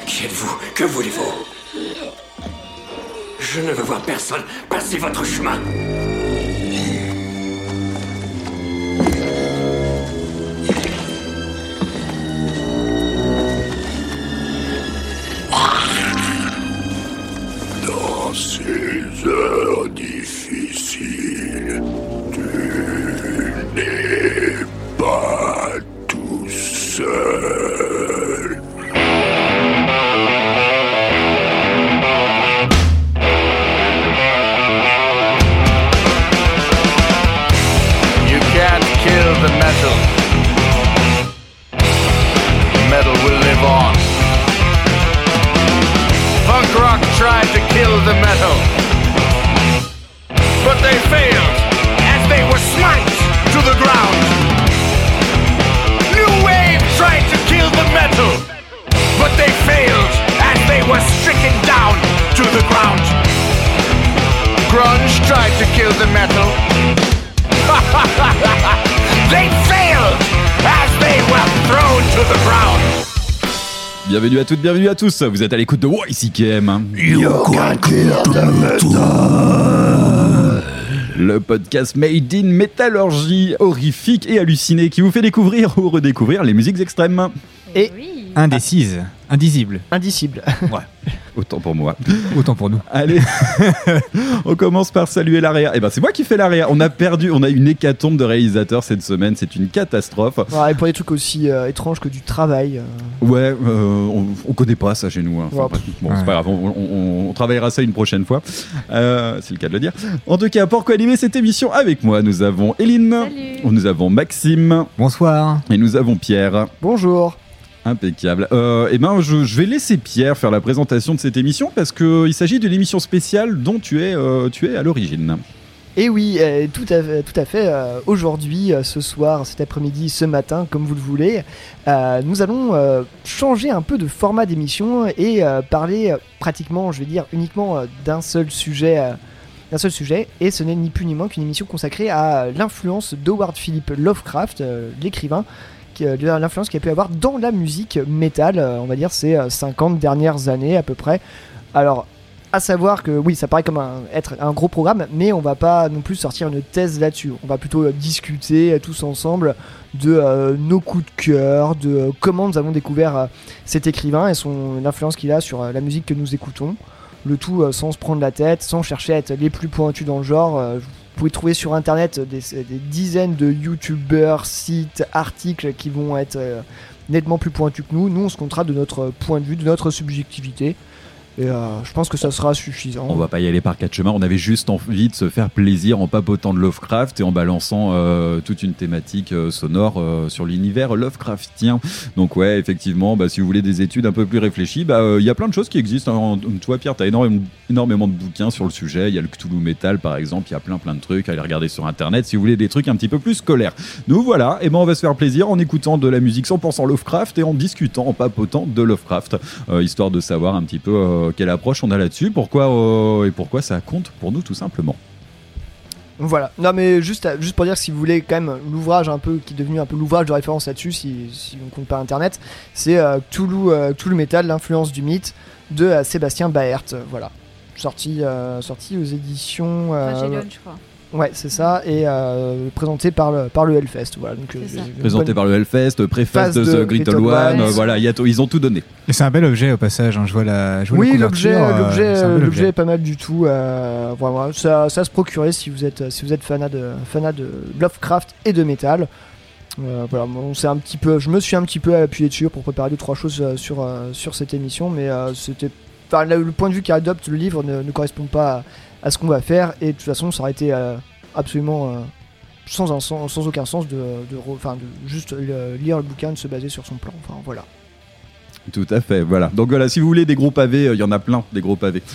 Qui êtes-vous? Que voulez-vous? Je ne veux voir personne passer votre chemin. Dans ces heures difficiles, tu n'es pas tout seul. You can't kill the metal. Metal will live on. Punk rock tried to kill the metal, but they failed as they were smite to the ground. New wave tried to kill the metal, but they failed as they were stricken down to the ground. Grunge tried to kill the metal. They failed as they were thrown to the ground. Bienvenue à toutes, bienvenue à tous. Vous êtes à l'écoute de YCKM. Le podcast Made in Métallurgie, horrifique et halluciné qui vous fait découvrir ou redécouvrir les musiques extrêmes. Et indécise, indisible. indicible. Ouais, autant pour moi. Autant pour nous. Allez, on commence par saluer l'AREA. Eh ben c'est moi qui fais l'AREA. On a une hécatombe de réalisateurs cette semaine, c'est une catastrophe. Ouais, et pour des trucs aussi étranges que du travail. Ouais, on connaît pas ça chez nous. Hein. Enfin, Ouais. bon, c'est pas grave, on travaillera ça une prochaine fois. C'est le cas de le dire. En tout cas, pour co-animer cette émission avec moi, nous avons Eline, Salut. nous avons Maxime Bonsoir. et nous avons Pierre. Bonjour. Impeccable. Eh ben, je vais laisser Pierre faire la présentation de cette émission parce qu'il s'agit d'une émission spéciale dont tu es à l'origine. Et oui, tout à fait. Aujourd'hui, ce soir, cet après-midi, ce matin, comme vous le voulez, nous allons changer un peu de format d'émission et parler pratiquement, je vais dire, uniquement d'un seul sujet. Et ce n'est ni plus ni moins qu'une émission consacrée à l'influence d'Howard Philip Lovecraft, l'écrivain, l'influence qu'il a pu avoir dans la musique métal, on va dire ces 50 dernières années à peu près. Alors, à savoir que oui, ça paraît comme être un gros programme, mais on va pas non plus sortir une thèse là-dessus. On va plutôt discuter tous ensemble de nos coups de cœur, de comment nous avons découvert cet écrivain et l'influence qu'il a sur la musique que nous écoutons. Le tout sans se prendre la tête, sans chercher à être les plus pointus dans le genre. Vous pouvez trouver sur internet des dizaines de youtubeurs, sites, articles qui vont être nettement plus pointus que nous. Nous, on se comptera de notre point de vue, de notre subjectivité. Et je pense que ça sera suffisant. On va pas y aller par quatre chemins, on avait juste envie de se faire plaisir en papotant de Lovecraft et en balançant toute une thématique sonore sur l'univers Lovecraftien. Donc ouais, effectivement, si vous voulez des études un peu plus réfléchies, il y a plein de choses qui existent. Toi Pierre, t'as énormément de bouquins sur le sujet, il y a le Cthulhu Metal par exemple, il y a plein de trucs, allez regarder sur internet si vous voulez des trucs un petit peu plus scolaires. Nous voilà, et on va se faire plaisir en écoutant de la musique 100% Lovecraft et en discutant, en papotant de Lovecraft, histoire de savoir un petit peu quelle approche on a là-dessus, pourquoi ça compte pour nous tout simplement. Voilà, non mais juste pour dire que si vous voulez quand même l'ouvrage un peu qui est devenu un peu l'ouvrage de référence là-dessus, si on compte pas internet, c'est Cthulhu Metal, l'influence du mythe de Sébastien Baert, voilà, sorti aux éditions Tragédion, je crois. ouais c'est ça, et présenté par le Hellfest, voilà, donc C'est ça. Présenté par le Hellfest, préface de The Grittle One, One, voilà, ils ont tout donné. Et c'est un bel objet au passage, hein. Je vois la oui, couverture, c'est un bel l'objet est pas mal du tout. Voilà, ça se procurer si vous êtes fanat de Lovecraft et de métal. Voilà, je me suis un petit peu appuyé dessus pour préparer 2-3 choses sur cette émission, mais le point de vue qu'adopte le livre ne correspond pas à ce qu'on va faire, et de toute façon ça aurait été absolument sans aucun sens de juste lire le bouquin, de se baser sur son plan. Enfin voilà. Tout à fait, voilà. Donc voilà, si vous voulez des gros pavés, il y en a plein, des gros pavés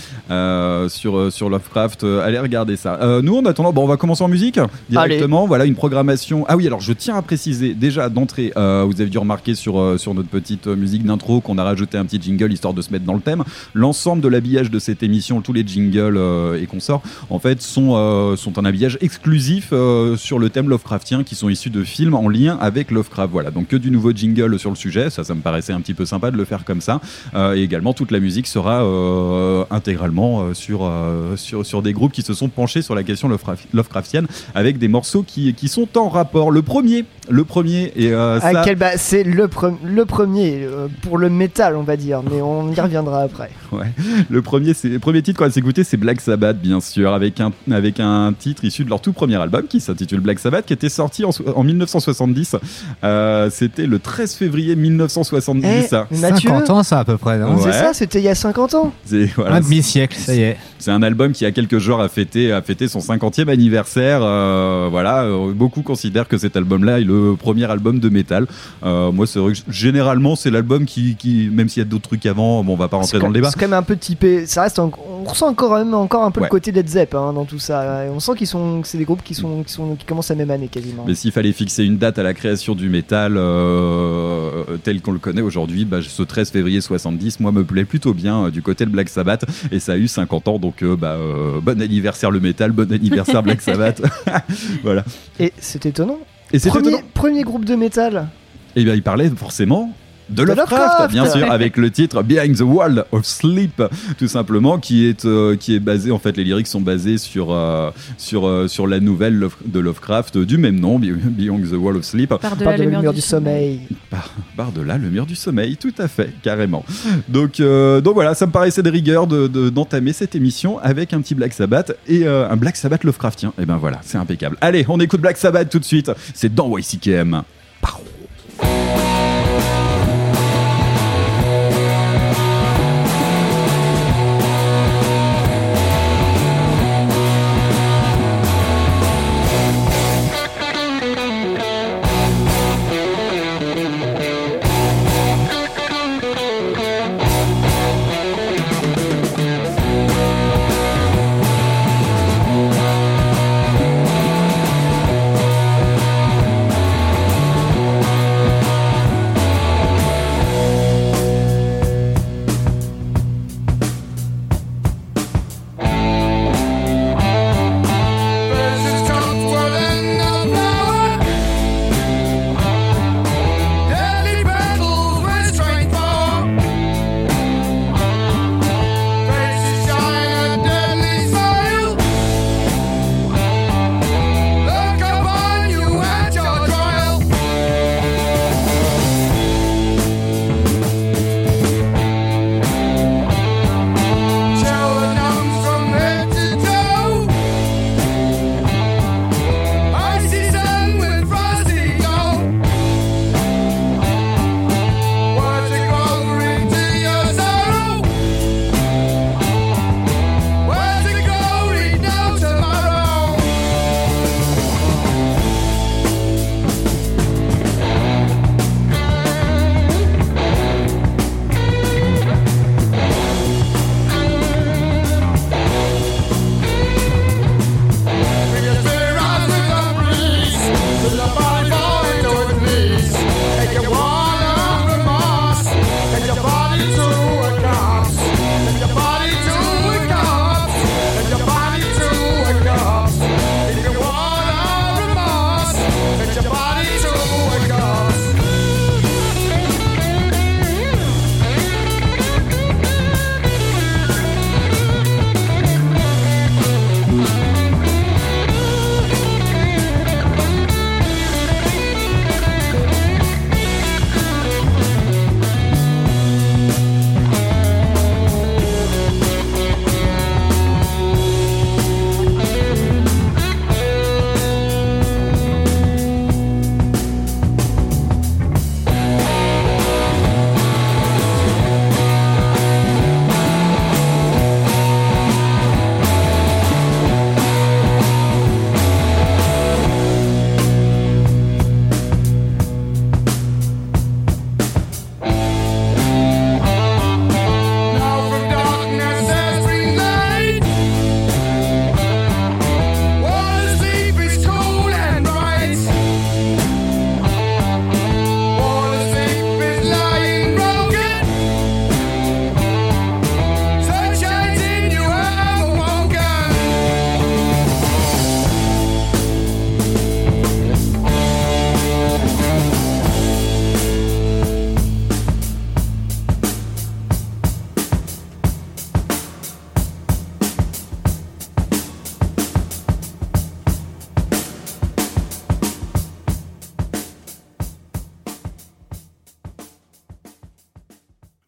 sur Lovecraft, allez regarder ça. Nous, en attendant, on va commencer en musique directement. Allez. Voilà, une programmation. Ah oui, alors je tiens à préciser, déjà d'entrée, vous avez dû remarquer sur notre petite musique d'intro qu'on a rajouté un petit jingle histoire de se mettre dans le thème. L'ensemble de l'habillage de cette émission, tous les jingles et consorts, en fait, sont un habillage exclusif sur le thème Lovecraftien, qui sont issus de films en lien avec Lovecraft. Voilà, donc que du nouveau jingle sur le sujet, ça me paraissait un petit peu sympa de le faire comme ça. Et également, toute la musique sera intégralement sur des groupes qui se sont penchés sur la question Lovecraftienne, avec des morceaux qui sont en rapport. Le premier et ça... c'est le premier pour le métal, on va dire, mais on y reviendra après. Ouais. Le premier titre qu'on va s'écouter, c'est Black Sabbath, bien sûr, avec un titre issu de leur tout premier album qui s'intitule Black Sabbath, qui était sorti en 1970. C'était le 13 février 1970. Mathieu, 50 ans, ça, à peu près, non? C'est ça, c'était il y a 50 ans. Voilà, un demi-siècle, ça y est. C'est un album qui, il y a quelques jours, a fêté son 50e anniversaire. Beaucoup considèrent que cet album-là est le premier album de métal. Moi, c'est vrai que généralement, c'est l'album qui même s'il y a d'autres trucs avant, bon, on va pas rentrer dans le débat. C'est quand même un peu typé. Ça reste, on ressent encore un peu le côté Led Zepp dans tout ça. On sent que c'est des groupes qui commencent la même année quasiment. Mais s'il fallait fixer une date à la création du métal tel qu'on le connaît aujourd'hui, ce 13 février 70, moi, me plaît plutôt bien du côté de Black Sabbath, et ça a eu 50 ans, donc bon anniversaire le métal, bon anniversaire Black Sabbath. Voilà. Et c'est étonnant. Et c'est Premier groupe de métal. Et bien, il parlait forcément de Lovecraft, bien sûr, avec le titre Behind the Wall of Sleep, tout simplement, qui est basé, en fait, les lyrics sont basés sur la nouvelle de Lovecraft du même nom, Beyond the Wall of Sleep. Par-delà le mur du sommeil. Par-delà le mur du sommeil, tout à fait, carrément. Donc voilà, ça me paraissait de rigueur d'entamer cette émission avec un petit Black Sabbath et un Black Sabbath Lovecraftien. Et ben voilà, c'est impeccable. Allez, on écoute Black Sabbath tout de suite. C'est dans YCKM. Pow.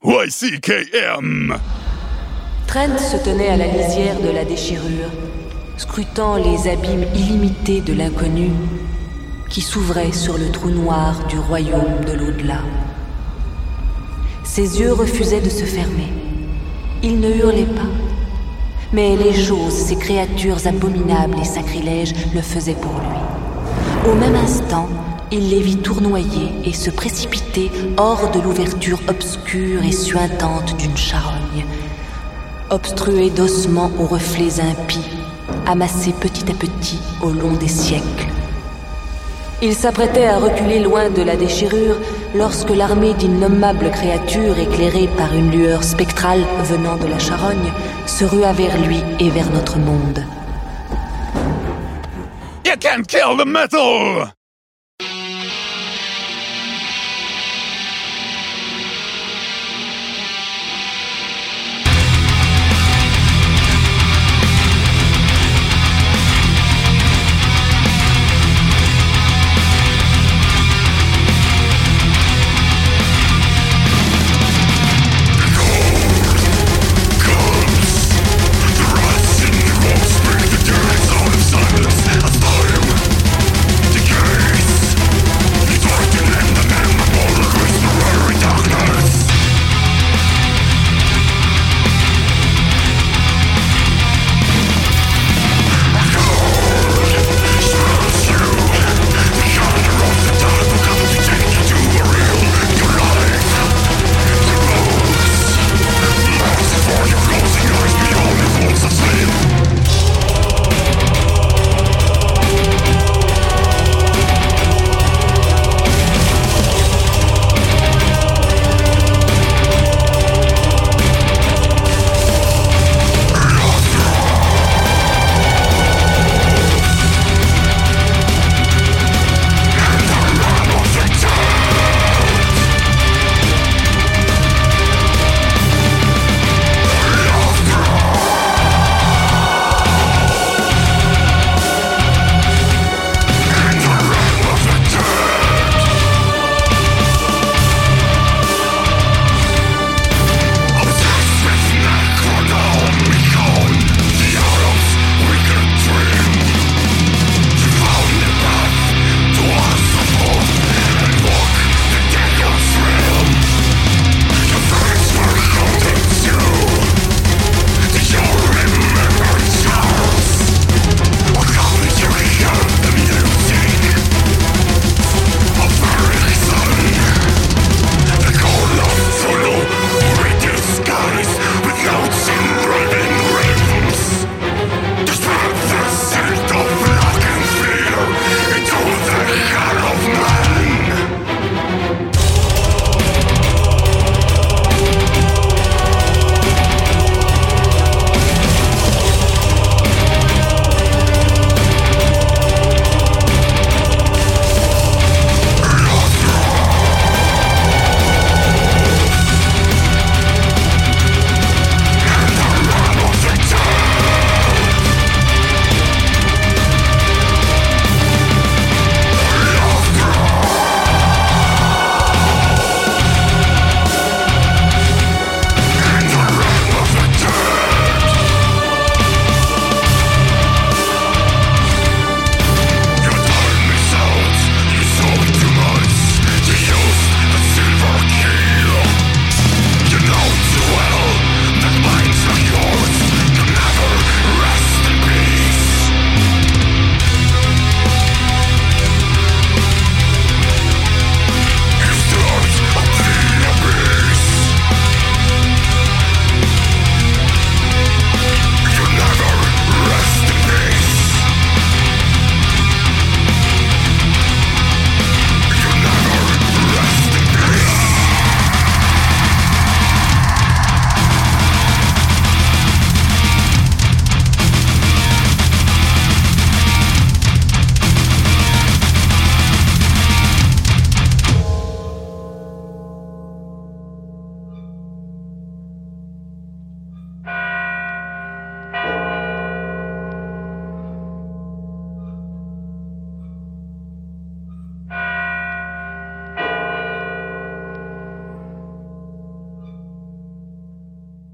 YCKM. Trent se tenait à la lisière de la déchirure, scrutant les abîmes illimités de l'inconnu qui s'ouvraient sur le trou noir du royaume de l'au-delà. Ses yeux refusaient de se fermer. Il ne hurlait pas, mais les choses, ces créatures abominables et sacrilèges, le faisaient pour lui. Au même instant, il les vit tournoyer et se précipiter hors de l'ouverture obscure et suintante d'une charogne, obstruée d'ossements aux reflets impies, amassés petit à petit au long des siècles. Il s'apprêtait à reculer loin de la déchirure lorsque l'armée d'innommables créatures éclairées par une lueur spectrale venant de la charogne se rua vers lui et vers notre monde. You can't kill the metal! Decay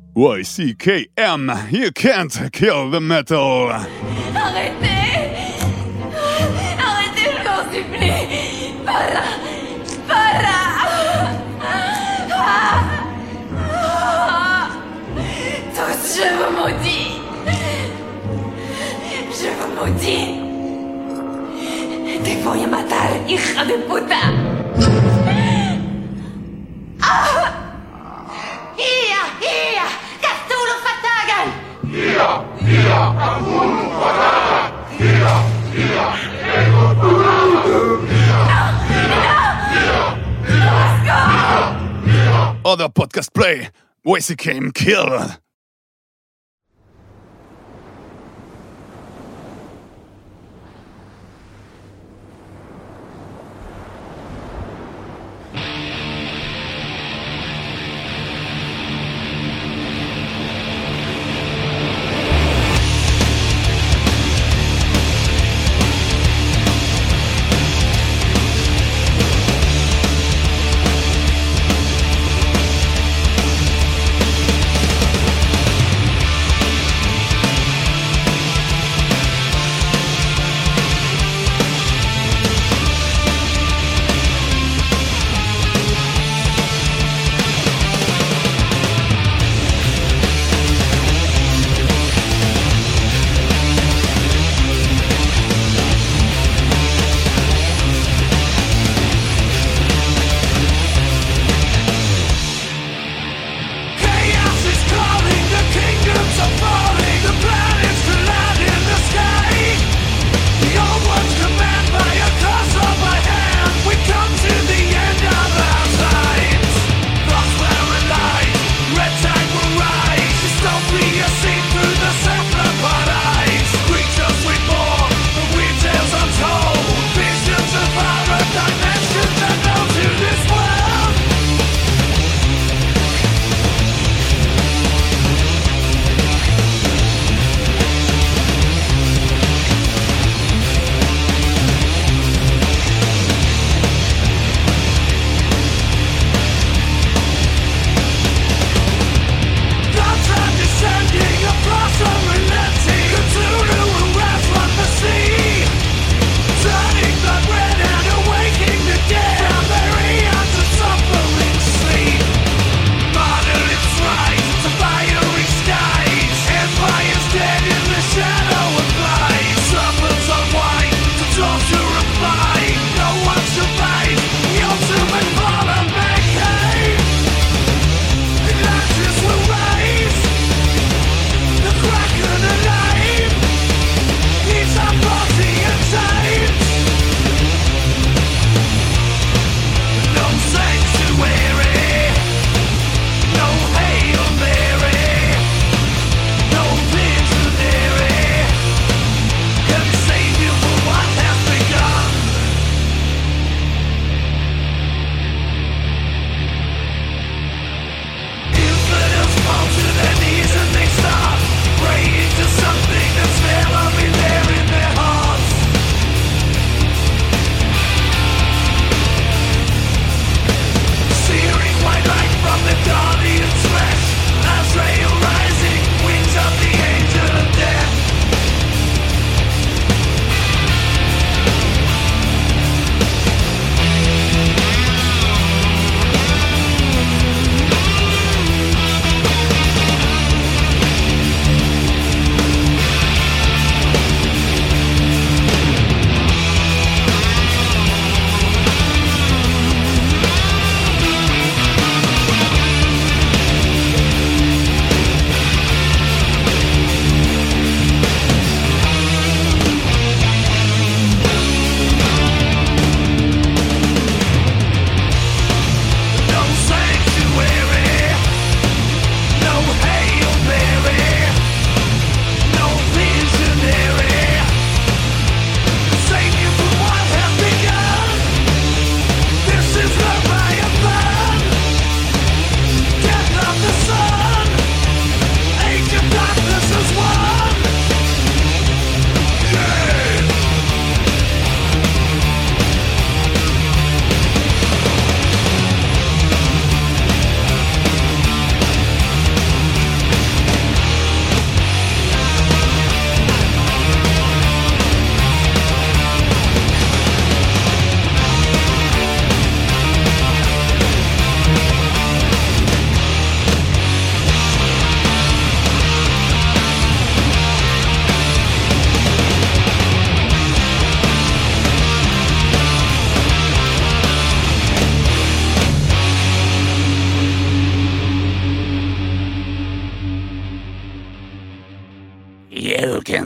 YCKM, you can't kill the metal. Arrêtez! Arrêtez, je vous en supplie! Pas là! Pas là! Tous, je vous maudis! Je vous maudis! Te voy a matar, hija de puta! Ia! Ia! Cthulhu Fatagan! Other podcast play. YCKM kill.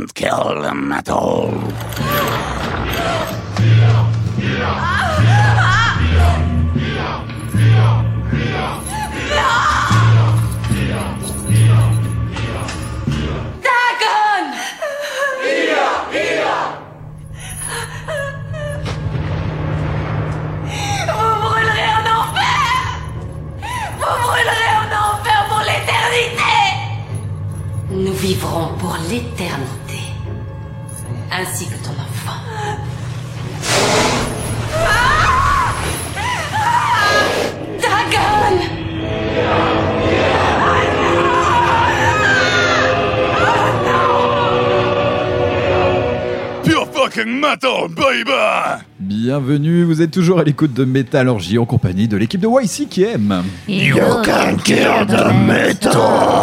can't kill the metal. Dagon! Vous brûlerez en enfer! Vous brûlerez en enfer pour l'éternité! Nous vivrons pour l'éternité. Ainsi que ton enfant. Dagon! Pure fucking metal, baby! Bienvenue, vous êtes toujours à l'écoute de Métallurgie en compagnie de l'équipe de YCKM. You can't kill the metal!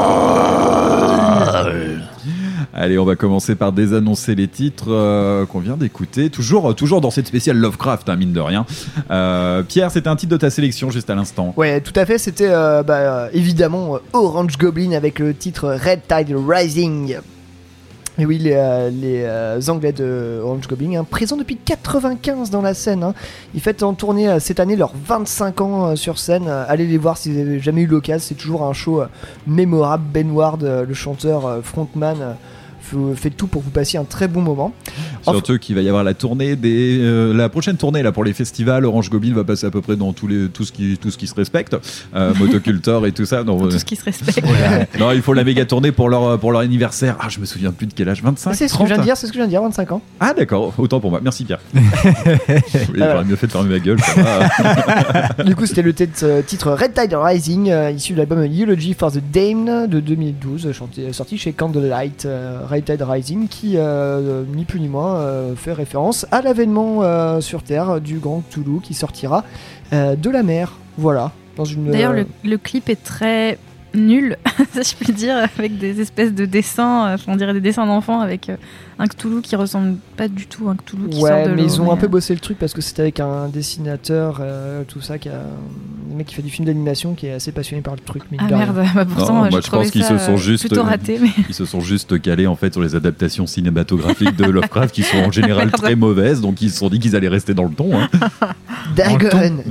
Allez, on va commencer par désannoncer les titres qu'on vient d'écouter. Toujours dans cette spéciale Lovecraft, hein, mine de rien. Pierre, c'était un titre de ta sélection juste à l'instant. Ouais, tout à fait, c'était évidemment Orange Goblin avec le titre Red Tide Rising. Et oui, les Anglais de Orange Goblin, hein, présents depuis 95 dans la scène. Hein. Ils fêtent en tournée cette année leurs 25 ans sur scène. Allez les voir si vous n'avez jamais eu l'occasion, c'est toujours un show mémorable. Ben Ward, le chanteur frontman, fait tout pour vous passer un très bon moment. Surtout qu'il va y avoir la tournée la prochaine tournée là pour les festivals. Orange Goblin va passer à peu près dans tout ce qui se respecte, Motocultor et tout ça. Non, tout ce qui se respecte. Non, il faut la méga tournée pour leur anniversaire. Ah, je me souviens plus de quel âge, 25, c'est ce 30? que je viens de dire, 25 ans. Ah d'accord, autant pour moi. Merci Pierre. Oui, j'aurais mieux fait de fermer ma gueule. Ça va. Du coup, c'était le titre Red Tide Rising, issu de l'album Eulogy for the Damned de 2012, sorti chez Candlelight. Red Tide Rising, qui ni plus ni moins fait référence à l'avènement sur Terre du grand Cthulhu qui sortira de la mer. Voilà. D'ailleurs, le clip est très nul, si je puis dire, avec des espèces de dessins, on dirait des dessins d'enfants avec un Cthulhu qui ressemble pas du tout à un Cthulhu qui sort de l'eau. Mais ils ont un peu bossé le truc parce que c'était avec un dessinateur, tout ça, un mec qui fait du film d'animation qui est assez passionné par le truc. Ah merde, pourtant non, moi j'ai je pense qu'ils se sont juste plutôt raté. Mais... Ils se sont juste calés en fait sur les adaptations cinématographiques de Lovecraft qui sont en général très mauvaises, donc ils se sont dit qu'ils allaient rester dans le ton. Hein. Dagon.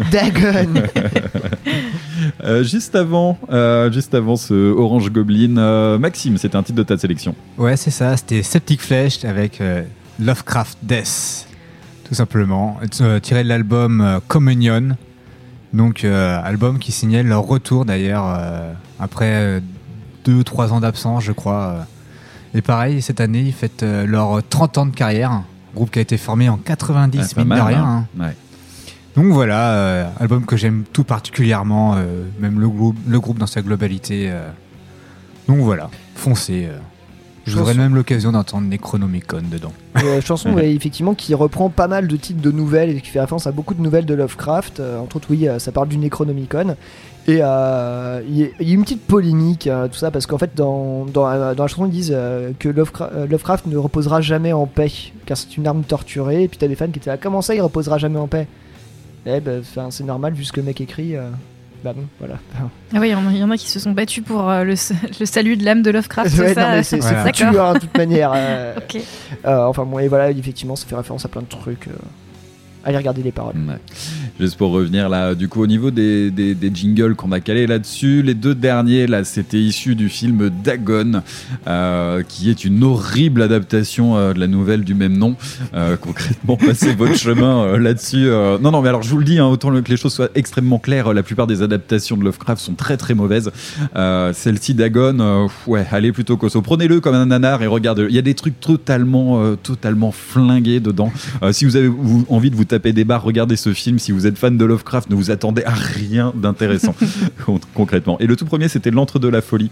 Juste avant ce Orange Goblin, Maxime, c'était un titre de ta sélection. Ouais, c'est ça, c'était Septic Flesh avec Lovecraft Death, tout simplement, tiré de l'album Communion, donc album qui signale leur retour d'ailleurs après 2-3 ans d'absence, je crois. Et pareil, cette année, ils fêtent leurs 30 ans de carrière, groupe qui a été formé en 90, mine de rien. Hein. Ouais. Donc voilà, album que j'aime tout particulièrement, même le groupe dans sa globalité. Donc voilà, foncez. Je voudrais même l'occasion d'entendre Necronomicon dedans. Chanson effectivement qui reprend pas mal de titres de nouvelles et qui fait référence à beaucoup de nouvelles de Lovecraft. Entre autres, oui, ça parle du Necronomicon. Et il y a une petite polémique, tout ça, parce qu'en fait, dans la chanson, ils disent que Lovecraft ne reposera jamais en paix, car c'est une arme torturée. Et puis t'as des fans qui étaient là, comment ça, il reposera jamais en paix? C'est normal, vu ce que le mec écrit. Bah non, voilà. Ah oui, il y en a qui se sont battus pour le salut de l'âme de Lovecraft, ouais, c'est ça? Non, mais c'est foutu, hein, de toute manière. Okay. Enfin bon, et voilà, effectivement, ça fait référence à plein de trucs. Allez regarder les paroles. Ouais. Juste pour revenir là, du coup au niveau des jingles qu'on a calés là-dessus, les deux derniers là, c'était issu du film Dagon, qui est une horrible adaptation de la nouvelle du même nom. Concrètement, passez votre chemin là-dessus. Non, mais alors je vous le dis, hein, autant que les choses soient extrêmement claires, la plupart des adaptations de Lovecraft sont très très mauvaises. Celle-ci Dagon, allez plutôt cosso. Prenez-le comme un nanar et regardez. Il y a des trucs totalement flingués dedans. Si vous avez envie de vous taper des barres, regardez ce film. Si vous êtes fan de Lovecraft, ne vous attendez à rien d'intéressant concrètement. Et le tout premier, c'était L'Antre de la Folie.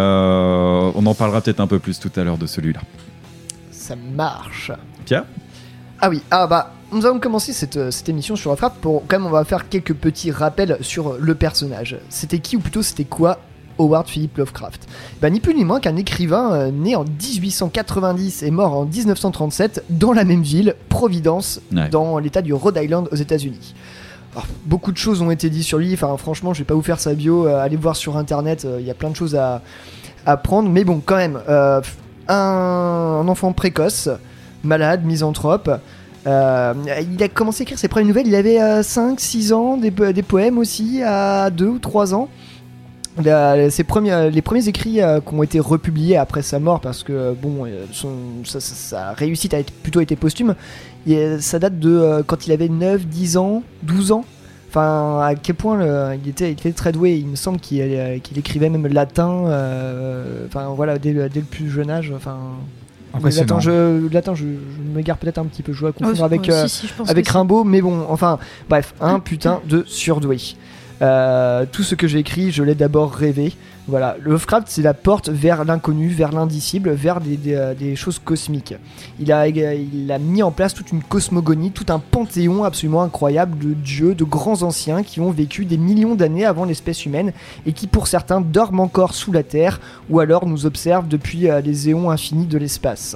On en parlera peut-être un peu plus tout à l'heure de celui-là. Ça marche. Pierre ? Ah oui, nous allons commencer cette émission sur Lovecraft. Quand même, on va faire quelques petits rappels sur le personnage. C'était qui, ou plutôt c'était quoi Howard Philip Lovecraft? Ni plus ni moins qu'un écrivain né en 1890 et mort en 1937 dans la même ville, Providence, dans l'état du Rhode Island aux États-Unis. Alors, beaucoup de choses ont été dites sur lui. Enfin, franchement, je vais pas vous faire sa bio. Allez voir sur internet. Il y a plein de choses à prendre. Mais bon, quand même, un enfant précoce, malade, misanthrope. Il a commencé à écrire ses premières nouvelles, il avait 5-6 ans, des poèmes aussi à 2 ou 3 ans. Les premiers écrits qui ont été republiés après sa mort, parce que bon, sa réussite a plutôt été posthume, et ça date de quand il avait 9, 10 ans, 12 ans. Enfin, à quel point il était très doué. Il me semble qu'il écrivait même le latin, enfin voilà, dès le plus jeune âge. Enfin, latin, je m'égare peut-être un petit peu, je vais confondre avec Rimbaud, mais bon, enfin, bref, un putain de surdoué. Tout ce que j'ai écrit, je l'ai d'abord rêvé. Voilà, Lovecraft, c'est la porte vers l'inconnu, vers l'indicible, vers des choses cosmiques. Il a mis en place toute une cosmogonie, tout un panthéon absolument incroyable de dieux, de grands anciens qui ont vécu des millions d'années avant l'espèce humaine et qui, pour certains, dorment encore sous la terre ou alors nous observent depuis les éons infinis de l'espace.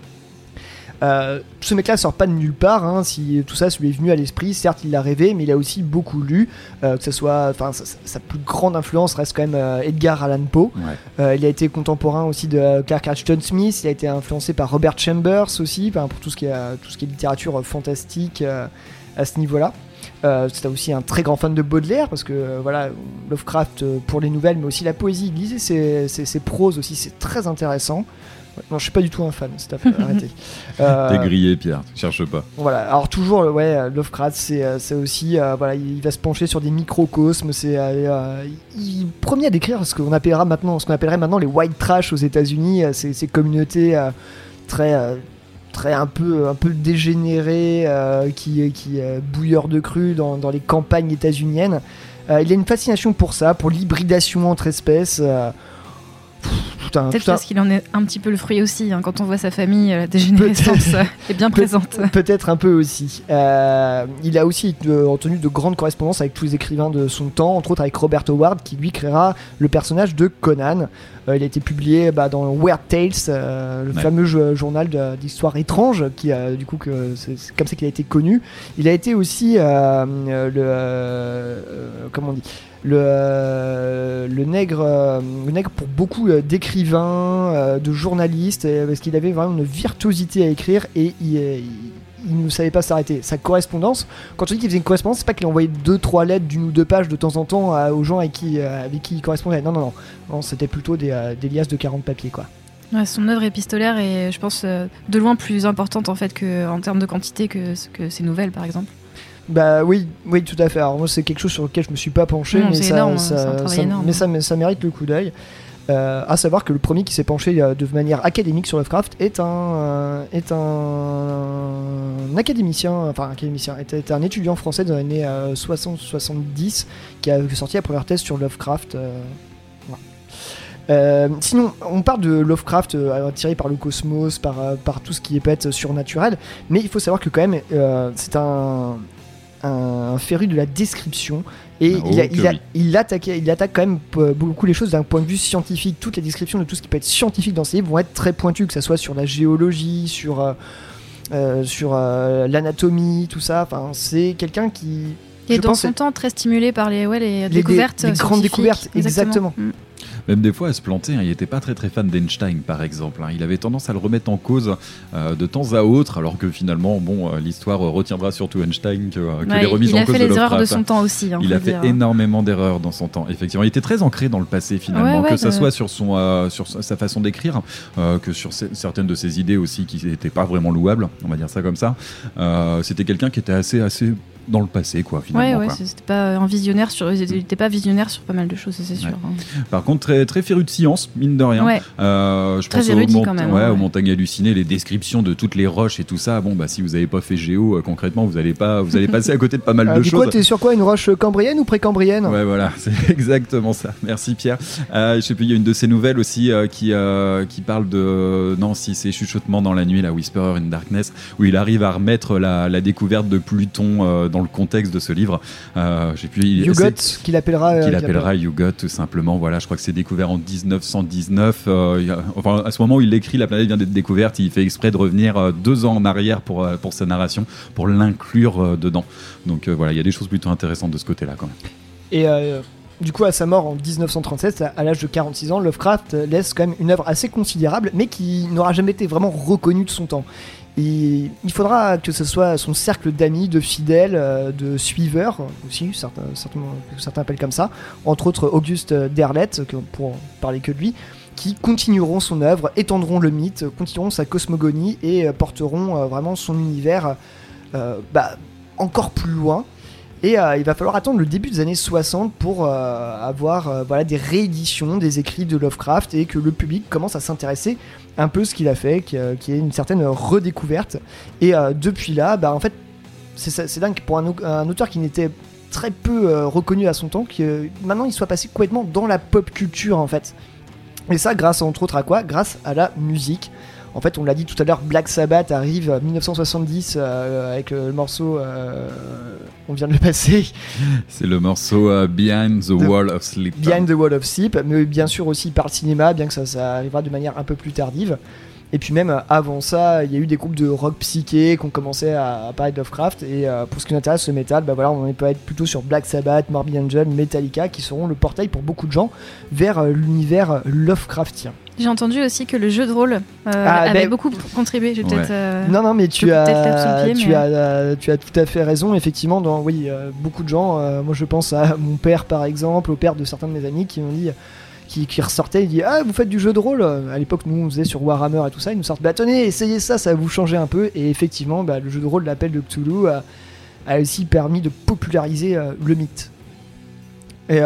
Ce mec-là sort pas de nulle part, hein, si tout ça lui est venu à l'esprit. Certes, il l'a rêvé, mais il a aussi beaucoup lu. Que ce soit, enfin, sa plus grande influence reste quand même Edgar Allan Poe. Ouais. Il a été contemporain aussi de Clark Ashton Smith. Il a été influencé par Robert Chambers aussi, pour tout ce qui est littérature fantastique à ce niveau-là. C'était aussi un très grand fan de Baudelaire, parce que voilà, Lovecraft pour les nouvelles, mais aussi la poésie. Il lisait ses proses aussi, c'est très intéressant. Non, je suis pas du tout un fan, c'est arrêtez. T'es grillé, Pierre, cherche pas. Voilà, alors toujours, Lovecraft, c'est aussi, voilà, il va se pencher sur des microcosmes. Il premier à décrire ce qu'on appellerait maintenant les white trash aux États-Unis, ces communautés très un peu dégénérées, qui bouilleurs de cru dans les campagnes états-uniennes. Il a une fascination pour ça, pour l'hybridation entre espèces. Peut-être parce qu'il en est un petit peu le fruit aussi, hein, quand on voit sa famille, la dégénérescence est bien présente. Peut-être un peu aussi. Il a aussi tenu de grandes correspondances avec tous les écrivains de son temps, entre autres avec Robert Howard, qui lui créera le personnage de Conan. Il a été publié dans Weird Tales, le fameux journal d'histoire étrange, qui du coup c'est comme ça qu'il a été connu. Il a été aussi comment on dit, le nègre pour beaucoup d'écrivains, de journalistes, parce qu'il avait vraiment une virtuosité à écrire et il ne savait pas s'arrêter. Sa correspondance, quand on dit qu'il faisait une correspondance, c'est pas qu'il envoyait 2-3 lettres d'1 ou 2 pages de temps en temps aux gens avec qui il correspondait. Non, c'était plutôt des liasses de 40 papiers, quoi. Ouais, son œuvre épistolaire est, je pense, de loin plus importante en fait en termes de quantité que ses nouvelles, par exemple. Bah oui, tout à fait. Alors moi, c'est quelque chose sur lequel je me suis pas penché, mais c'est énorme, c'est un travail énorme. Mais ça mérite le coup d'œil. À savoir que le premier qui s'est penché de manière académique sur Lovecraft est un académicien, était un étudiant français dans les années 60-70 qui a sorti la première thèse sur Lovecraft. Sinon, on parle de Lovecraft attiré par le cosmos, par tout ce qui peut être surnaturel, mais il faut savoir que quand même c'est un féru de la description, et il attaque quand même beaucoup les choses d'un point de vue scientifique. Toutes les descriptions de tout ce qui peut être scientifique dans ces livres vont être très pointues, que ça soit sur la géologie, sur l'anatomie, tout ça. Enfin, c'est quelqu'un qui... Et dans son temps très stimulé par les découvertes, les grandes découvertes, exactement. Même des fois à se planter, hein. Il n'était pas très fan d'Einstein, par exemple, hein. Il avait tendance à le remettre en cause de temps à autre, alors que finalement, l'histoire retiendra surtout Einstein que les remises en cause de Lovecraft. Il a fait les erreurs de son temps aussi. Il a fait énormément d'erreurs dans son temps, effectivement. Il était très ancré dans le passé, finalement, que ça soit sur sa façon d'écrire, que sur certaines de ses idées aussi qui n'étaient pas vraiment louables, on va dire ça comme ça. C'était quelqu'un qui était assez dans le passé, quoi, finalement. Ouais, c'était pas un visionnaire il n'était pas visionnaire sur pas mal de choses, c'est sûr. Hein. Par contre, très féru de science, mine de rien. Ouais. Je très pense érudit quand même. Aux montagnes hallucinées, les descriptions de toutes les roches et tout ça. Si vous n'avez pas fait géo, concrètement, vous allez passer à côté de pas mal de choses. T'es sur quoi, une roche cambrienne ou précambrienne? Ouais, voilà, c'est exactement ça. Merci Pierre. Je sais plus, il y a une de ces nouvelles aussi qui parle de c'est Chuchotement dans la nuit, la Whisperer in Darkness, où il arrive à remettre la découverte de Pluton dans le contexte de ce livre. Hugot, qu'il appellera Hugot, tout simplement. Voilà, je crois que c'est découvert en 1919. À ce moment où il l'écrit, la planète vient d'être découverte. Il fait exprès de revenir 2 ans en arrière pour sa narration, pour l'inclure dedans. Donc voilà, il y a des choses plutôt intéressantes de ce côté-là, quand même. Et du coup, à sa mort en 1937, à l'âge de 46 ans, Lovecraft laisse quand même une œuvre assez considérable, mais qui n'aura jamais été vraiment reconnue de son temps. Et il faudra que ce soit son cercle d'amis, de fidèles, de suiveurs aussi, certains appellent comme ça, entre autres Auguste Derlet, pour parler que de lui, qui continueront son œuvre, étendront le mythe, continueront sa cosmogonie et porteront vraiment son univers encore plus loin. Et il va falloir attendre le début des années 60 pour avoir des rééditions des écrits de Lovecraft et que le public commence à s'intéresser un peu à ce qu'il a fait, qu'il y ait une certaine redécouverte. Et depuis là, en fait, c'est dingue pour un auteur qui n'était très peu reconnu à son temps, que maintenant il soit passé complètement dans la pop culture en fait. Et ça grâce entre autres à quoi ? Grâce à la musique. En fait, on l'a dit tout à l'heure, Black Sabbath arrive en 1970 avec le morceau, on vient de le passer. C'est le morceau Behind the Wall of Sleep. Behind the Wall of Sleep, mais bien sûr aussi par le cinéma, bien que ça arrivera de manière un peu plus tardive. Et puis même avant ça, il y a eu des groupes de rock psyché qui ont commencé à parler de Lovecraft. Et pour ce qui nous intéresse, le métal, on peut être plutôt sur Black Sabbath, Morbid Angel, Metallica, qui seront le portail pour beaucoup de gens vers l'univers Lovecraftien. J'ai entendu aussi que le jeu de rôle avait beaucoup contribué. Non, mais tu as tout à fait raison. Effectivement, beaucoup de gens. Moi, je pense à mon père, par exemple, au père de certains de mes amis qui m'ont dit. Qui ressortait, il dit vous faites du jeu de rôle. À l'époque nous on faisait sur Warhammer et tout ça, ils nous sortent tenez essayez ça va vous changer un peu. Et effectivement le jeu de rôle l'appel de Cthulhu a aussi permis de populariser le mythe. Et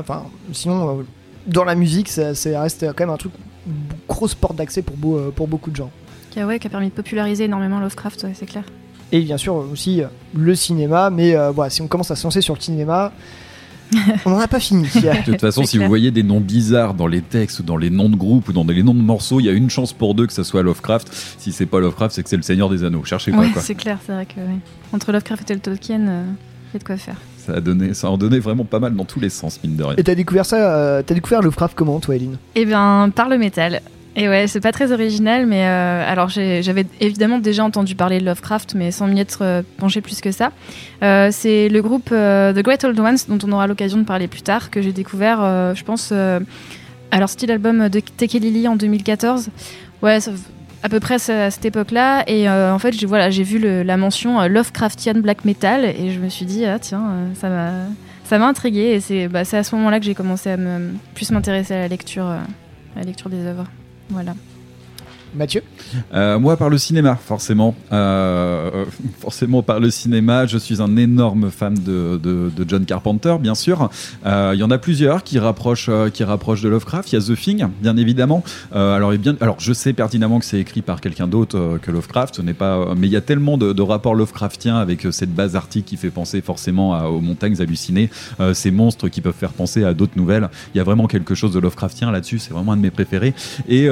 sinon dans la musique ça reste quand même un truc, grosse porte d'accès pour beaucoup de gens qui a permis de populariser énormément Lovecraft, c'est clair. Et bien sûr aussi le cinéma, mais si on commence à se lancer sur le cinéma, on n'en a pas fini. De toute façon, si vous voyez des noms bizarres dans les textes, ou dans les noms de groupes, ou dans les noms de morceaux, il y a une chance pour deux que ça soit Lovecraft. Si c'est pas Lovecraft, c'est que c'est le Seigneur des Anneaux. Cherchez pas, quoi. C'est clair, c'est vrai que entre Lovecraft et le Tolkien, il y a de quoi faire. Ça en donnait vraiment pas mal dans tous les sens, mine de rien. Et t'as découvert Lovecraft comment, toi, Eline ? Eh bien, par le métal. Et c'est pas très original, mais alors j'avais évidemment déjà entendu parler de Lovecraft, mais sans m'y être penché plus que ça. C'est le groupe The Great Old Ones, dont on aura l'occasion de parler plus tard, que j'ai découvert, je pense, à leur style album de Tekelili en 2014. À peu près à cette époque-là. Et en fait, j'ai vu la mention Lovecraftian Black Metal, et je me suis dit, ça m'a intriguée. Et c'est à ce moment-là que j'ai commencé à plus m'intéresser à la lecture des œuvres. Voilà. Mathieu ? Moi, par le cinéma, forcément. Forcément, par le cinéma. Je suis un énorme fan de John Carpenter, bien sûr. Il y en a plusieurs qui rapprochent de Lovecraft. Il y a The Thing, bien évidemment. Alors, je sais pertinemment que c'est écrit par quelqu'un d'autre que Lovecraft. Ce n'est pas, mais il y a tellement de rapports Lovecraftiens avec cette base arctique qui fait penser forcément aux montagnes hallucinées, ces monstres qui peuvent faire penser à d'autres nouvelles. Il y a vraiment quelque chose de Lovecraftien là-dessus. C'est vraiment un de mes préférés. Et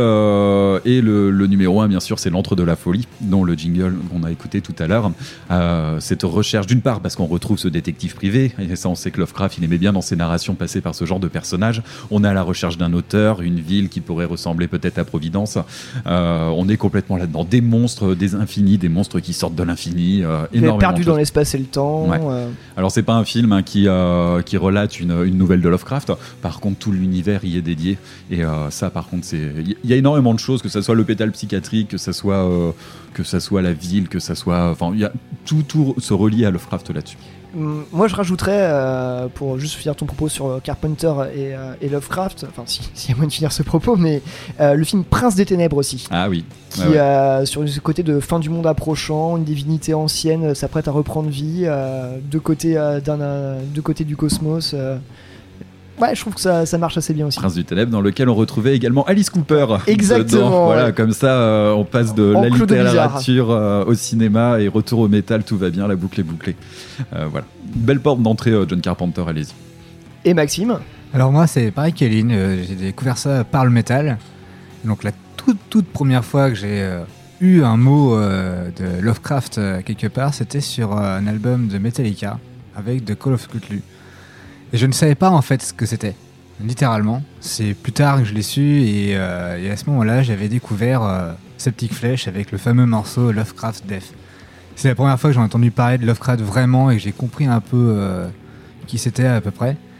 le numéro 1, bien sûr, c'est L'Antre de la Folie, dont le jingle qu'on a écouté tout à l'heure. Cette recherche, d'une part, parce qu'on retrouve ce détective privé, et ça, on sait que Lovecraft, il aimait bien dans ses narrations passer par ce genre de personnage. On est à la recherche d'un auteur, une ville qui pourrait ressembler peut-être à Providence. On est complètement là-dedans. Des monstres, des infinis, des monstres qui sortent de l'infini. Énormément. Perdu dans l'espace et le temps. Ouais. Alors, c'est pas un film qui relate une nouvelle de Lovecraft. Par contre, tout l'univers y est dédié. Et ça, par contre, il y a énormément de choses, que ça soit l'hôpital psychiatrique, que ça soit la ville, que ça soit, il y a tout se relie à Lovecraft là-dessus. Moi, je rajouterais, pour juste finir ton propos sur Carpenter et Lovecraft, s'il y a moyen de finir ce propos, mais le film Prince des Ténèbres aussi. Ah oui. Qui, sur ce côté de fin du monde approchant, une divinité ancienne s'apprête à reprendre vie, deux côtés du cosmos. Ouais, je trouve que ça marche assez bien aussi. Prince du Ténèbres, dans lequel on retrouvait également Alice Cooper. Exactement. Dedans. Voilà, comme ça, on passe de la littérature au cinéma et retour au métal, tout va bien, la boucle est bouclée. Voilà. Belle porte d'entrée, John Carpenter, allez-y. Et Maxime ? Alors moi, c'est pareil qu'Eline, j'ai découvert ça par le métal. Donc la toute première fois que j'ai eu un mot de Lovecraft quelque part, c'était sur un album de Metallica avec The Call of Cthulhu. Et je ne savais pas en fait ce que c'était, littéralement. C'est plus tard que je l'ai su et à ce moment-là, j'avais découvert Septic Flesh avec le fameux morceau Lovecraft Death. C'est la première fois que j'ai entendu parler de Lovecraft vraiment et que j'ai compris un peu qui c'était à peu près.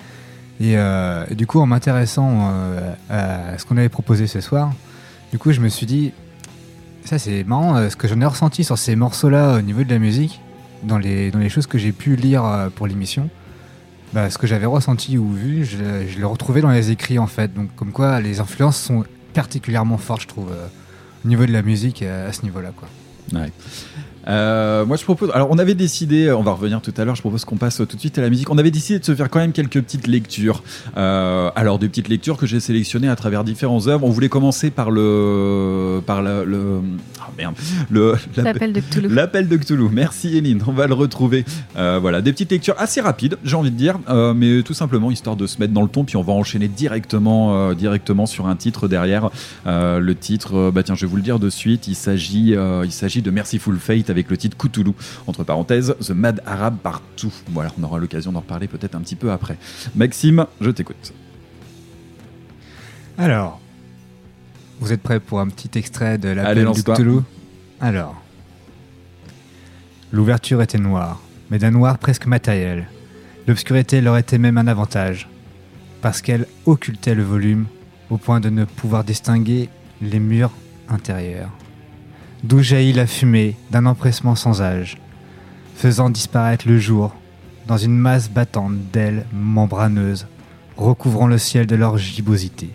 Et du coup, en m'intéressant à ce qu'on avait proposé ce soir, du coup, je me suis dit, ça c'est marrant, ce que j'en ai ressenti sur ces morceaux-là au niveau de la musique, dans les choses que j'ai pu lire pour l'émission, bah, ce que j'avais ressenti ou vu, je l'ai retrouvé dans les écrits en fait. Donc comme quoi les influences sont particulièrement fortes, je trouve, au niveau de la musique à ce niveau-là, quoi. Ouais. Moi je propose, alors on avait décidé, on va revenir tout à l'heure, je propose qu'on passe tout de suite à la musique. On avait décidé de se faire quand même quelques petites lectures, alors des petites lectures que j'ai sélectionnées à travers différentes œuvres. On voulait commencer par l'appel de Cthulhu. L'appel de Cthulhu, merci Eline, on va le retrouver. Voilà, des petites lectures assez rapides, j'ai envie de dire, mais tout simplement histoire de se mettre dans le ton, puis on va enchaîner directement sur un titre derrière. Le titre, tiens, je vais vous le dire de suite, il s'agit de Merciful Fate avec le titre Cthulhu, entre parenthèses, The Mad Arab Partout. Voilà, on aura l'occasion d'en reparler peut-être un petit peu après. Maxime, je t'écoute. Alors, vous êtes prêts pour un petit extrait de l'appel de Cthulhu ? Alors, l'ouverture était noire, mais d'un noir presque matériel. L'obscurité leur était même un avantage, parce qu'elle occultait le volume au point de ne pouvoir distinguer les murs intérieurs. D'où jaillit la fumée d'un empressement sans âge, faisant disparaître le jour dans une masse battante d'ailes membraneuses, recouvrant le ciel de leur gibbosité.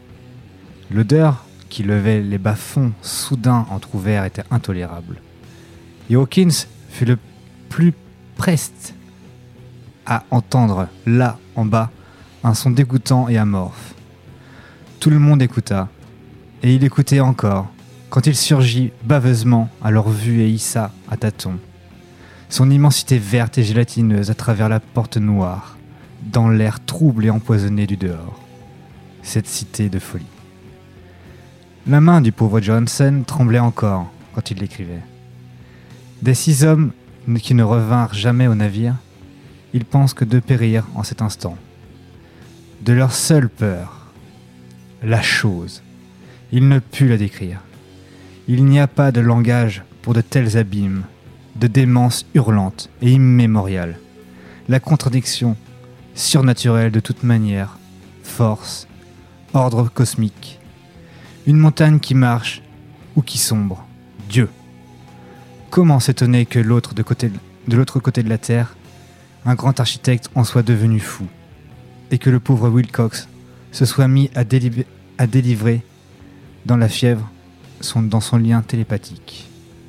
L'odeur qui levait les bas-fonds soudain entr'ouverts était intolérable. Et Hawkins fut le plus preste à entendre, là, en bas, un son dégoûtant et amorphe. Tout le monde écouta, et il écoutait encore, quand il surgit baveusement à leur vue et hissa à tâtons son immensité verte et gélatineuse à travers la porte noire, dans l'air trouble et empoisonné du dehors. Cette cité de folie. La main du pauvre Johnson tremblait encore quand il l'écrivait. Des 6 hommes qui ne revinrent jamais au navire, ils pensent que 2 périrent en cet instant. De leur seule peur, la chose, il ne put la décrire. Il n'y a pas de langage pour de tels abîmes, de démence hurlante et immémoriale. La contradiction surnaturelle de toute manière, force, ordre cosmique. Une montagne qui marche ou qui sombre, Dieu. Comment s'étonner que de l'autre côté de la terre, un grand architecte en soit devenu fou, et que le pauvre Wilcox se soit mis à délivrer dans la fièvre dans son lien télépathique.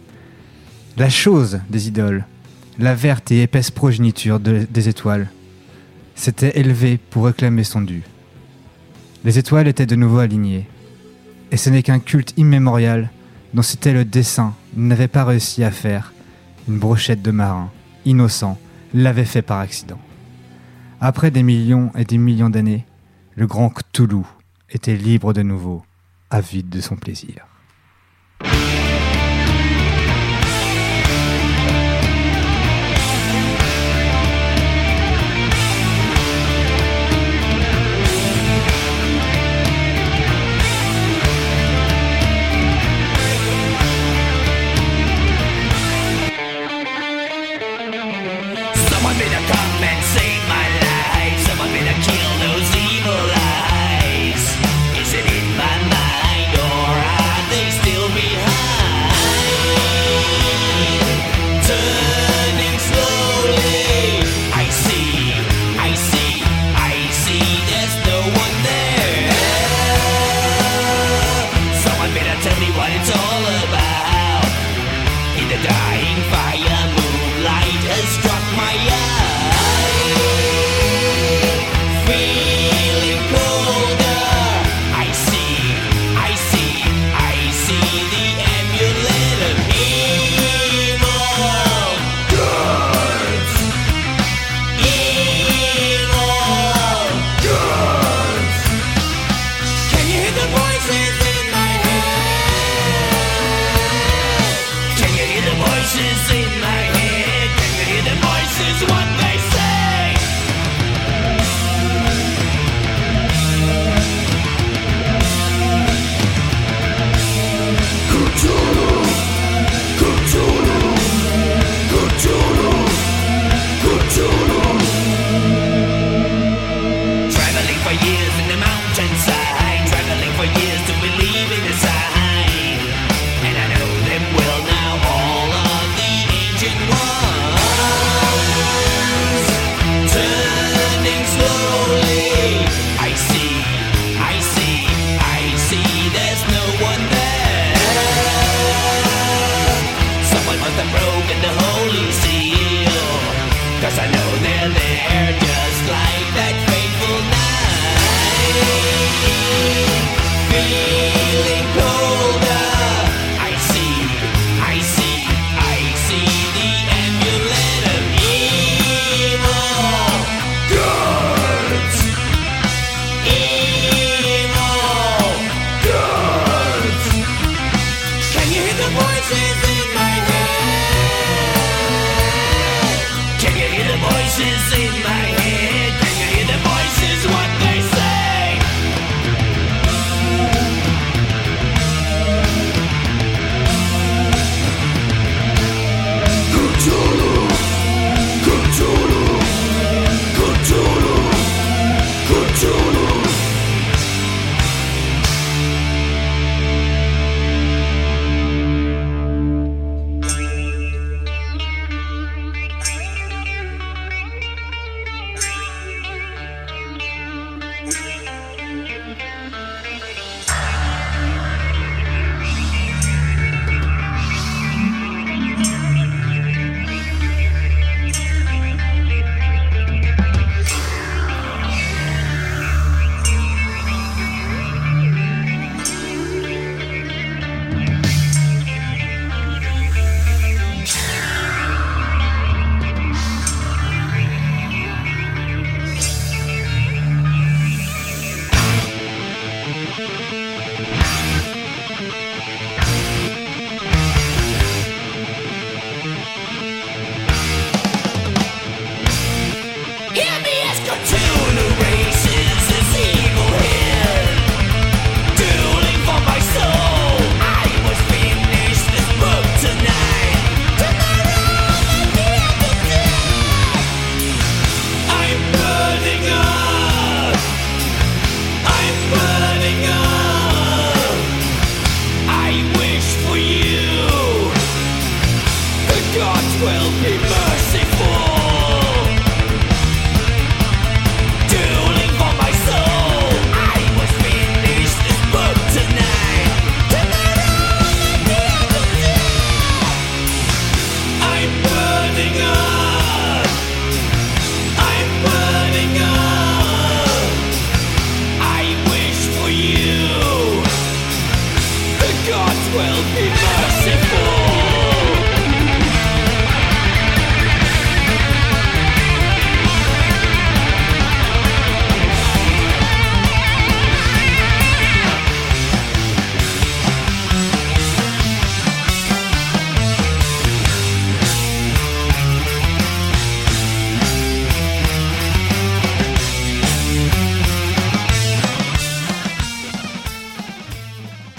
La chose des idoles, la verte et épaisse progéniture des étoiles, s'était élevée pour réclamer son dû. Les étoiles étaient de nouveau alignées, et ce n'est qu'un culte immémorial dont c'était le dessein n'avait pas réussi à faire. Une brochette de marins, innocents, l'avait fait par accident. Après des millions et des millions d'années, le grand Cthulhu était libre de nouveau, avide de son plaisir. Is it in my mind or are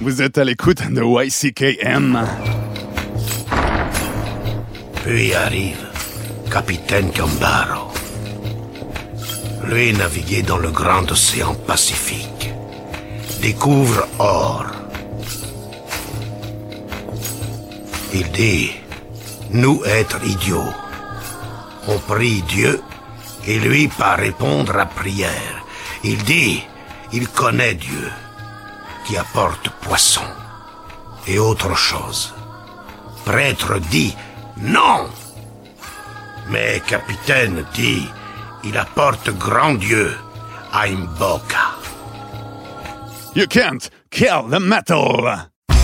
Vous êtes à l'écoute de YCKM. Puis arrive Capitaine Gambaro. Lui naviguait dans le grand océan Pacifique. Découvre or. Il dit, nous être idiots. On prie Dieu et lui pas répondre à prière. Il dit, il connaît Dieu qui apporte poisson et autre chose. Prêtre dit, non. Mais capitaine dit, il apporte grand Dieu à Imboka. You can't kill the metal.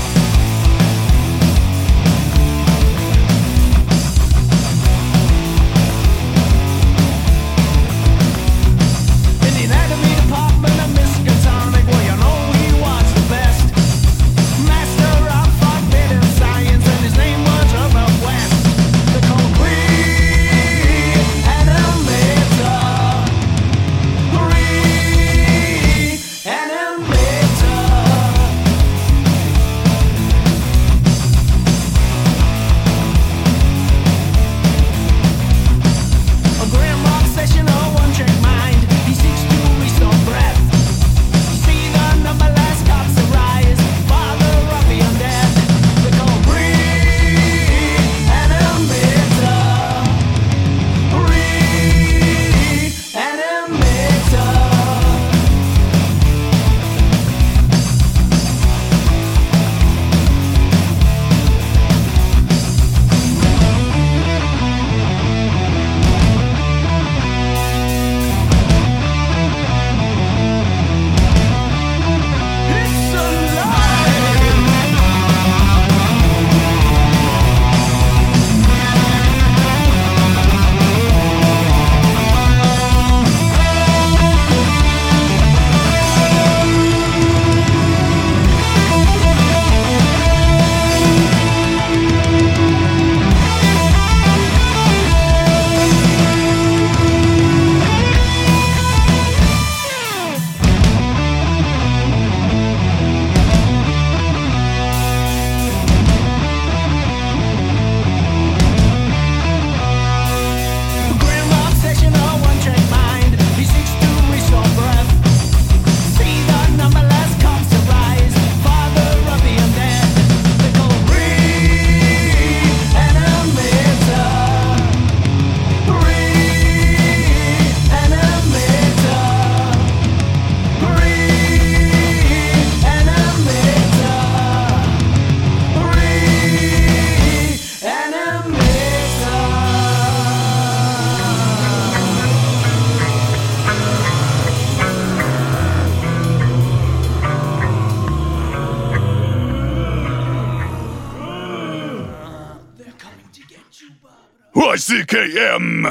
YCKM.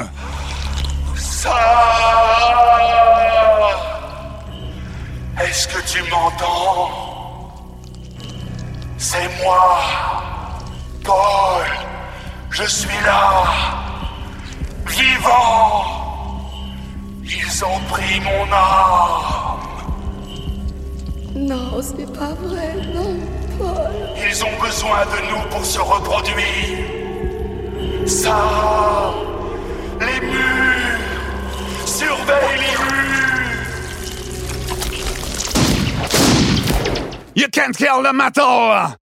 Ça. Est-ce que tu m'entends? C'est moi, Paul. Je suis là, vivant. Ils ont pris mon âme. Non, c'est pas vrai, non, Paul. Ils ont besoin de nous pour se reproduire. Ça, les murs, surveille les rues. You can't kill the metal.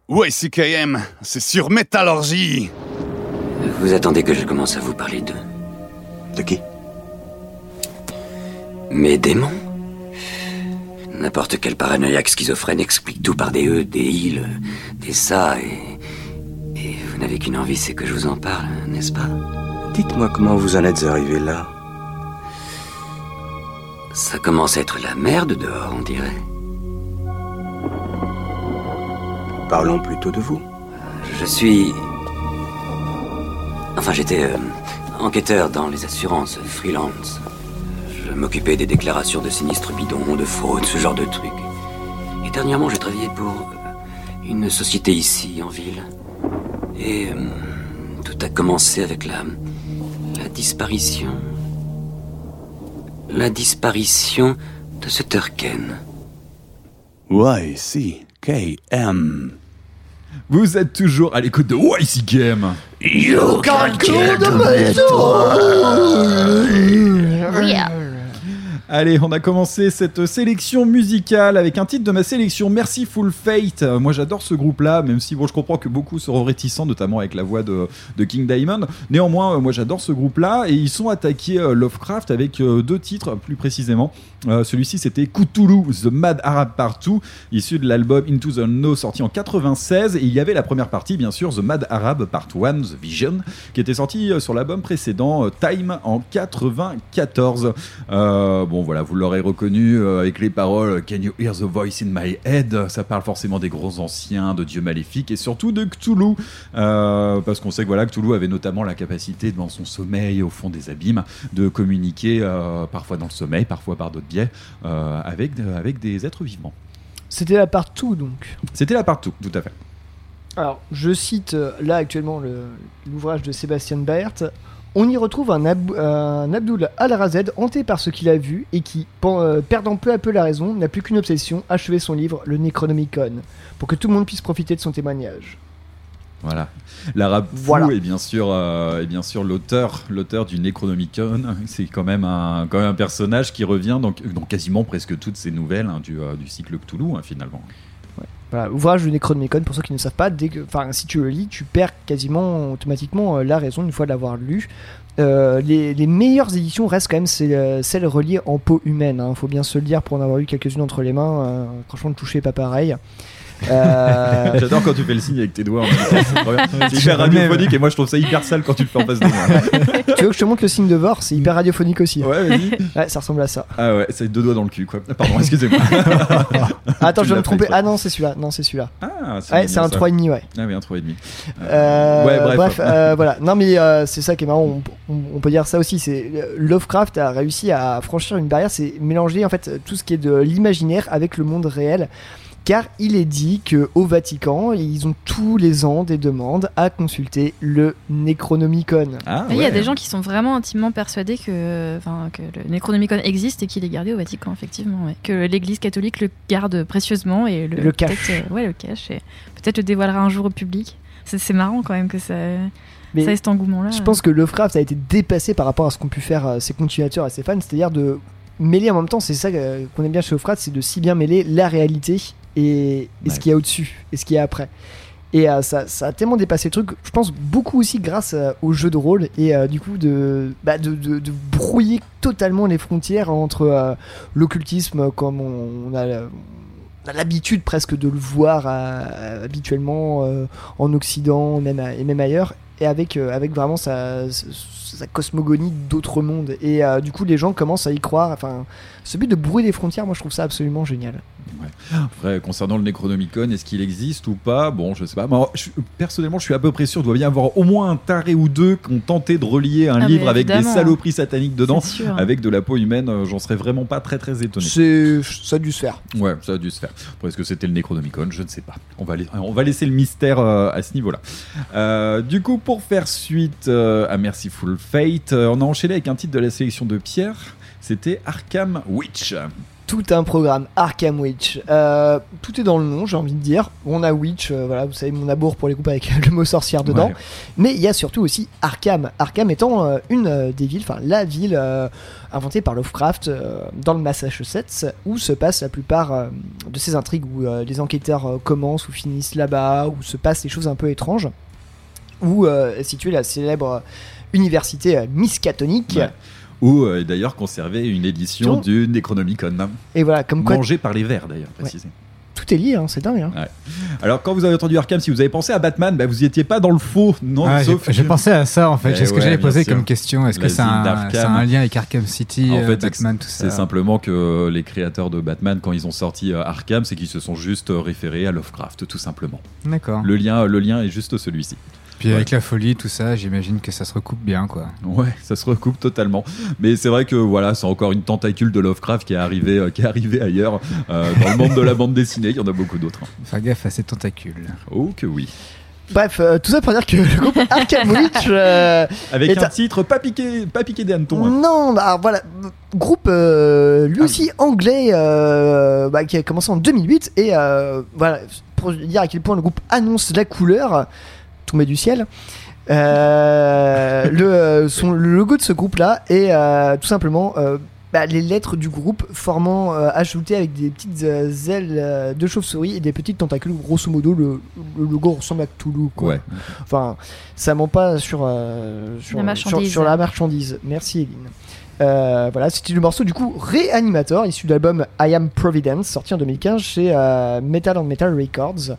YCKM, c'est sur Métallurgie. Vous attendez que je commence à vous parler d'eux. De qui? Mes démons. N'importe quel paranoïaque schizophrène explique tout par des E, des il, des ça, et vous n'avez qu'une envie, c'est que je vous en parle, n'est-ce pas? Dites-moi comment vous en êtes arrivé là. Ça commence à être la merde dehors, on dirait. Parlons plutôt de vous. Je suis... Enfin, j'étais enquêteur dans les assurances, freelance. Je m'occupais des déclarations de sinistres bidons, de fraude, ce genre de trucs. Et dernièrement, j'ai travaillé pour une société ici, en ville. Et tout a commencé avec la disparition... La disparition de ce Turken. YCKM. Vous êtes toujours à l'écoute de YCKM. You can't kill the metal. Allez, on a commencé cette sélection musicale avec un titre de ma sélection, Merciful Fate. Moi, j'adore ce groupe-là, même si bon, je comprends que beaucoup seront réticents, notamment avec la voix de King Diamond. Néanmoins, moi, j'adore ce groupe-là et ils sont attaqués Lovecraft avec deux titres, plus précisément. Celui-ci, c'était Cthulhu, The Mad Arab Part 2, issu de l'album Into the No, sorti en 96. Et il y avait la première partie, bien sûr, The Mad Arab Part 1, The Vision, qui était sorti sur l'album précédent, Time, en 94. Bon, voilà, vous l'aurez reconnu avec les paroles Can you hear the voice in my head? Ça parle forcément des grands anciens, de dieux maléfiques et surtout de Cthulhu. Parce qu'on sait que voilà, Cthulhu avait notamment la capacité, dans son sommeil, au fond des abîmes, de communiquer parfois dans le sommeil, parfois par d'autres biais, avec des êtres vivants. C'était la partout donc. C'était la partout, tout à fait. Alors, je cite là actuellement l'ouvrage de Sébastien Baert. On y retrouve un Abdul Al-Razed hanté par ce qu'il a vu et qui, perdant peu à peu la raison, n'a plus qu'une obsession, achever son livre, le Necronomicon, pour que tout le monde puisse profiter de son témoignage. Voilà. L'arabe fou est bien sûr l'auteur du Necronomicon. C'est quand même un personnage qui revient dans quasiment presque toutes ces nouvelles du cycle Cthulhu, finalement. Ouais. Voilà, ouvrage du Necronomicon, pour ceux qui ne savent pas, si tu le lis, tu perds quasiment automatiquement la raison une fois de l'avoir lu. Les meilleures éditions restent quand même celles reliées en peau humaine. Faut bien se le dire, pour en avoir eu quelques-unes entre les mains. Franchement, le toucher n'est pas pareil. J'adore quand tu fais le signe avec tes doigts en même temps, c'est trop bien. C'est hyper radiophonique et moi je trouve ça hyper sale quand tu le fais en face de moi. Tu veux que je te montre le signe de Vor? C'est hyper radiophonique aussi. Ouais, vas-y. Ouais, ça ressemble à ça. Ah ouais, c'est deux doigts dans le cul quoi. Pardon, excusez-moi. Attends, je vais me tromper. Ah non, c'est celui-là. Ah, c'est un 3,5, ouais. Ah oui, un 3,5. Ouais, bref, voilà. Non mais c'est ça qui est marrant, on peut dire ça aussi, c'est Lovecraft a réussi à franchir une barrière, c'est mélanger en fait tout ce qui est de l'imaginaire avec le monde réel. Car il est dit qu'au Vatican, ils ont tous les ans des demandes à consulter le Necronomicon. Il y a des gens qui sont vraiment intimement persuadés que le Necronomicon existe et qu'il est gardé au Vatican, effectivement. Ouais. Que l'Église catholique le garde précieusement et le cache. Le cache et peut-être le dévoilera un jour au public. C'est marrant quand même que ça ait cet engouement-là. Je pense que Lovecraft a été dépassé par rapport à ce qu'ont pu faire ses continuateurs et ses fans, c'est-à-dire de mêler en même temps, c'est ça qu'on aime bien chez Lovecraft, c'est de si bien mêler la réalité et ce qu'il y a au-dessus et ce qu'il y a après. Et ça a tellement dépassé le truc, je pense beaucoup aussi grâce au jeu de rôle et du coup de brouiller totalement les frontières entre l'occultisme comme on a l'habitude presque de le voir habituellement en Occident et même ailleurs, et avec vraiment sa cosmogonie d'autres mondes. Et du coup, les gens commencent à y croire. Enfin, ce but de brouiller les frontières, moi, je trouve ça absolument génial. Ouais. Après, concernant le Necronomicon, est-ce qu'il existe ou pas? Bon, je sais pas. Moi, personnellement, je suis à peu près sûr qu'il doit bien y avoir au moins un taré ou deux qui ont tenté de relier un livre avec des saloperies sataniques dedans, avec de la peau humaine. J'en serais vraiment pas très très étonné. Ça a dû se faire. Ouais, ça a dû se faire. Après, est-ce que c'était le Necronomicon? Je ne sais pas. On va laisser le mystère à ce niveau-là. Du coup, pour faire suite à Merciful Fate, on a enchaîné avec un titre de la sélection de Pierre. C'était Arkham Witch. Tout un programme, Arkham Witch. Tout est dans le nom, j'ai envie de dire. On a Witch, voilà, vous savez mon amour pour les groupes avec le mot sorcière dedans. Ouais. Mais il y a surtout aussi Arkham. Arkham étant une des villes, enfin la ville inventée par Lovecraft dans le Massachusetts, où se passent la plupart de ces intrigues, où les enquêteurs commencent ou finissent là-bas, où se passent des choses un peu étranges, où est située la célèbre université Miskatonic. Ouais. Où est d'ailleurs conservé une édition du Necronomicon. Et voilà, comme quoi. Mangée par les vers d'ailleurs, précisé. Ouais. Tout est lié, hein, c'est dingue. Hein. Ouais. Alors, quand vous avez entendu Arkham, si vous avez pensé à Batman, bah, vous n'y étiez pas dans le faux. Non, sauf j'ai pensé à ça en fait. C'est ce que j'allais poser comme question. Est-ce que ça a un lien avec Arkham City, en fait, Batman, tout ça? C'est simplement que les créateurs de Batman, quand ils ont sorti Arkham, c'est qu'ils se sont juste référés à Lovecraft, tout simplement. D'accord. Le lien est juste celui-ci. Puis avec la folie, tout ça, j'imagine que ça se recoupe bien, quoi. Ouais, ça se recoupe totalement. Mais c'est vrai que voilà, c'est encore une tentacule de Lovecraft qui est arrivée ailleurs dans le monde de la bande dessinée. Il y en a beaucoup d'autres. Faire gaffe à ces tentacules. Oh que oui. Bref, tout ça pour dire que le groupe Arkham Witch avec un titre pas piqué des hannetons. Hein. Non, bah voilà, groupe lui aussi anglais qui a commencé en 2008 et voilà, pour dire à quel point le groupe annonce la couleur tombée du ciel. Le logo de ce groupe-là est tout simplement les lettres du groupe formant ajoutées avec des petites ailes de chauve-souris et des petites tentacules. Grosso modo, le logo ressemble à Cthulhu, quoi. Ouais. Enfin, ça ment pas sur la marchandise. Merci, Eline. Voilà, c'était le morceau du coup Reanimator, issu de l'album I Am Providence, sorti en 2015 chez Metal on Metal Records.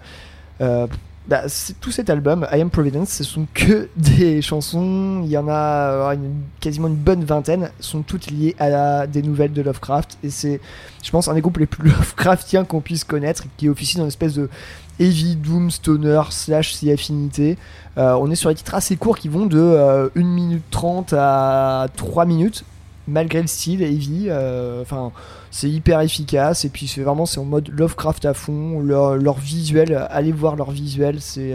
Tout cet album, I Am Providence, ce sont que des chansons, il y en a quasiment une bonne vingtaine, sont toutes liées à des nouvelles de Lovecraft, et c'est, je pense, un des groupes les plus Lovecraftiens qu'on puisse connaître, qui officie dans une espèce de heavy doom stoner / si affinité. On est sur des titres assez courts qui vont de 1 minute 30 à 3 minutes, malgré le style heavy, c'est hyper efficace, et puis c'est en mode Lovecraft à fond. Leur visuel, allez voir leur visuel, c'est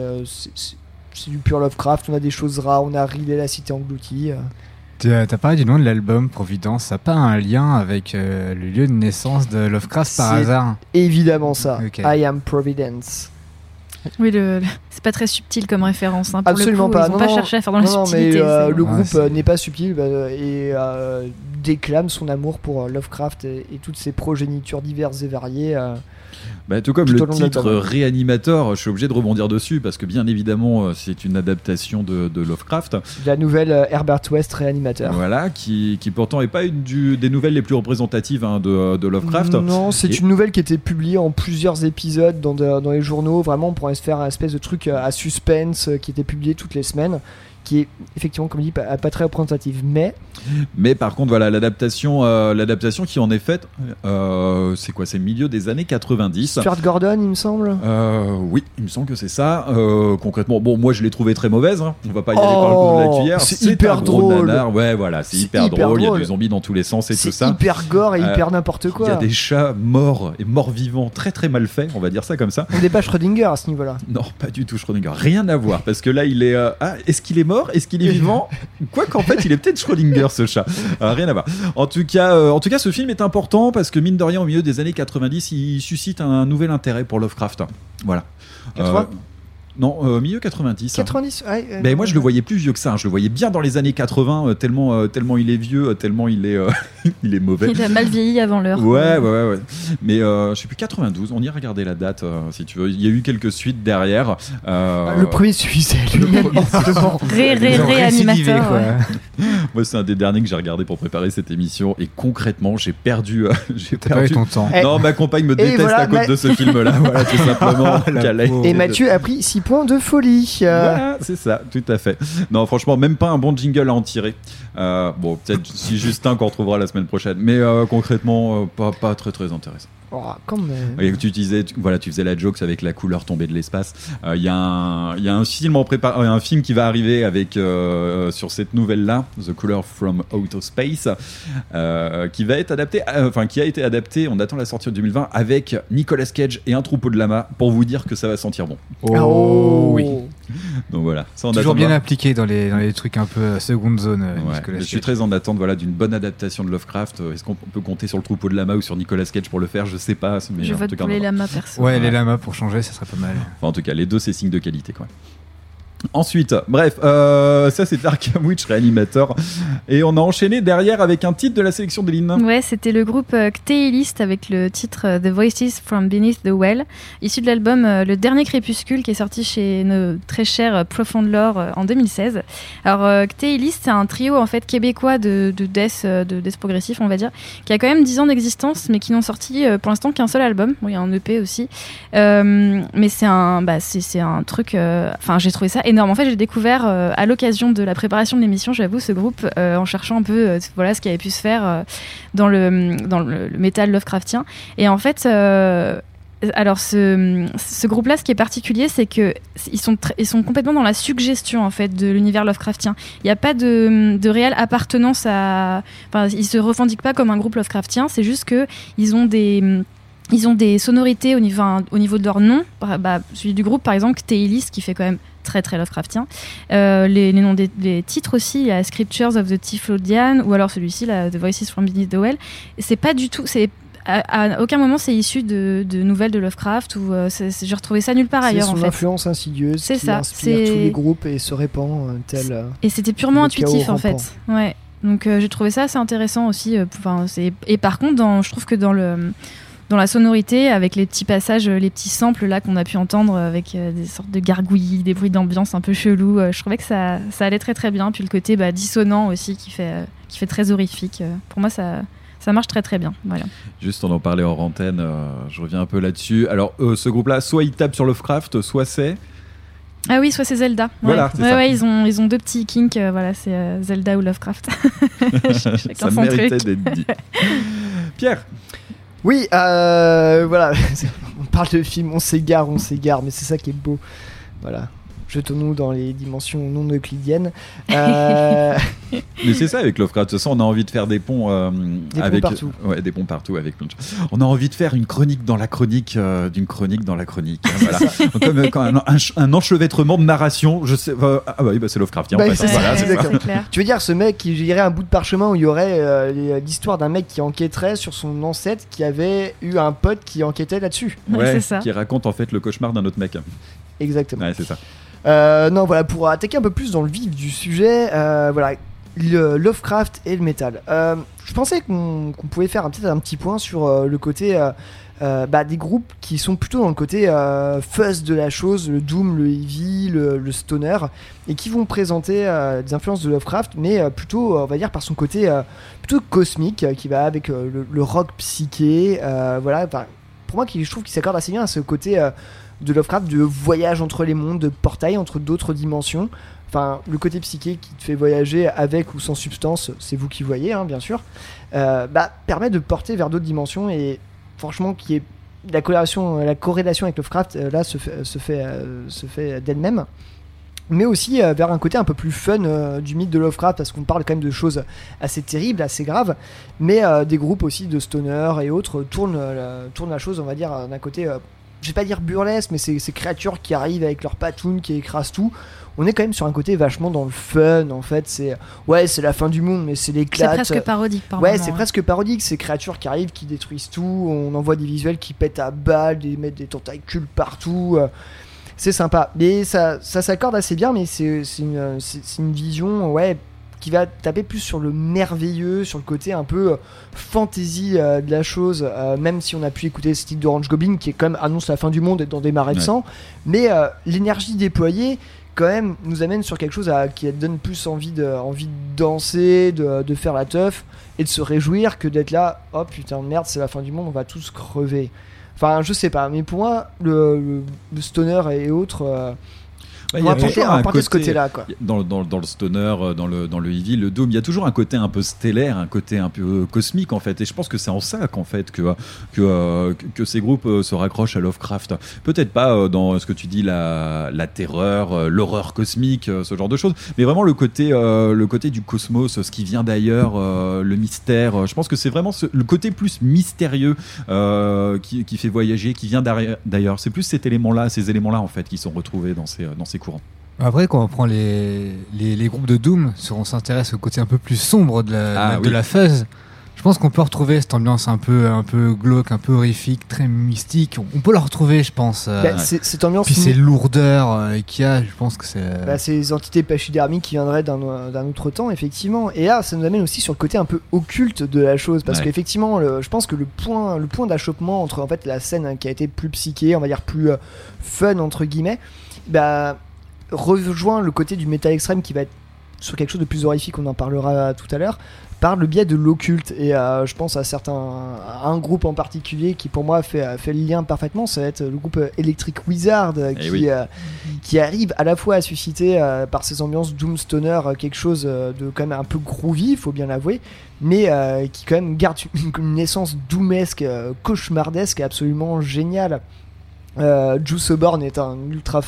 du pur Lovecraft. On a des choses rares, on a Riley, la cité engloutie. T'as parlé du nom de l'album Providence, ça n'a pas un lien avec le lieu de naissance de Lovecraft par hasard? Évidemment ça, okay. I Am Providence. Oui, c'est pas très subtil comme référence. Hein, pour absolument le coup, pas. Ils n'ont pas cherché à faire dans la subtilité. Mais le groupe n'est pas subtil et déclame son amour pour Lovecraft et toutes ses progénitures diverses et variées. Tout comme le titre Reanimator, je suis obligé de rebondir dessus parce que bien évidemment c'est une adaptation de Lovecraft. La nouvelle Herbert West Reanimator. Voilà, qui pourtant n'est pas une des nouvelles les plus représentatives de Lovecraft. Non, c'est une nouvelle qui était publiée en plusieurs épisodes dans les journaux. Vraiment, on pourrait se faire un espèce de truc à suspense qui était publié toutes les semaines, qui est effectivement, comme dit, pas très représentative. Mais par contre, voilà, l'adaptation qui en est faite, c'est quoi? C'est milieu des années 90. Stuart Gordon, il me semble. Oui, il me semble que c'est ça. Concrètement, bon, moi je l'ai trouvée très mauvaise. Hein. On va pas y aller par le coup de la cuillère. C'est hyper drôle. Nanar. Ouais, voilà, c'est hyper drôle. Il y a des zombies dans tous les sens et tout ça. C'est hyper gore et hyper n'importe quoi. Il y a des chats morts et morts-vivants très très mal faits, on va dire ça comme ça. On n'est pas Schrödinger à ce niveau-là. Non, pas du tout Schrödinger. Rien à voir, parce que là il est. Est-ce qu'il est mort? Est-ce qu'il est vivant? Quoi qu'en fait, il est peut-être Schrödinger, ce chat. Rien à voir. En tout cas, ce film est important parce que mine de rien, au milieu des années 90, il suscite un nouvel intérêt pour Lovecraft. Voilà. 80 Non, milieu 90. 90, ouais. Ben, moi, je le voyais plus vieux que ça. Hein. Je le voyais bien dans les années 80, tellement il est vieux, tellement il est, il est mauvais. Il a mal vieilli avant l'heure. Ouais. Mais je sais plus, 92, on y a regardé la date, si tu veux. Il y a eu quelques suites derrière. Le premier suffisait lui-même. Réanimateur. Moi, c'est un des derniers que j'ai regardé pour préparer cette émission. Et concrètement, j'ai perdu ton temps. Non, ma compagne me déteste à cause de ce film-là. Voilà, tout simplement. Et Mathieu a pris 6 points de folie. Voilà, c'est ça, tout à fait. Non, franchement, même pas un bon jingle à en tirer. Bon, peut-être si Justin qu'on retrouvera la semaine prochaine. Mais concrètement, pas très très intéressant. Oh, quand même. Et tu faisais la joke avec la couleur tombée de l'espace. Il y a un film qui va arriver avec sur cette nouvelle-là, The Color from Outer Space, qui a été adapté. On attend la sortie en 2020 avec Nicolas Cage et un troupeau de lamas pour vous dire que ça va sentir bon. Oh oui. Donc voilà. Ça, on Toujours attend bien de voir. appliqué dans les trucs un peu seconde zone. Ouais, Nicolas je suis Cage. très en attente d'une bonne adaptation de Lovecraft. Est-ce qu'on peut compter sur le troupeau de lamas ou sur Nicolas Cage pour le faire? Je sais pas. Mais Je en vote tout cas, pour les on va- lamas perso. Ouais, les lamas pour changer, ça serait pas mal. Enfin, en tout cas, les deux, c'est signe de qualité, quoi. Ensuite, bref, ça c'était Arkham Witch Reanimator. Et on a enchaîné derrière avec un titre de la sélection de Lynn. Ouais, c'était le groupe Ctéilist avec le titre The Voices from Beneath the Well, issu de l'album Le Dernier Crépuscule qui est sorti chez nos très chers Profound Lore en 2016. Alors Ctéilist, c'est un trio en fait québécois de death progressif, on va dire, qui a quand même 10 ans d'existence, mais qui n'ont sorti pour l'instant qu'un seul album. Bon, il y a un EP aussi, mais c'est un truc. Enfin, j'ai trouvé ça énorme. En fait, j'ai découvert à l'occasion de la préparation de l'émission, j'avoue, ce groupe en cherchant un peu voilà ce qui avait pu se faire dans le métal Lovecraftien. Et en fait, alors ce groupe-là, ce qui est particulier, c'est que ils sont complètement dans la suggestion en fait de l'univers Lovecraftien. Il n'y a pas de réelle appartenance à. Enfin, ils se revendiquent pas comme un groupe Lovecraftien. C'est juste que ils ont des sonorités au niveau de leur nom. Celui du groupe, par exemple, Ctéilist, qui fait quand même très très Lovecraftien. Les noms des titres aussi, il y a Scriptures of the Tiflodian, ou alors celui-ci, là, The Voices from Beneath the Well. C'est pas du tout. À aucun moment c'est issu de nouvelles de Lovecraft ou j'ai retrouvé ça nulle part ailleurs en fait. C'est son influence insidieuse c'est qui ça, inspire tous les groupes et se répand tel. Et c'était purement le intuitif chaos en fait. Ouais. Donc j'ai trouvé ça assez intéressant aussi. Et par contre, je trouve que dans la sonorité, avec les petits passages, les petits samples là qu'on a pu entendre avec des sortes de gargouillis, des bruits d'ambiance un peu chelous, je trouvais que ça allait très très bien. Puis le côté dissonant aussi qui fait très horrifique. Pour moi, ça marche très très bien. Voilà. Juste, on en parlait hors antenne, je reviens un peu là-dessus. Alors, ce groupe-là, soit il tape sur Lovecraft, soit c'est... Ah oui, soit c'est Zelda. Voilà, c'est ça. Ouais, ils ont deux petits kinks, voilà, c'est Zelda ou Lovecraft. Ça méritait d'être dit. Pierre. Oui, voilà, on parle de film, on s'égare, mais c'est ça qui est beau. Voilà, jetons-nous dans les dimensions non euclidiennes. Mais c'est ça avec Lovecraft, de toute façon on a envie de faire des ponts avec ponts partout. Ouais, des ponts partout avec plein de choses. On a envie de faire une chronique dans la chronique d'une chronique dans la chronique. Voilà. Comme un enchevêtrement de narration, je sais c'est Lovecraftien en fait. C'est voilà, ça, c'est ça. clair. Tu veux dire ce mec qui irait un bout de parchemin où il y aurait l'histoire d'un mec qui enquêterait sur son ancêtre qui avait eu un pote qui enquêtait là-dessus. Ouais, c'est ça. Qui raconte en fait le cauchemar d'un autre mec. Exactement. Ouais, c'est ça. Non, voilà, pour attaquer un peu plus dans le vif du sujet, voilà, le Lovecraft et le métal. Je pensais qu'on pouvait faire peut-être un petit point sur le côté des groupes qui sont plutôt dans le côté fuzz de la chose, le doom, le heavy, le stoner, et qui vont présenter des influences de Lovecraft, mais plutôt, on va dire, par son côté plutôt cosmique, qui va avec le rock psyché, voilà. Pour moi, je trouve qu'il s'accorde assez bien à ce côté de Lovecraft, de voyage entre les mondes, de portail entre d'autres dimensions. Enfin, le côté psyché qui te fait voyager avec ou sans substance, c'est vous qui voyez, hein, bien sûr, permet de porter vers d'autres dimensions, et franchement, qui est la corrélation avec Lovecraft, là, se fait d'elle-même. Mais aussi vers un côté un peu plus fun du mythe de Lovecraft, parce qu'on parle quand même de choses assez terribles, assez graves, mais des groupes aussi de stoner et autres tournent la chose, on va dire, d'un côté, je vais pas dire burlesque, mais ces créatures qui arrivent avec leurs patounes, qui écrasent tout. On est quand même sur un côté vachement dans le fun, en fait. C'est la fin du monde, mais c'est l'éclate. C'est presque parodique par Ouais, moment, c'est presque parodique. Ces créatures qui arrivent, qui détruisent tout. On envoie des visuels qui pètent à balles, mettent des tentacules partout. C'est sympa. Mais ça s'accorde assez bien, mais c'est une vision, ouais, qui va taper plus sur le merveilleux, sur le côté un peu fantasy de la chose, même si on a pu écouter ce titre d'Orange Goblin qui est quand même annonce la fin du monde et dans des marais de sang, mais l'énergie déployée quand même nous amène sur quelque chose qui donne plus envie de danser, de faire la teuf et de se réjouir que d'être là, oh putain de merde, c'est la fin du monde, on va tous crever. Enfin, je sais pas, mais pour moi le stoner et autres Il y a toujours un côté, ce côté-là, quoi. Dans le stoner, dans le heavy, le doom, il y a toujours un côté un peu stellaire, un côté un peu cosmique en fait. Et je pense que c'est en ça qu'en fait que ces groupes se raccrochent à Lovecraft. Peut-être pas dans ce que tu dis la terreur, l'horreur cosmique, ce genre de choses, mais vraiment le côté du cosmos, ce qui vient d'ailleurs, le mystère. Je pense que c'est vraiment le côté plus mystérieux qui fait voyager, qui vient d'ailleurs. C'est plus ces éléments-là en fait qui sont retrouvés dans ces courants. Après, quand on prend les groupes de Doom, si on s'intéresse au côté un peu plus sombre de la fuzz, je pense qu'on peut retrouver cette ambiance un peu glauque, un peu horrifique, très mystique. On peut la retrouver, je pense. Cette ambiance. Puis ces lourdeurs qu'il y a, je pense que c'est. Ces entités pachydermiques qui viendraient d'un autre temps, effectivement. Et là, ça nous amène aussi sur le côté un peu occulte de la chose, parce qu'effectivement, je pense que le point d'achoppement entre en fait la scène qui a été plus psyché, on va dire plus fun entre guillemets, rejoint le côté du métal extrême qui va être sur quelque chose de plus horrifique. On en parlera tout à l'heure. Par le biais de l'occulte, et je pense à un groupe en particulier qui pour moi fait le lien parfaitement, ça va être le groupe Electric Wizard qui arrive à la fois à susciter par ses ambiances Doom Stoner quelque chose de quand même un peu groovy, il faut bien l'avouer, mais qui quand même garde une essence doomesque, cauchemardesque, absolument géniale. Juice Oborn est un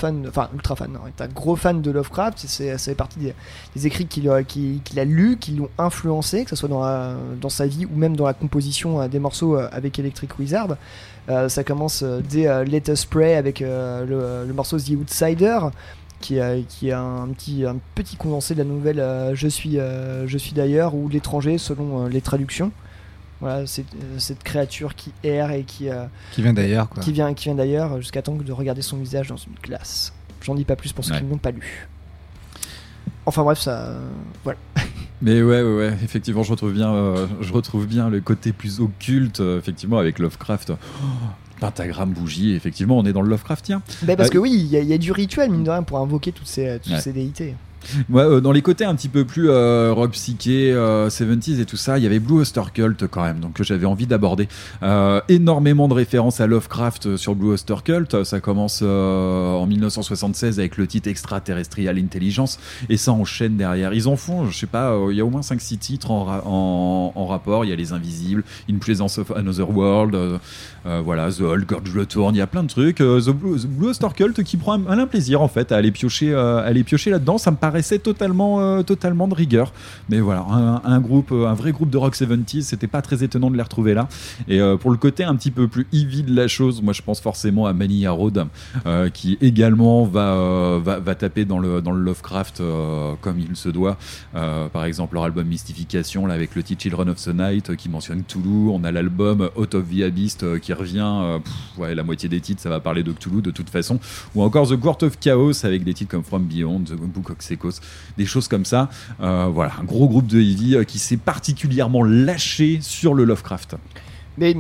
est un gros fan de Lovecraft. Ça fait partie des écrits qu'il a lus, qui l'ont influencé, que ce soit dans sa vie ou même dans la composition des morceaux avec Electric Wizard. Ça commence dès Let Us Pray avec le morceau The Outsider, qui est un petit condensé de la nouvelle Je suis d'ailleurs, ou L'étranger selon les traductions. Voilà, c'est cette créature qui erre et qui vient d'ailleurs, quoi. Qui vient d'ailleurs, jusqu'à temps de regarder son visage dans une glace. J'en dis pas plus pour ceux qui ne l'ont pas lu. Enfin bref, ça, voilà. Mais ouais, effectivement, je retrouve bien le côté plus occulte, effectivement, avec Lovecraft. Pentagramme, bougie, effectivement, on est dans le Lovecraftien. Parce que oui, il y a du rituel, mine de rien, pour invoquer toutes ces déités. Ouais, dans les côtés un petit peu plus rock psyché, 70s et tout ça, il y avait Blue Oyster Cult quand même, donc que j'avais envie d'aborder. Énormément de références à Lovecraft sur Blue Oyster Cult. Ça commence en 1976 avec le titre Extraterrestrial Intelligence, et ça enchaîne derrière. Ils en font, je sais pas, il y a au moins 5-6 titres en rapport. Il y a Les Invisibles, In Presence of Another World, voilà, The Old Gorge Return, il y a plein de trucs. The Blue Oyster Cult qui prend un malin plaisir en fait à aller piocher là-dedans. Ça me paraissait totalement de rigueur, mais voilà, un vrai groupe de rock 70s, c'était pas très étonnant de les retrouver là. Et pour le côté un petit peu plus heavy de la chose, moi je pense forcément à Mania Road, qui également va taper dans le Lovecraft comme il se doit. Par exemple leur album Mystification là, avec le titre Children of the Night qui mentionne Cthulhu. On a l'album Out of the Abyss qui revient, la moitié des titres ça va parler de Cthulhu de toute façon, ou encore The Court of Chaos avec des titres comme From Beyond, The Book of Secos, des choses comme ça. Voilà, un gros groupe de heavy qui s'est particulièrement lâché sur le Lovecraft. Mais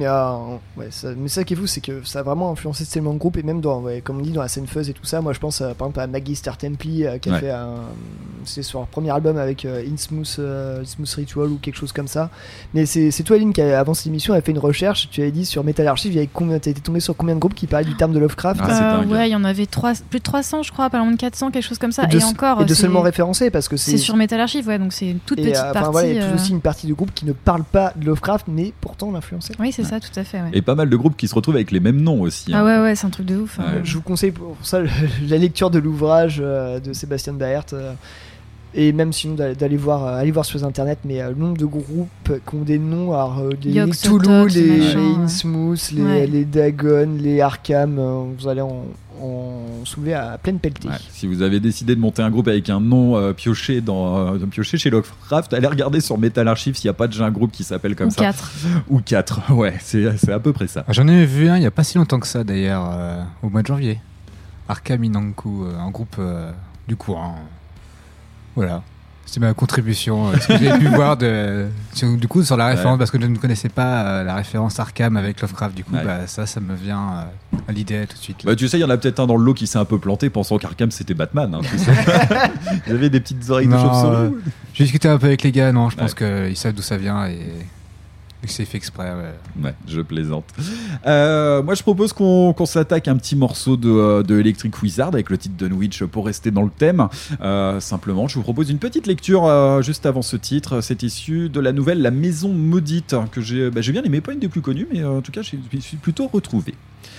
ça qui est fou, c'est que ça a vraiment influencé tellement de groupes, et même comme on dit dans la scène fuzz et tout ça. Moi je pense par exemple à Magister Templi qui a fait c'est sur leur premier album avec Innsmouth Ritual ou quelque chose comme ça. Mais c'est toi, Aline, qui avant cette émission a fait une recherche. Tu avais dit sur Metal Archive, t'as été tombé sur combien de groupes qui parlaient du terme de Lovecraft? Ouais, il y en avait plus de 300 je crois, pas loin de 400, quelque chose comme ça. Et seulement référencé, parce que c'est sur Metal Archive, ouais, donc c'est une toute petite partie. Voilà, il y a aussi une partie du groupe qui ne parle pas de Lovecraft, mais pourtant l'influençait. Oui, c'est ça, tout à fait. Ouais. Et pas mal de groupes qui se retrouvent avec les mêmes noms aussi. Ah ouais, c'est un truc de ouf. Je vous conseille pour ça la lecture de l'ouvrage de Sébastien Baert, et même sinon aller voir sur internet. Mais le nombre de groupes qui ont des noms, les Cthulhu, les Innsmouth, les Dagon, les Arkham, vous allez en soulever à pleine pelletée. Ouais, si vous avez décidé de monter un groupe avec un nom pioché chez Lovecraft, allez regarder sur Metal Archive s'il n'y a pas déjà un groupe qui s'appelle comme ça. Ou 4, ouais, c'est à peu près ça. J'en ai vu un il n'y a pas si longtemps que ça d'ailleurs, au mois de janvier. Arkham Inanku, un groupe du courant. Voilà. C'est ma contribution. Ce que j'ai pu voir du coup sur la référence, parce que je ne connaissais pas la référence Arkham avec Lovecraft. Du coup, ça me vient à l'idée tout de suite. Tu sais, il y en a peut-être un dans le lot qui s'est un peu planté pensant qu'Arkham c'était Batman. Hein, tu sais. Ils avaient des petites oreilles de chauve-souris. J'ai discuté un peu avec les gars. Non, je pense qu'ils savent d'où ça vient et que c'est fait exprès. Ouais, je plaisante. Moi, je propose qu'on s'attaque à un petit morceau de Electric Wizard avec le titre Dunwich pour rester dans le thème. Simplement, je vous propose une petite lecture juste avant ce titre. C'est issu de la nouvelle La Maison Maudite que j'ai bien aimé, pas une des plus connues, mais en tout cas, je suis plutôt retrouvé.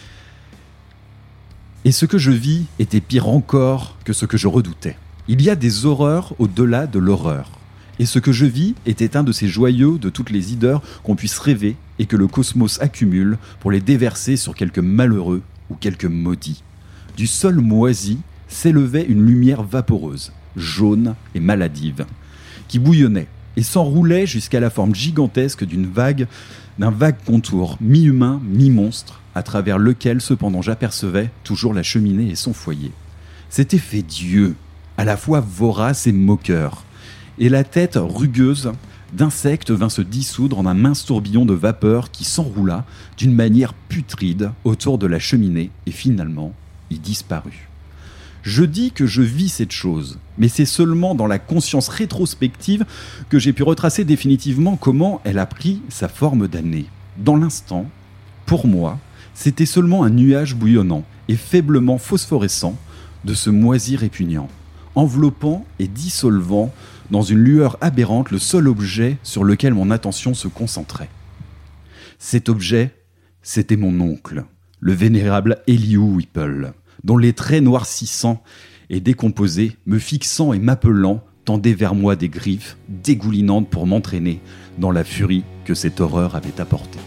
Et ce que je vis était pire encore que ce que je redoutais. Il y a des horreurs au-delà de l'horreur. Et ce que je vis était un de ces joyaux de toutes les hideurs qu'on puisse rêver et que le cosmos accumule pour les déverser sur quelques malheureux ou quelques maudits. Du sol moisi s'élevait une lumière vaporeuse, jaune et maladive, qui bouillonnait et s'enroulait jusqu'à la forme gigantesque d'un vague contour mi-humain, mi-monstre, à travers lequel cependant j'apercevais toujours la cheminée et son foyer. Cet effet Dieu, à la fois vorace et moqueur, et la tête rugueuse d'insecte vint se dissoudre en un mince tourbillon de vapeur qui s'enroula d'une manière putride autour de la cheminée et finalement y disparut. Je dis que je vis cette chose, mais c'est seulement dans la conscience rétrospective que j'ai pu retracer définitivement comment elle a pris sa forme damnée. Dans l'instant, pour moi, c'était seulement un nuage bouillonnant et faiblement phosphorescent de ce moisi répugnant, enveloppant et dissolvant dans une lueur aberrante le seul objet sur lequel mon attention se concentrait. Cet objet, c'était mon oncle, le vénérable Elihu Whipple, dont les traits noircissants et décomposés, me fixant et m'appelant, tendaient vers moi des griffes dégoulinantes pour m'entraîner dans la furie que cette horreur avait apportée.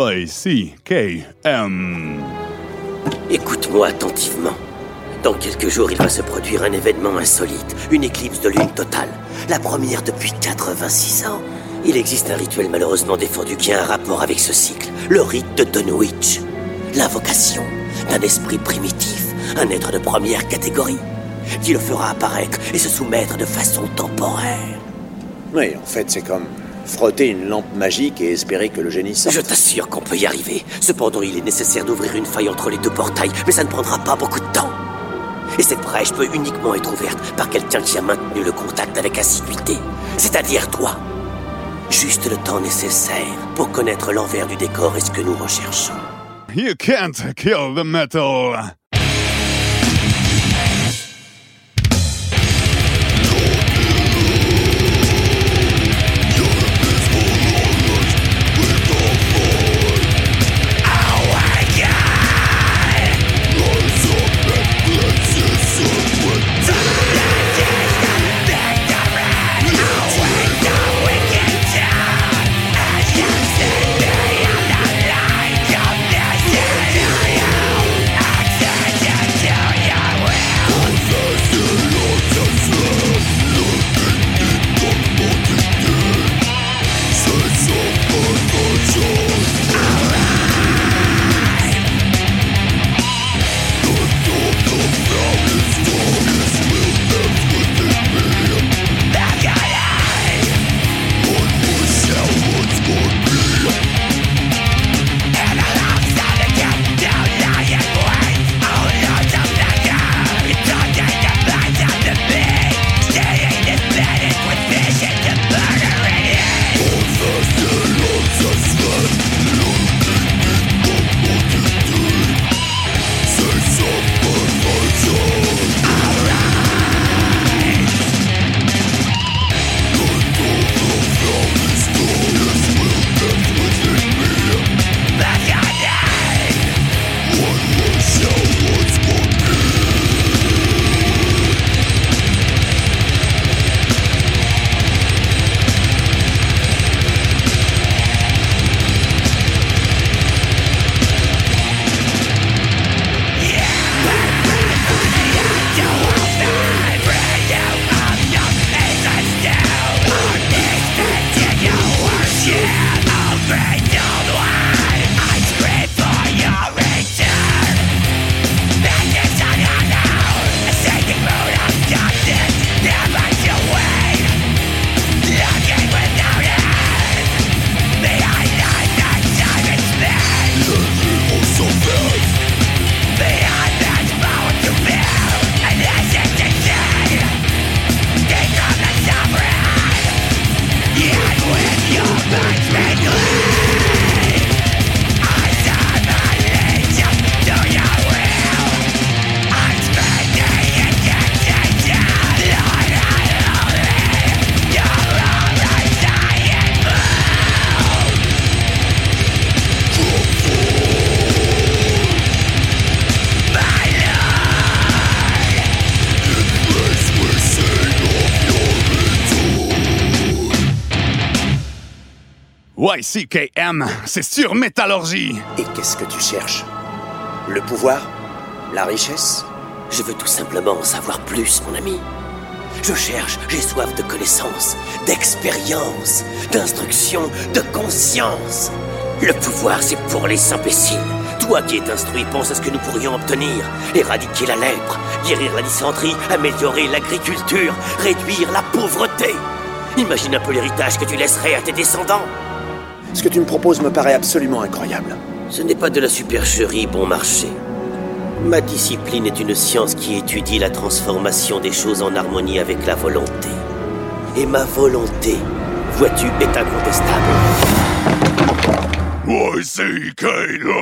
YCKM. Écoute-moi attentivement. Dans quelques jours, il va se produire un événement insolite, une éclipse de lune totale, la première depuis 86 ans. Il existe un rituel malheureusement défendu qui a un rapport avec ce cycle, le rite de Dunwich. L'invocation d'un esprit primitif, un être de première catégorie, qui le fera apparaître et se soumettre de façon temporaire. Oui, en fait, c'est comme frotter une lampe magique et espérer que le génie sorte. Je t'assure qu'on peut y arriver. Cependant, il est nécessaire d'ouvrir une faille entre les deux portails, mais ça ne prendra pas beaucoup de temps. Et cette brèche peut uniquement être ouverte par quelqu'un qui a maintenu le contact avec assiduité, c'est-à-dire toi. Juste le temps nécessaire pour connaître l'envers du décor et ce que nous recherchons. You can't kill the metal. YCKM, c'est sur Métallurgie. Et qu'est-ce que tu cherches? Le pouvoir? La richesse? Je veux tout simplement en savoir plus, mon ami. Je cherche, j'ai soif de connaissances, d'expérience, d'instruction, de conscience. Le pouvoir, c'est pour les imbéciles. Toi qui es instruit, pense à ce que nous pourrions obtenir. Éradiquer la lèpre, guérir la dysenterie, améliorer l'agriculture, réduire la pauvreté. Imagine un peu l'héritage que tu laisserais à tes descendants. Ce que tu me proposes me paraît absolument incroyable. Ce n'est pas de la supercherie bon marché. Ma discipline est une science qui étudie la transformation des choses en harmonie avec la volonté. Et ma volonté, vois-tu, est incontestable. YCKM.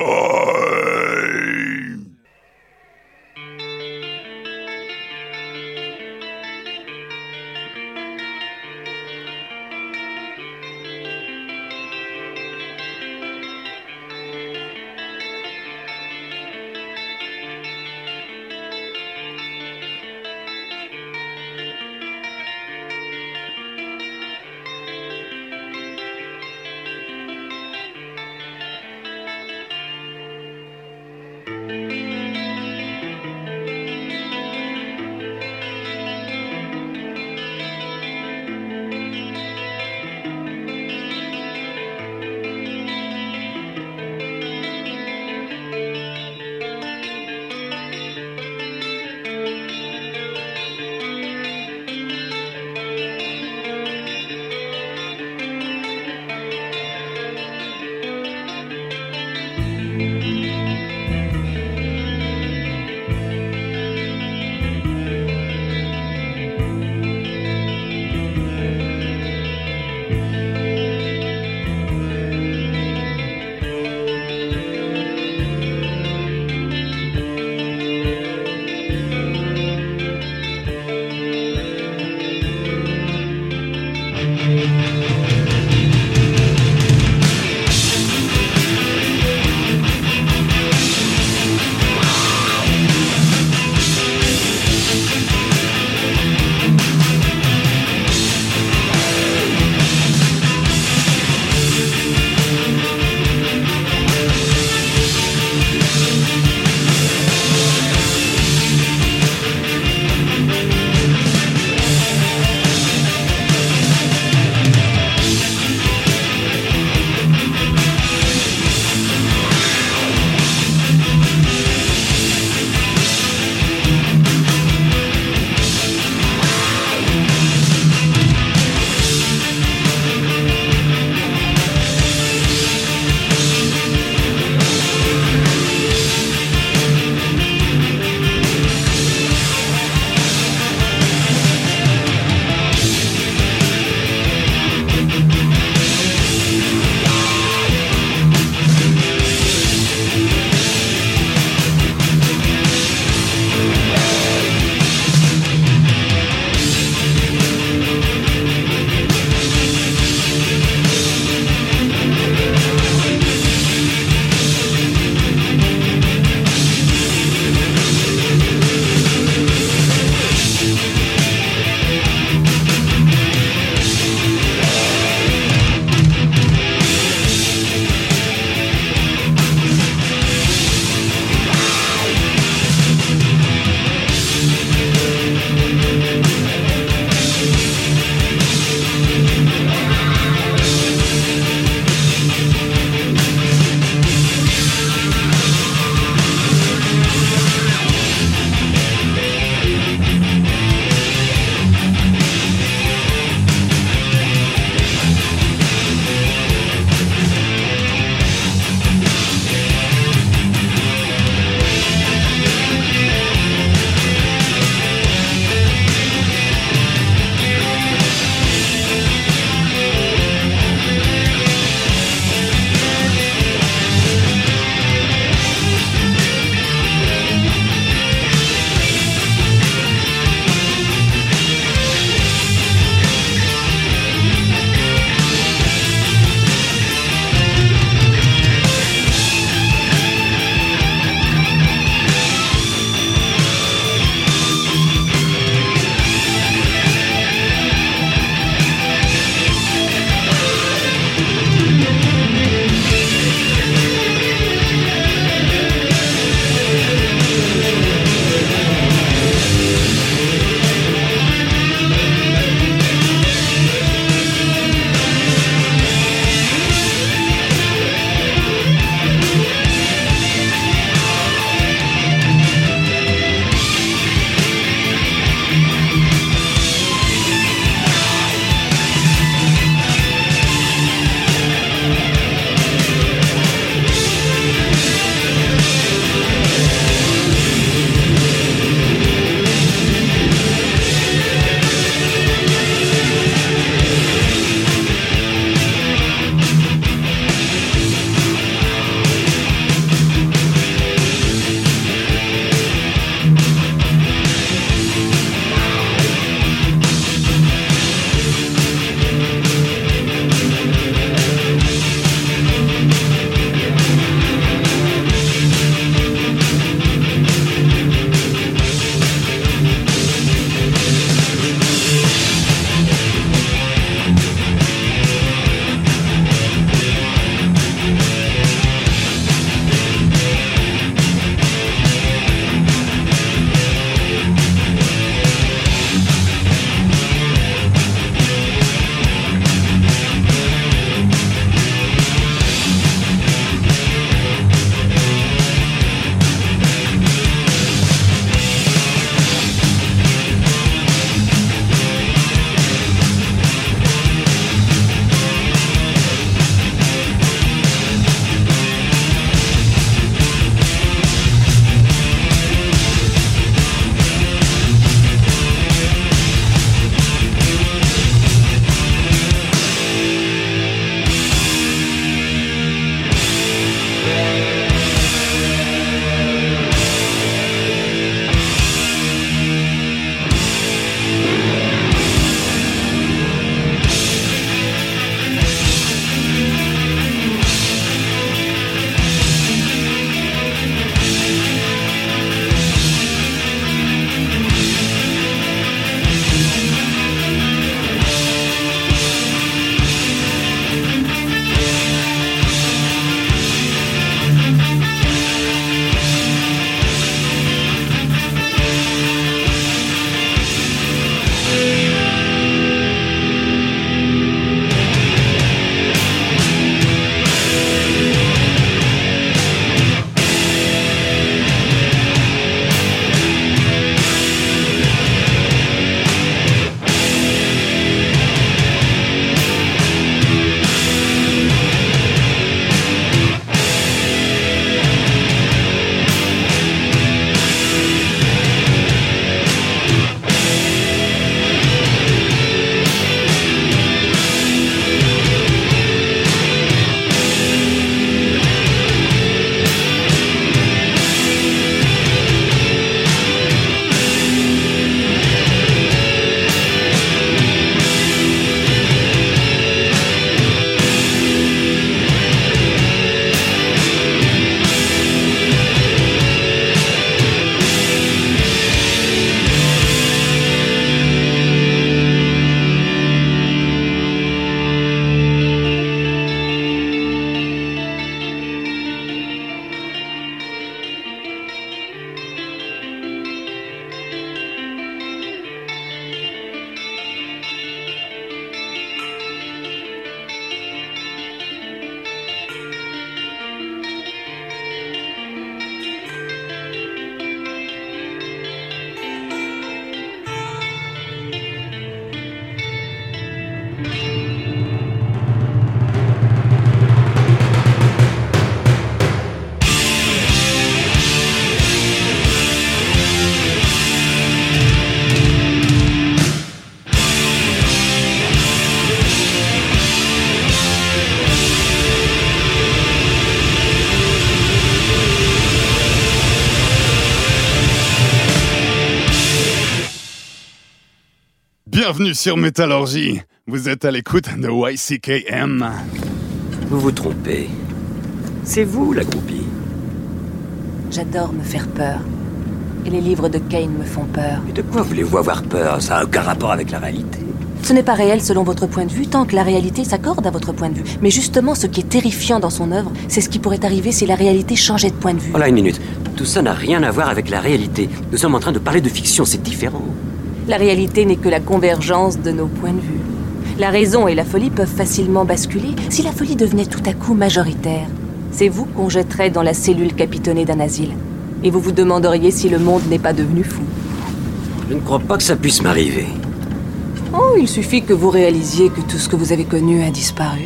Bienvenue sur Métallurgie. Vous êtes à l'écoute de YCKM. Vous vous trompez. C'est vous, la groupie. J'adore me faire peur. Et les livres de Kane me font peur. Mais de quoi voulez-vous avoir peur? Ça n'a aucun rapport avec la réalité. Ce n'est pas réel selon votre point de vue, tant que la réalité s'accorde à votre point de vue. Mais justement, ce qui est terrifiant dans son œuvre, c'est ce qui pourrait arriver si la réalité changeait de point de vue. Oh là, une minute. Tout ça n'a rien à voir avec la réalité. Nous sommes en train de parler de fiction, c'est différent. La réalité n'est que la convergence de nos points de vue. La raison et la folie peuvent facilement basculer si la folie devenait tout à coup majoritaire. C'est vous qu'on jetterait dans la cellule capitonnée d'un asile. Et vous vous demanderiez si le monde n'est pas devenu fou. Je ne crois pas que ça puisse m'arriver. Oh, il suffit que vous réalisiez que tout ce que vous avez connu a disparu.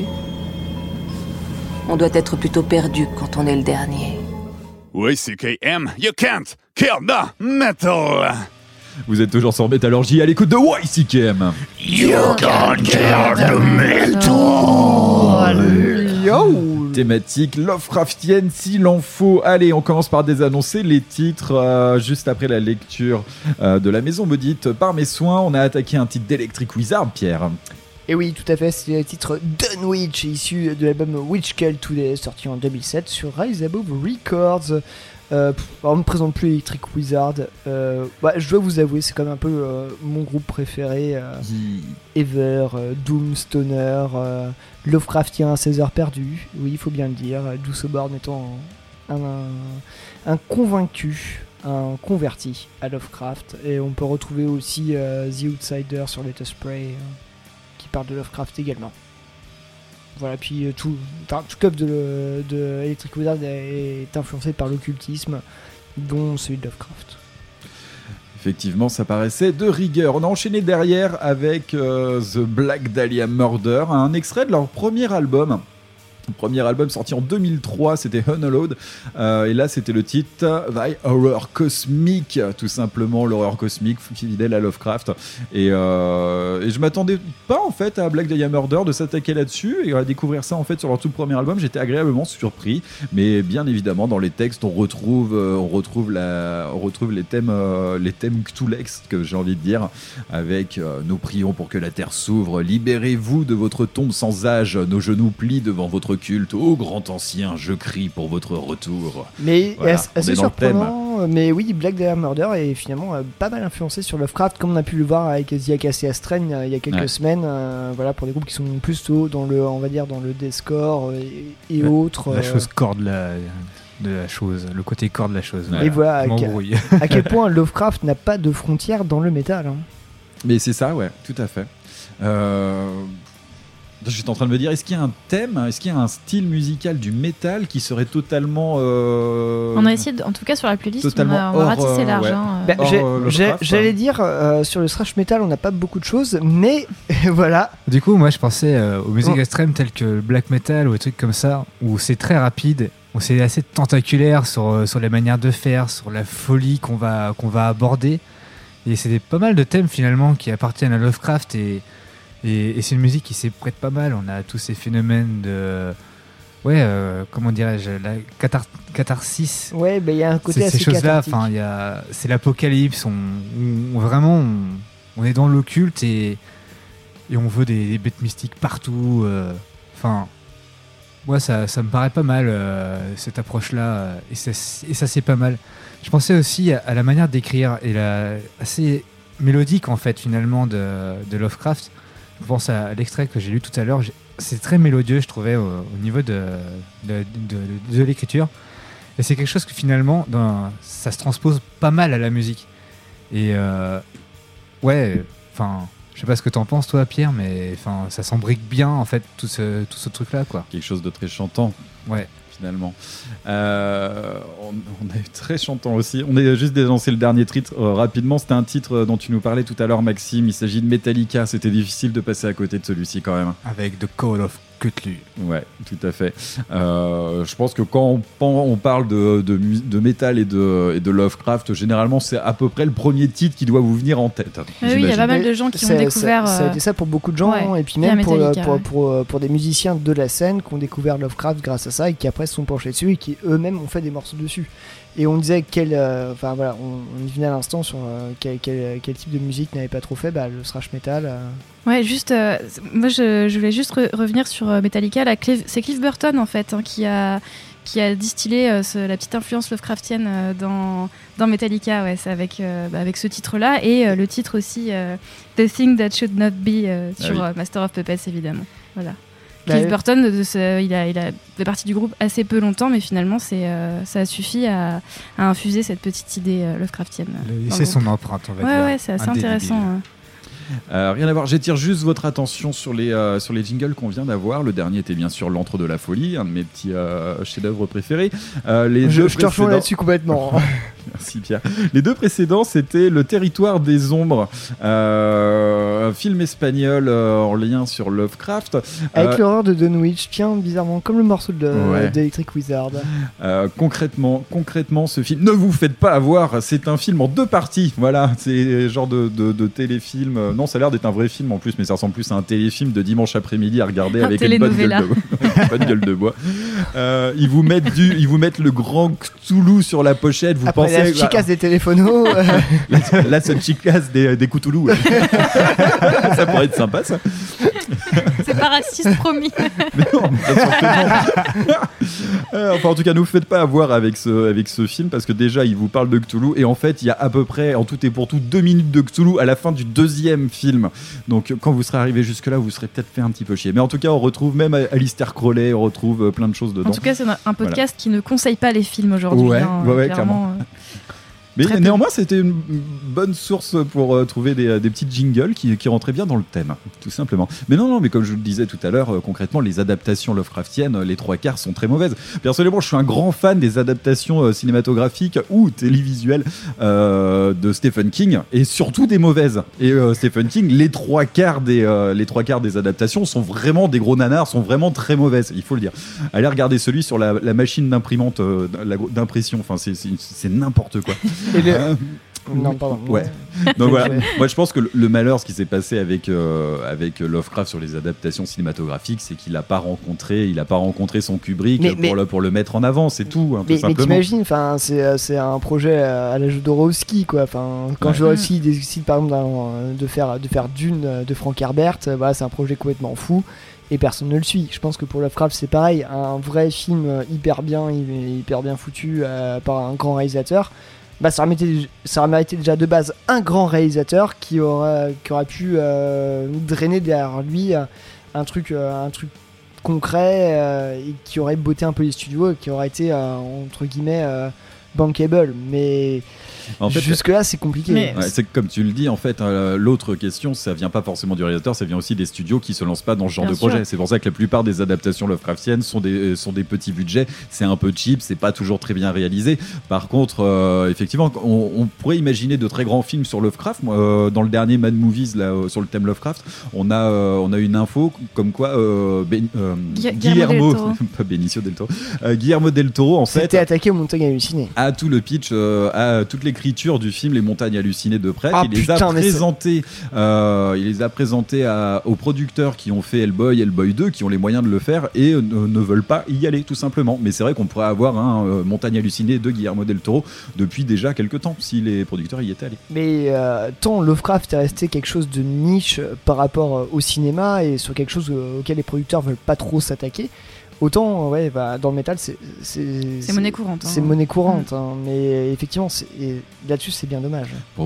On doit être plutôt perdu quand on est le dernier. YCKM, you can't kill the metal. Vous êtes toujours sur Métallurgie à l'écoute de YCKM. You can't kill the metal. Yo. Thématique Lovecraftienne s'il en faut. Allez, on commence par désannoncer les titres. Juste après la lecture de La Maison Maudite par mes soins, on a attaqué un titre d'Electric Wizard, Pierre. Et oui, tout à fait, c'est le titre Dunwich, issu de l'album Witch Cult Today, sorti en 2007 sur Rise Above Records. Alors on ne me présente plus Electric Wizard. Je dois vous avouer, c'est quand même un peu mon groupe préféré. Ever, Doom, Stoner, Lovecraftien, 16 heures perdues. Oui, il faut bien le dire. Juice O'Born étant un convaincu, un converti à Lovecraft. Et on peut retrouver aussi The Outsider sur Let Us Spray, qui parle de Lovecraft également. Voilà, puis tout club de Electric Wizard est influencé par l'occultisme, dont celui de Lovecraft. Effectivement, ça paraissait de rigueur. On a enchaîné derrière avec The Black Dahlia Murder, un extrait de leur premier album. Le premier album sorti en 2003, c'était Unhallowed, et là c'était le titre The Horror Cosmic, tout simplement l'horreur cosmique fidèle à Lovecraft. Et je m'attendais pas en fait à Black Dahlia Murder de s'attaquer là-dessus et à découvrir ça en fait sur leur tout premier album. J'étais agréablement surpris, mais bien évidemment dans les textes on retrouve les thèmes Cthulhex, que j'ai envie de dire, avec nous prions pour que la terre s'ouvre, libérez-vous de votre tombe sans âge, nos genoux plient devant votre culte, ô grand ancien, je crie pour votre retour. Mais voilà, assez surprenant, mais oui, Black Dahlia Murder est finalement pas mal influencé sur Lovecraft, comme on a pu le voir avec The Acacia Strain il y a quelques semaines, voilà, pour des groupes qui sont plutôt dans le, on va dire, dans le deathcore et autres. La chose core de la chose, le côté core de la chose. Et voilà, à quel point Lovecraft n'a pas de frontières dans le métal. Hein. Mais c'est ça, ouais, tout à fait. Je suis en train de me dire, est-ce qu'il y a un thème, est-ce qu'il y a un style musical du métal qui serait totalement... On a essayé, en tout cas sur la playlist, on va ratisser large. Ouais. J'allais dire, sur le thrash metal, on n'a pas beaucoup de choses, mais voilà. Du coup, moi je pensais aux musiques extrêmes telles que le black metal ou des trucs comme ça, où c'est très rapide, où c'est assez tentaculaire sur les manières de faire, sur la folie qu'on va aborder. Et c'est pas mal de thèmes finalement qui appartiennent à Lovecraft et c'est une musique qui s'y prête pas mal. On a tous ces phénomènes de... comment dirais-je, la catharsis. Ouais, il y a un côté assez ces choses-là, c'est l'apocalypse. On est dans l'occulte et on veut des bêtes mystiques partout. Moi, ça me paraît pas mal, cette approche-là. Et ça, c'est pas mal. Je pensais aussi à la manière d'écrire et assez mélodique, en fait, finalement, de Lovecraft. Je pense à l'extrait que j'ai lu tout à l'heure. C'est très mélodieux, je trouvais, au niveau de l'écriture. Et c'est quelque chose que finalement, ça se transpose pas mal à la musique. Et je sais pas ce que t'en penses, toi, Pierre, mais ça s'embrique bien, en fait, tout ce truc-là, quoi. Quelque chose de très chantant. Ouais. Finalement. On est très chantant aussi. On est juste dénoncé le dernier titre rapidement. C'était un titre dont tu nous parlais tout à l'heure, Maxime. Il s'agit de Metallica. C'était difficile de passer à côté de celui-ci quand même. Avec The Call of Cthulhu. Ouais, tout à fait. Je pense que quand on parle de métal et de Lovecraft, généralement c'est à peu près le premier titre qui doit vous venir en tête. Oui, il y a pas mal de gens qui ont découvert. Ça a été ça pour beaucoup de gens, et puis même pour des musiciens de la scène qui ont découvert Lovecraft grâce à ça et qui après après se sont penchés dessus et qui eux-mêmes ont fait des morceaux dessus. Et on disait on y venait à l'instant sur quel type de musique n'avait pas trop fait, le thrash metal. Ouais, juste, moi je voulais juste revenir sur Metallica. C'est Cliff Burton en fait qui a distillé la petite influence Lovecraftienne dans Metallica. Ouais, c'est avec ce titre-là et le titre aussi The Thing That Should Not Be sur Master of Puppets évidemment. Voilà. Cliff Burton, il a fait partie du groupe assez peu longtemps, mais finalement ça a suffi à infuser cette petite idée Lovecraftienne. C'est son empreinte, on va dire. Ouais, c'est assez intéressant. Rien à voir, j'attire juste votre attention sur les jingles qu'on vient d'avoir. Le dernier était bien sûr L'Antre de la Folie, un de mes petits chefs-d'œuvre préférés. Je te rejoins là-dessus complètement. Merci Pierre. Les deux précédents, c'était Le Territoire des Ombres, un film espagnol en lien sur Lovecraft. Avec l'horreur de Dunwich, tiens, bizarrement, comme le morceau d'Electric Wizard. Concrètement, ce film, ne vous faites pas avoir, c'est un film en 2 parties. Voilà, c'est genre de téléfilm. Non, ça a l'air d'être un vrai film en plus, mais ça ressemble plus à un téléfilm de dimanche après-midi à regarder avec une bonne gueule de bois. Ils vous mettent le grand Cthulhu sur la pochette. Vous pensez la chicasse des téléphonos. La seule chicasse des Cthulhu. Ça pourrait être sympa, ça. C'est pas raciste, promis. Mais non, enfin, en tout cas, ne vous faites pas avoir avec ce film, parce que déjà, il vous parle de Cthulhu, et en fait, il y a à peu près, en tout et pour tout, 2 minutes de Cthulhu à la fin du 2e film. Donc, quand vous serez arrivé jusque-là, vous serez peut-être fait un petit peu chier. Mais en tout cas, on retrouve même Alistair Crowley, on retrouve plein de choses dedans. En tout cas, c'est un podcast qui ne conseille pas les films aujourd'hui. Ouais, clairement. Mais néanmoins, c'était une bonne source pour trouver des petits jingles qui rentraient bien dans le thème, tout simplement. Mais mais comme je vous le disais tout à l'heure, concrètement, les adaptations Lovecraftiennes, les 3/4 sont très mauvaises. Personnellement, je suis un grand fan des adaptations cinématographiques ou télévisuelles de Stephen King, et surtout des mauvaises. Et Stephen King, les 3/4 des adaptations sont vraiment des gros nanars, sont vraiment très mauvaises, il faut le dire. Allez regarder celui sur la machine d'imprimante, d'impression, enfin c'est n'importe quoi. Non, pardon. Ouais. Donc voilà. Moi, je pense que le malheur, ce qui s'est passé avec Lovecraft sur les adaptations cinématographiques, c'est qu'il n'a pas rencontré son Kubrick pour le mettre en avant. C'est tout. Tout simplement. Mais t'imagines, c'est un projet à la Jodorowsky, quoi. Quand Jodorowsky décide par exemple de faire Dune de Frank Herbert, c'est un projet complètement fou. Et personne ne le suit. Je pense que pour Lovecraft, c'est pareil. Un vrai film hyper bien foutu par un grand réalisateur. Ça aurait mérité déjà de base un grand réalisateur qui aurait pu drainer derrière lui un truc concret et qui aurait botté un peu les studios et qui aurait été entre guillemets bankable. Mais en fait, jusque-là, c'est compliqué. C'est comme tu le dis, en fait, l'autre question, ça vient pas forcément du réalisateur, ça vient aussi des studios qui se lancent pas dans ce genre de projet. C'est pour ça que la plupart des adaptations Lovecraftiennes sont des petits budgets, c'est un peu cheap, c'est pas toujours très bien réalisé. Par contre, effectivement, on pourrait imaginer de très grands films sur Lovecraft. Dans le dernier Mad Movies, là, sur le thème Lovecraft, on a une info comme quoi Guillermo, pas Benicio del Toro, Guillermo del Toro, en fait, s'était attaqué aux montagnes hallucinées. À tout le pitch, à toutes l'écriture du film Les Montagnes hallucinées de près. Il les a présentés aux producteurs qui ont fait Hellboy 2, qui ont les moyens de le faire et ne veulent pas y aller, tout simplement. Mais c'est vrai qu'on pourrait avoir un Montagne hallucinée de Guillermo del Toro depuis déjà quelques temps, si les producteurs y étaient allés. Mais tant Lovecraft est resté quelque chose de niche par rapport au cinéma et sur quelque chose auquel les producteurs veulent pas trop s'attaquer, autant dans le métal c'est monnaie courante. C'est monnaie courante, mais effectivement là-dessus c'est bien dommage.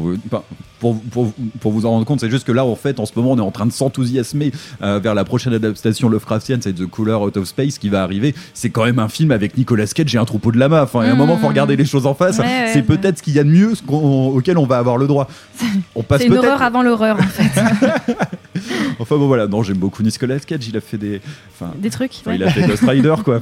Pour vous en rendre compte, c'est juste que là en fait en ce moment on est en train de s'enthousiasmer vers la prochaine adaptation Lovecraftienne, c'est The Cooler Out of Space qui va arriver. C'est quand même un film avec Nicolas Cage et un troupeau de lamas. Enfin, à un moment faut regarder les choses en face. C'est peut-être ce qu'il y a de mieux auquel on va avoir le droit. C'est une horreur avant l'horreur en fait. Enfin bon voilà, non, j'aime beaucoup Nicolas Cage, il a fait des trucs. Il a fait Ghost Rider quoi.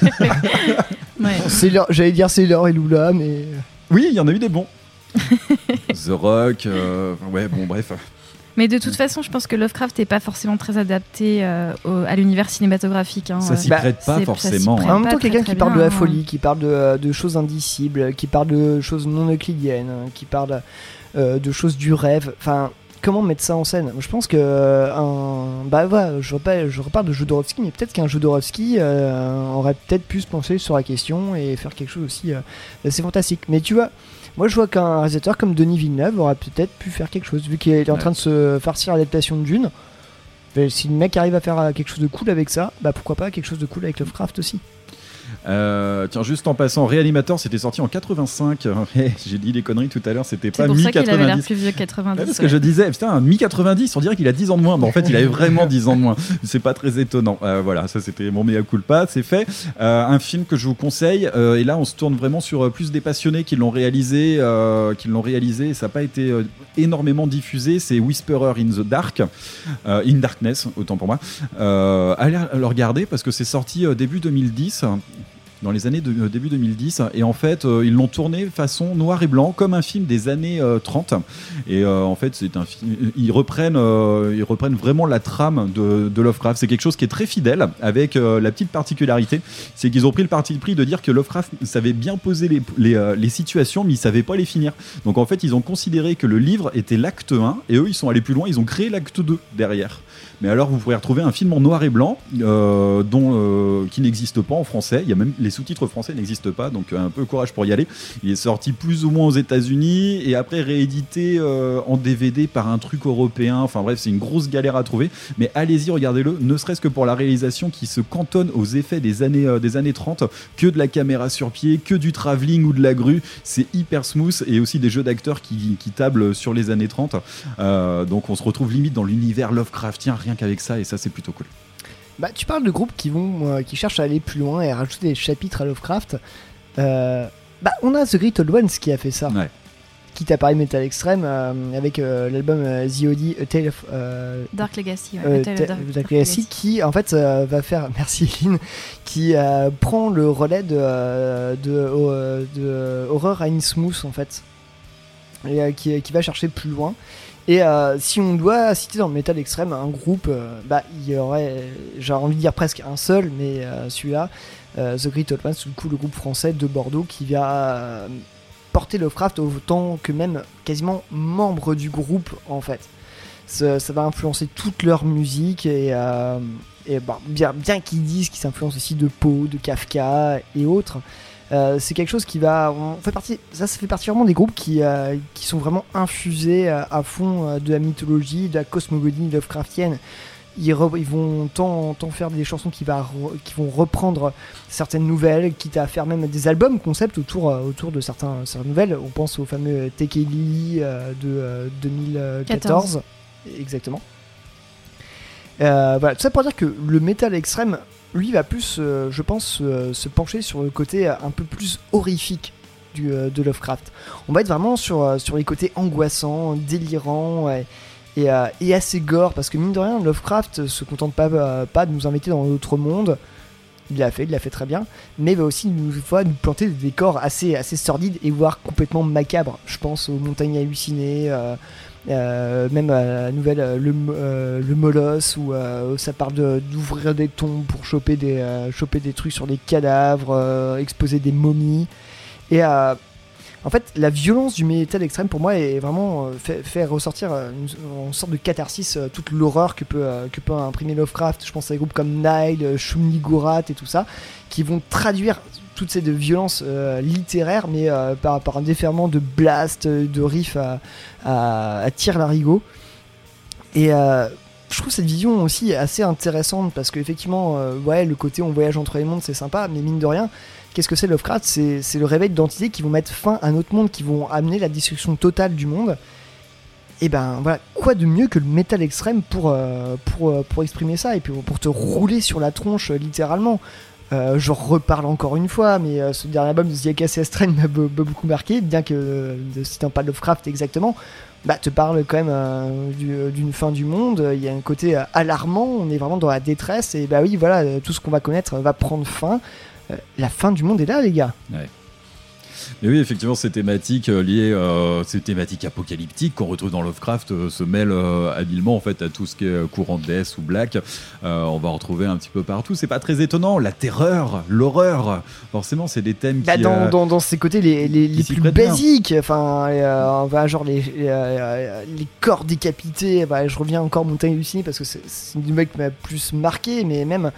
J'allais dire Sailor et Lula, mais oui, il y en a eu des bons. The Rock, bref. Mais de toute façon, je pense que Lovecraft n'est pas forcément très adapté à l'univers cinématographique. Ça s'y prête pas forcément. En même temps, quelqu'un qui parle de la folie, qui parle de choses indicibles, qui parle de choses non euclidiennes, qui parle de choses du rêve. Enfin, comment mettre ça en scène. Je pense que je reparle de Jodorowsky, mais peut-être qu'un Jodorowsky aurait peut-être pu se pencher sur la question et faire quelque chose aussi assez fantastique. Mais tu vois, moi je vois qu'un réalisateur comme Denis Villeneuve aurait peut-être pu faire quelque chose, vu qu'il est en train de se farcir l'adaptation de Dune. Si le mec arrive à faire quelque chose de cool avec ça, pourquoi pas quelque chose de cool avec Lovecraft aussi. Tiens, juste en passant, Reanimator, c'était sorti en 85. J'ai dit des conneries tout à l'heure, c'était pas mi-90. C'est pour ça qu'il avait l'air plus vieux que 90. Parce que je disais, putain, mi-90, on dirait qu'il a 10 ans de moins. En fait, il avait vraiment 10 ans de moins. C'est pas très étonnant. Voilà, ça c'était mon mea culpa, c'est fait. Un film que je vous conseille, et là on se tourne vraiment sur plus des passionnés qui l'ont réalisé, et ça n'a pas été énormément diffusé. C'est Whisperer in the Dark, in Darkness, autant pour moi. Allez le regarder parce que c'est sorti début 2010. Dans les années début 2010, et en fait ils l'ont tourné façon noir et blanc comme un film des années 30, et en fait c'est un film, ils reprennent vraiment la trame de Lovecraft. C'est quelque chose qui est très fidèle, avec la petite particularité, c'est qu'ils ont pris le parti pris de dire que Lovecraft savait bien poser les situations, mais il savait pas les finir. Donc en fait ils ont considéré que le livre était l'acte 1, et eux ils sont allés plus loin, ils ont créé l'acte 2 derrière. Mais alors vous pourrez retrouver un film en noir et blanc qui n'existe pas en français. Il y a même les sous-titres français n'existent pas, donc un peu courage pour y aller. Il est sorti plus ou moins aux États-Unis et après réédité en DVD par un truc européen. Enfin bref, c'est une grosse galère à trouver. Mais allez-y, regardez-le, ne serait-ce que pour la réalisation qui se cantonne aux effets des années 30, que de la caméra sur pied, que du travelling ou de la grue. C'est hyper smooth, et aussi des jeux d'acteurs qui tablent sur les années 30. Donc on se retrouve limite dans l'univers Lovecraftien rien qu'avec ça, et ça c'est plutôt cool. Tu parles de groupes qui cherchent à aller plus loin et à rajouter des chapitres à Lovecraft. On a The Great Old Ones qui a fait ça. Ouais. Quitte à parler Metal Extreme avec l'album The O.D. A Tale of Dark Legacy, Dark Legacy, qui en fait va faire, merci Eline, qui prend le relais de Horror à Innsmouth en fait, et qui va chercher plus loin. Et si on doit citer dans le Metal Extreme un groupe, il y aurait, j'ai envie de dire presque un seul, mais celui-là, The Great Old Ones, du coup le groupe français de Bordeaux qui va porter Lovecraft autant que même quasiment membre du groupe en fait. Ça va influencer toute leur musique, et bien qu'ils disent qu'ils s'influencent aussi de Poe, de Kafka et autres. C'est quelque chose qui ça fait partie vraiment des groupes qui sont vraiment infusés à fond de la mythologie, de la cosmogonie Lovecraftienne. Ils vont tant faire des chansons qui vont reprendre certaines nouvelles, quitte à faire même des albums concept autour de certaines nouvelles. On pense au fameux Take a Lily de 2014. Exactement. Voilà, tout ça pour dire que le Metal Extreme, lui, va plus, je pense, se pencher sur le côté un peu plus horrifique de Lovecraft. On va être vraiment sur les côtés angoissants, délirants et assez gore, parce que mine de rien, Lovecraft se contente pas de nous inviter dans l'autre monde. Il l'a fait très bien, mais va aussi nous planter des décors assez sordides et voire complètement macabres. Je pense aux montagnes hallucinées, même à la nouvelle le Molosse, où ça parle d'ouvrir des tombes pour choper des trucs sur des cadavres, exposer des momies. Et en fait, la violence du Metal Extreme pour moi est vraiment fait ressortir une sorte de catharsis toute l'horreur que peut imprimer Lovecraft. Je pense à des groupes comme Nile, Shum-Niggurath et tout ça, qui vont traduire toutes ces violences littéraires, mais par un déferlement de blast, de riffs à tir-larigot. Et je trouve cette vision aussi assez intéressante, parce qu'effectivement, le côté on voyage entre les mondes, c'est sympa, mais mine de rien, qu'est-ce que c'est Lovecraft ? C'est le réveil d'entités qui vont mettre fin à notre monde, qui vont amener la destruction totale du monde. Et quoi de mieux que le Metal Extreme pour exprimer ça, et puis pour te rouler sur la tronche littéralement. Je reparle encore une fois, mais ce dernier album de The Acacia Strain m'a beaucoup marqué, bien que citant pas Lovecraft exactement, te parle quand même d'une fin du monde. Il y a un côté alarmant, on est vraiment dans la détresse, et tout ce qu'on va connaître va prendre fin. La fin du monde est là, les gars. Ouais. Mais oui, effectivement, ces thématiques liées, ces thématiques apocalyptiques qu'on retrouve dans Lovecraft se mêlent habilement en fait à tout ce qui est courant death ou black. On va en retrouver un petit peu partout. C'est pas très étonnant. La terreur, l'horreur, forcément, c'est des thèmes qui dans ces côtés les plus basiques. Enfin, genre les corps décapités. Je reviens encore Montagne hallucinée parce que c'est du mec qui m'a plus marqué, mais même.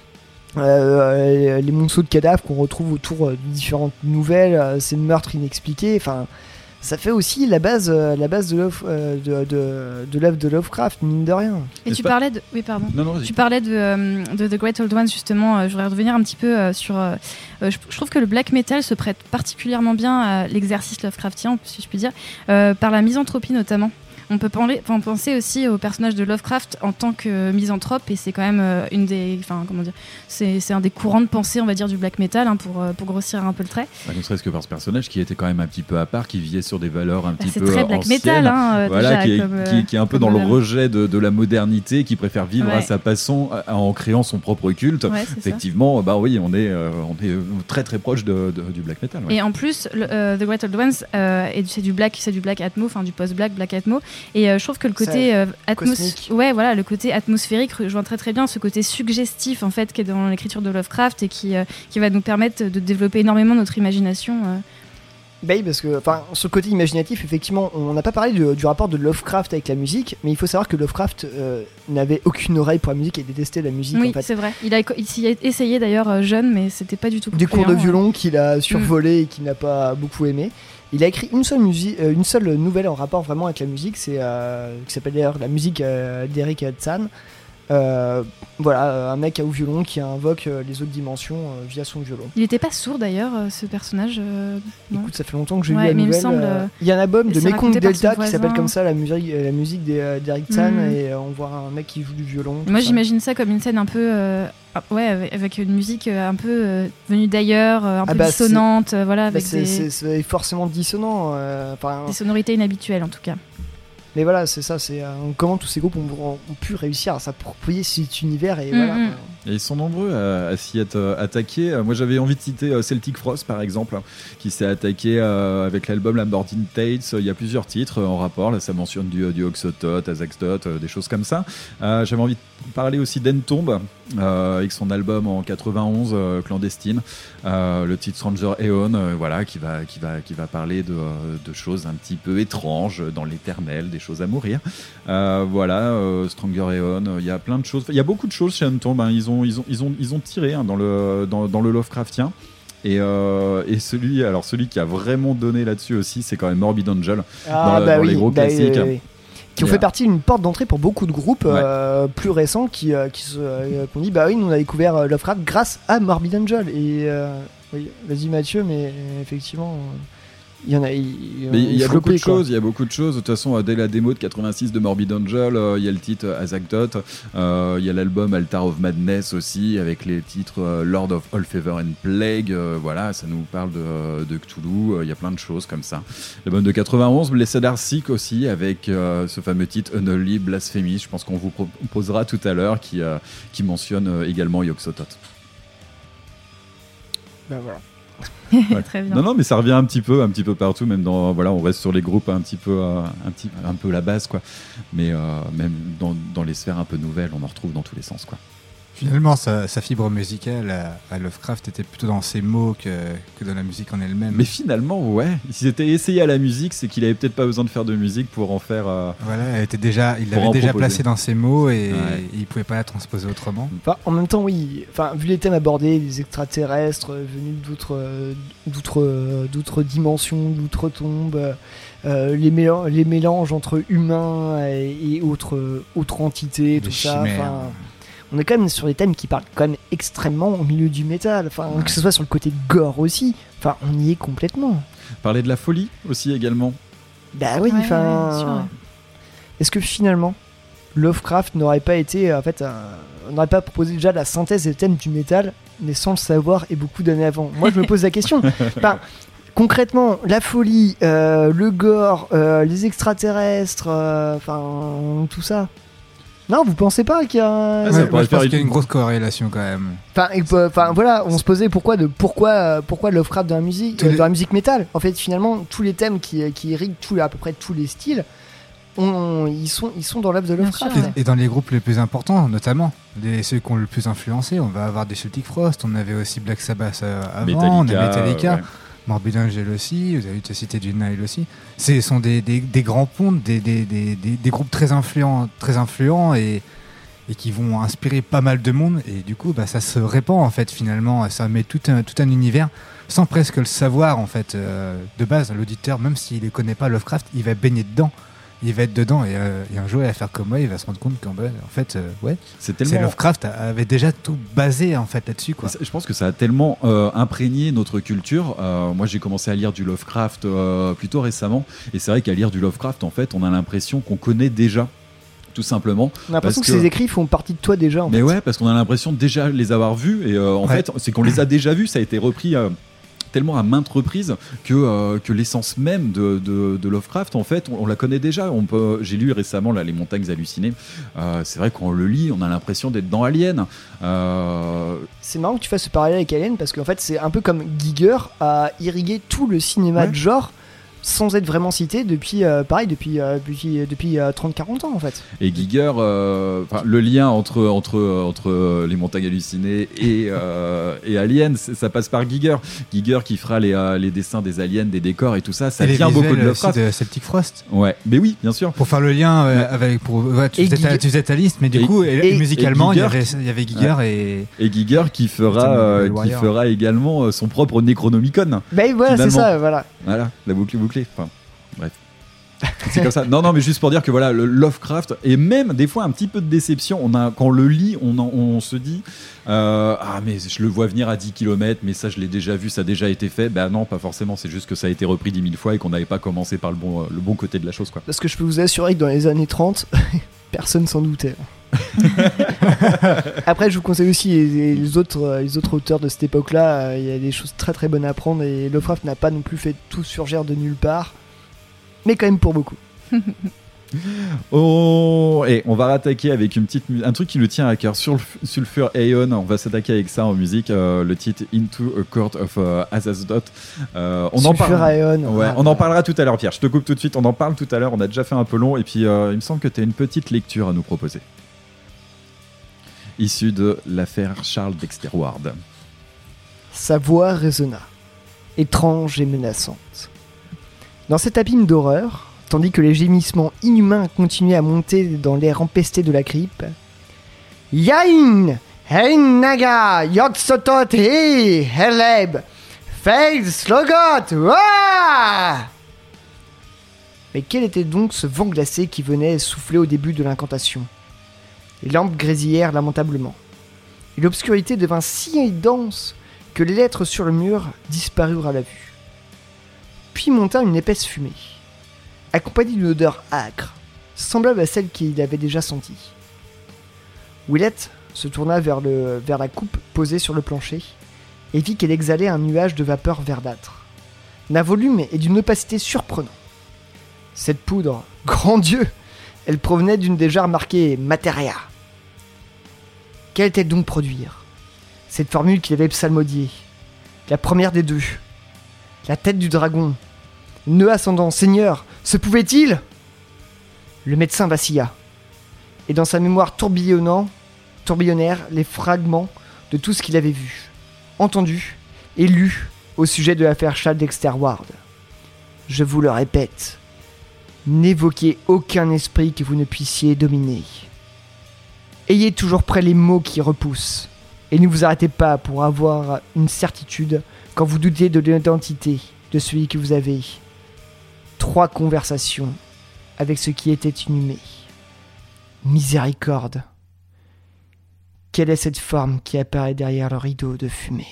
Les monceaux de cadavres qu'on retrouve autour de différentes nouvelles, ces meurtres inexpliqués, enfin, ça fait aussi la base de l'œuvre de Lovecraft, mine de rien. Et tu parlais de... Oui, pardon. Tu parlais de The Great Old Ones, justement. Je voudrais revenir un petit peu sur... je trouve que le black metal se prête particulièrement bien à l'exercice Lovecraftien, si je puis dire, par la misanthropie notamment. On peut penser aussi au personnage de Lovecraft en tant que misanthrope, et c'est quand même c'est un des courants de pensée, on va dire, du black metal, hein, pour grossir un peu le trait. Ne serait-ce que par ce personnage qui était quand même un petit peu à part, qui vivait sur des valeurs un petit peu c'est très black anciennes, metal, hein, voilà, déjà, qui est un peu dans le rejet de la modernité, qui préfère vivre à sa façon en créant son propre culte. Ouais, effectivement, oui, on est très très proche du black metal. Ouais. Et en plus, The Great Old Ones, c'est du black atmo, enfin du post-black atmo. Et je trouve que le côté le côté atmosphérique rejoint très très bien ce côté suggestif en fait qui est dans l'écriture de Lovecraft et qui va nous permettre de développer énormément notre imagination. Parce que, sur le côté imaginatif, effectivement, on n'a pas parlé du rapport de Lovecraft avec la musique, mais il faut savoir que Lovecraft n'avait aucune oreille pour la musique et détestait la musique. Oui, en fait. C'est vrai. Il s'y a essayé d'ailleurs jeune, mais c'était pas du tout. Des cours de violon qu'il a survolé et qu'il n'a pas beaucoup aimé. Il a écrit une seule nouvelle en rapport vraiment avec la musique, qui s'appelle d'ailleurs la musique d'Eric Hudson. Un mec au violon qui invoque les autres dimensions via son violon. Il était pas sourd d'ailleurs, ce personnage. Écoute, ça fait longtemps que j'ai lu la nouvelle. Il y a un album de Mekong Delta qui s'appelle comme ça, la musique d'Eric Hudson, et on voit un mec qui joue du violon. Moi j'imagine ça comme une scène un peu avec une musique un peu venue d'ailleurs, un peu dissonante, avec c'est forcément dissonant. Des sonorités inhabituelles en tout cas. Mais voilà, c'est ça, c'est comment tous ces groupes ont pu réussir à s'approprier cet univers et voilà. Et ils sont nombreux à s'y être attaqués. Moi, j'avais envie de citer Celtic Frost, par exemple, qui s'est attaqué avec l'album Lamborghini Tales. Il y a plusieurs titres en rapport. Là, ça mentionne du Oxotot, Azagtot, des choses comme ça. J'avais envie de parler aussi d'Entomb, avec son album en 91, Clandestine. Le titre Stranger Aeon, qui va parler de choses un petit peu étranges dans l'éternel, des choses à mourir. Stranger Aeon, il y a plein de choses. Il y a beaucoup de choses chez Entomb. Ils ont tiré dans le Lovecraftien. Et celui qui a vraiment donné là-dessus aussi, c'est quand même Morbid Angel dans les gros classiques. Qui ont fait partie d'une porte d'entrée pour beaucoup de groupes plus récents qui ont dit nous on a découvert Lovecraft grâce à Morbid Angel. Et vas-y Mathieu, mais effectivement il y en a. Il y a beaucoup de choses. Il y a beaucoup de choses. De toute façon, dès la démo de 86 de Morbid Angel, il y a le titre Azagtot. Il y a l'album Altar of Madness aussi, avec les titres Lord of All Fever and Plague. Ça nous parle de Cthulhu. Il y a plein de choses comme ça. L'album de 91, Blessed Are Sick aussi, avec ce fameux titre Unholy Blasphemy. Je pense qu'on vous proposera tout à l'heure, qui mentionne également Yog-Sothoth. Voilà. Très bien. Non, mais ça revient un petit peu partout, même on reste sur les groupes un peu la base, quoi. Mais même dans les sphères un peu nouvelles, on en retrouve dans tous les sens, quoi. Finalement, sa fibre musicale à Lovecraft était plutôt dans ses mots que dans la musique en elle-même. Mais finalement, s'il s'était essayé à la musique, c'est qu'il avait peut-être pas besoin de faire de musique pour en faire. Il l'avait déjà placé dans ses mots et il pouvait pas la transposer autrement. En même temps, oui. Vu les thèmes abordés, les extraterrestres venus d'autres dimensions, d'outre-tombes, les mélanges entre humains et autres entités, tout ça. On est quand même sur des thèmes qui parlent quand même extrêmement au milieu du métal, que ce soit sur le côté gore aussi, on y est complètement. Parler de la folie aussi également. Est-ce que finalement Lovecraft n'aurait pas été n'aurait pas proposé déjà la synthèse des thèmes du métal, mais sans le savoir et beaucoup d'années avant? Moi je me pose la question. Concrètement, la folie, le gore, les extraterrestres, tout ça. Non, vous pensez pas qu'il y a un... Ouais, moi, je pense qu'il y a une grosse corrélation quand même. Enfin, voilà, on se posait pourquoi Lovecraft dans la musique, dans la musique métal. En fait, finalement, tous les thèmes qui irriguent à peu près tous les styles, ils sont dans l'œuvre de Lovecraft. Et dans les groupes les plus importants, notamment ceux qui ont le plus influencé, on va avoir des Celtic Frost, on avait aussi Black Sabbath avant, on a Metallica. Ouais. Morbid Angel aussi, vous avez cité du Nile aussi. Ce sont des grands ponts, des groupes très influents et qui vont inspirer pas mal de monde. Et du coup, ça se répand en fait finalement. Ça met tout un univers sans presque le savoir en fait. De base, l'auditeur, même s'il ne connaît pas Lovecraft, il va baigner dedans. Il va être dedans et un jour il va faire comme moi, il va se rendre compte qu'en fait, c'est Lovecraft avait déjà tout basé en fait là-dessus, quoi. Je pense que ça a tellement imprégné notre culture. Moi, j'ai commencé à lire du Lovecraft plutôt récemment, et c'est vrai qu'à lire du Lovecraft, en fait, on a l'impression qu'on connaît déjà. Tout simplement. On a l'impression que ces écrits font partie de toi déjà. Mais ouais, parce qu'on a l'impression de déjà les avoir vus, et en fait, c'est qu'on les a déjà vus. Ça a été repris. Tellement à maintes reprises que l'essence même de Lovecraft, en fait, on la connaît déjà. J'ai lu récemment Les Montagnes hallucinées. C'est vrai qu'on le lit, on a l'impression d'être dans Alien. C'est marrant que tu fasses ce parallèle avec Alien, parce qu'en fait, c'est un peu comme Giger a irrigué tout le cinéma de genre sans être vraiment cité depuis 30-40 ans en fait. Et Giger, le lien entre Les Montagnes hallucinées et Alien, ça passe par Giger. Giger qui fera les dessins des aliens, des décors et tout ça. Ça vient beaucoup de Lovecraft. De Celtic Frost. Ouais, mais oui, bien sûr. Pour faire le lien avec, tu faisais ta liste, mais du coup, musicalement, il y avait Giger et Giger qui fera également son propre Necronomicon. Ben voilà, c'est ça, voilà. Voilà, la boucle. Enfin, bref. C'est comme ça. Non, mais juste pour dire que voilà, le Lovecraft, et même des fois un petit peu de déception, quand on le lit, on se dit mais je le vois venir à 10 km, mais ça je l'ai déjà vu, ça a déjà été fait. Ben non, pas forcément, c'est juste que ça a été repris 10 000 fois et qu'on n'avait pas commencé par le bon côté de la chose, quoi. Parce que je peux vous assurer que dans les années 30, personne s'en doutait. Après, je vous conseille aussi les autres auteurs de cette époque-là. Il y a des choses très très bonnes à apprendre, et Lovecraft n'a pas non plus fait tout surgir de nulle part, mais quand même pour beaucoup. Et on va rattaquer avec un truc qui nous tient à cœur, sur Sulfur Aeon. On va s'attaquer avec ça en musique, le titre Into a Court of Azathoth. On en parlera tout à l'heure, Pierre. Je te coupe tout de suite, on en parle tout à l'heure. On a déjà fait un peu long, et puis il me semble que tu as une petite lecture à nous proposer, issue de l'affaire Charles Dexter Ward. Sa voix résonna, étrange et menaçante. Dans cet abîme d'horreur, tandis que les gémissements inhumains continuaient à monter dans l'air empesté de la crypte, Yain, Naga, Yotsotot, Heleb, Fail, Slogot, Wah! Mais quel était donc ce vent glacé qui venait souffler au début de l'incantation? Les lampes grésillèrent lamentablement, et l'obscurité devint si dense que les lettres sur le mur disparurent à la vue. Puis monta une épaisse fumée, accompagnée d'une odeur âcre, semblable à celle qu'il avait déjà sentie. Willett se tourna vers la coupe posée sur le plancher et vit qu'elle exhalait un nuage de vapeur verdâtre, d'un volume et d'une opacité surprenants. Cette poudre, grand Dieu, elle provenait d'une des jarres marquées « Materia ». Qu'allait-elle donc produire? Cette formule qu'il avait psalmodiée, la première des deux, la tête du dragon, nœud ascendant, Seigneur, se pouvait-il? Le médecin vacilla, et dans sa mémoire tourbillonnèrent les fragments de tout ce qu'il avait vu, entendu et lu au sujet de l'affaire Charles Dexter Ward. Je vous le répète, n'évoquez aucun esprit que vous ne puissiez dominer. Ayez toujours près les mots qui repoussent, et ne vous arrêtez pas pour avoir une certitude quand vous doutez de l'identité de celui que vous avez. 3 conversations avec ce qui était inhumé. Miséricorde. Quelle est cette forme qui apparaît derrière le rideau de fumée?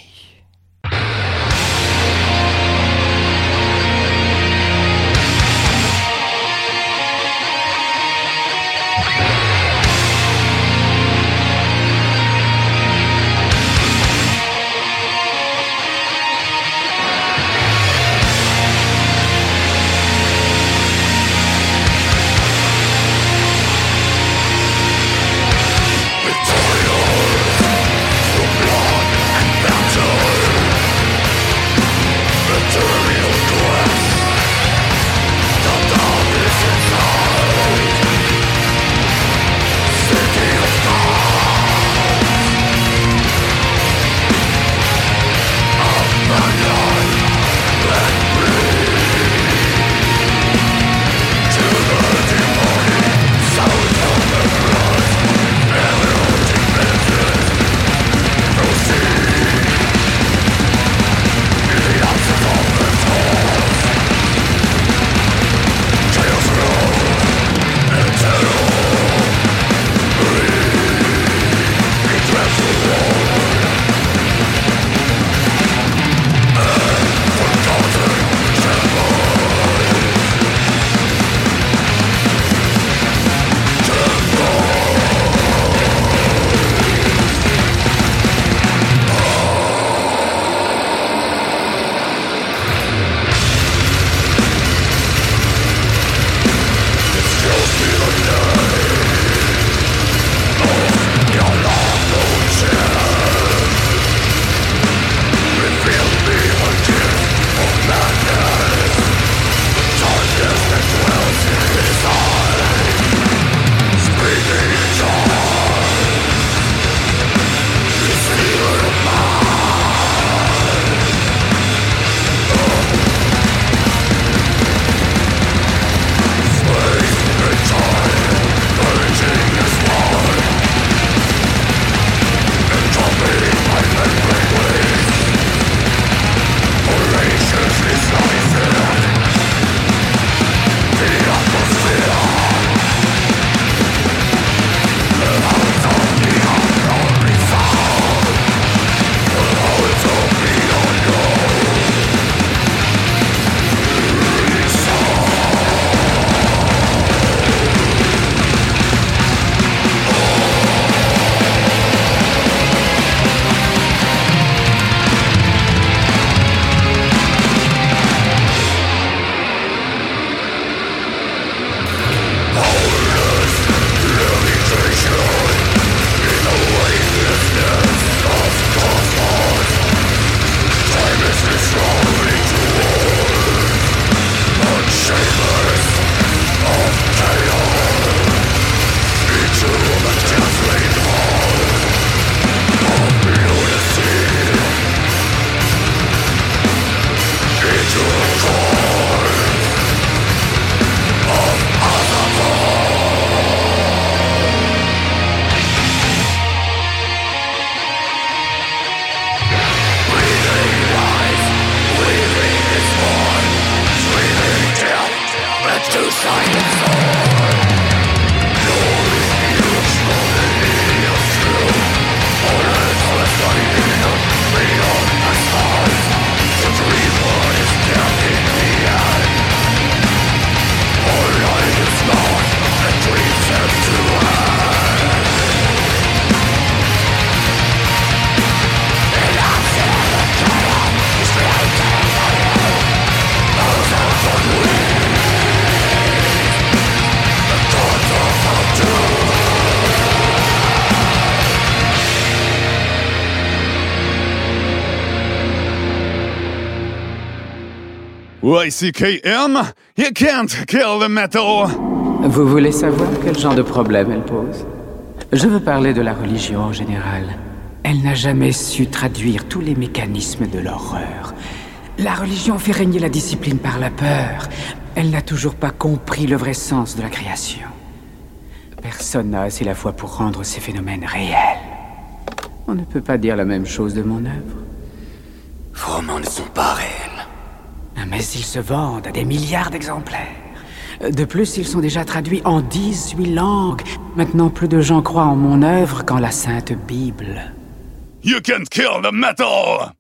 YCKM, you can't kill the metal. Vous voulez savoir quel genre de problème elle pose? Je veux parler de la religion en général. Elle n'a jamais su traduire tous les mécanismes de l'horreur. La religion fait régner la discipline par la peur. Elle n'a toujours pas compris le vrai sens de la création. Personne n'a assez la foi pour rendre ces phénomènes réels. On ne peut pas dire la même chose de mon œuvre. Vos romans ne sont pas réels. Mais ils se vendent à des milliards d'exemplaires. De plus, ils sont déjà traduits en 18 langues. Maintenant, plus de gens croient en mon œuvre qu'en la Sainte Bible. You can't kill the metal!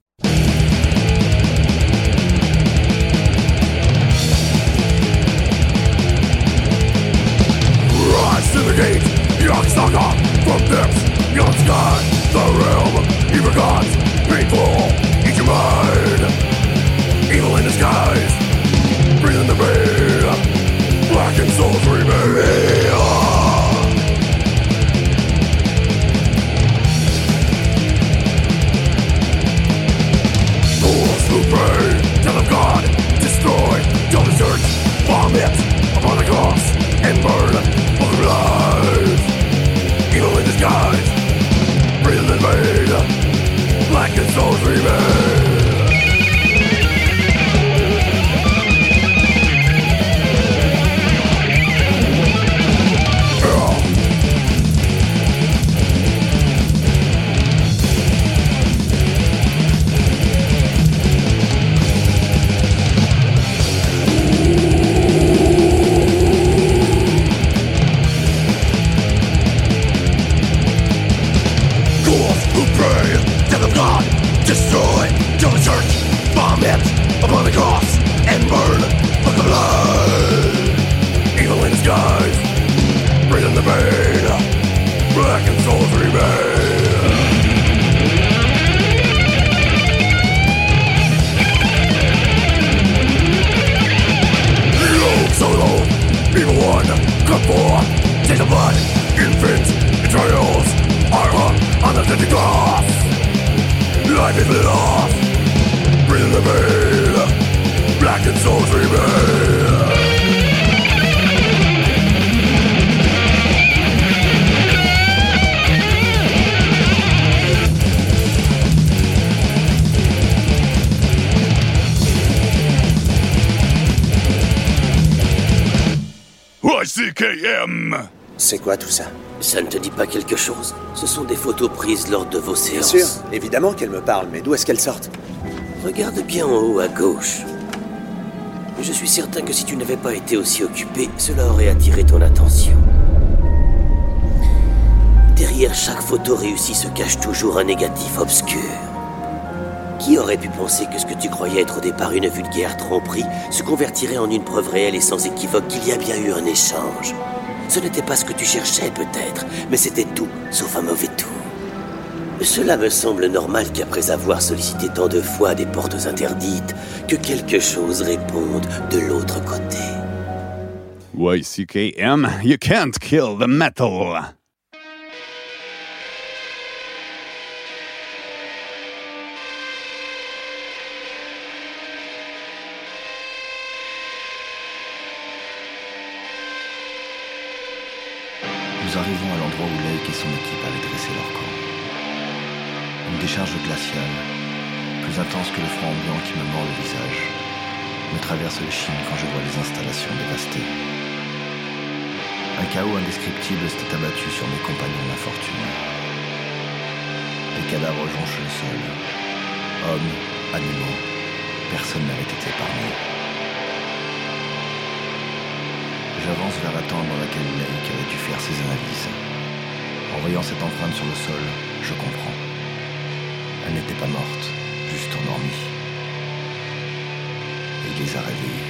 Rise to the gate, young saga, from depths, young sky, the realm, evil gods, painful, eat your mind. Evil in disguise, breathe in the veil, blackened souls remain. Fools who pray, death of God, destroy, don't desert, vomit upon the cross, and burn for their lives. Evil in disguise, breathe in the veil, blackened souls remain. Destroy, kill the church, vomit upon the cross, and burn for the blood. Evil in disguise, breathe in the vein, blackened souls remain. Low, so low, evil one, come forth, take the blood, infant entrails are hung on the deadly cross. Life is lit off, breathe in the veil, blackened souls remain. YCKM. C'est quoi tout ça? Ça ne te dit pas quelque chose? Ce sont des photos prises lors de vos séances. Bien sûr, évidemment qu'elles me parlent, mais d'où est-ce qu'elles sortent? Regarde bien en haut à gauche. Je suis certain que si tu n'avais pas été aussi occupé, cela aurait attiré ton attention. Derrière chaque photo réussie se cache toujours un négatif obscur. Qui aurait pu penser que ce que tu croyais être au départ une vulgaire tromperie se convertirait en une preuve réelle et sans équivoque qu'il y a bien eu un échange? Ce n'était pas ce que tu cherchais peut-être, mais c'était tout, sauf un mauvais tour. Cela me semble normal qu'après avoir sollicité tant de fois des portes interdites, que quelque chose réponde de l'autre côté. YCKM, you can't kill the metal. Nous arrivons à l'endroit où Lake et son équipe avaient dressé leur camp. Une décharge glaciale, plus intense que le froid ambiant qui me mord le visage, me traverse l'échine quand je vois les installations dévastées. Un chaos indescriptible s'était abattu sur mes compagnons d'infortune. Des cadavres jonchent le sol. Hommes, animaux, personne n'avait été épargné. J'avance vers la tente dans laquelle Lake avait dû faire ses analyses. En voyant cette empreinte sur le sol, je comprends. Elle n'était pas morte, juste endormie. Et il les a réveillés.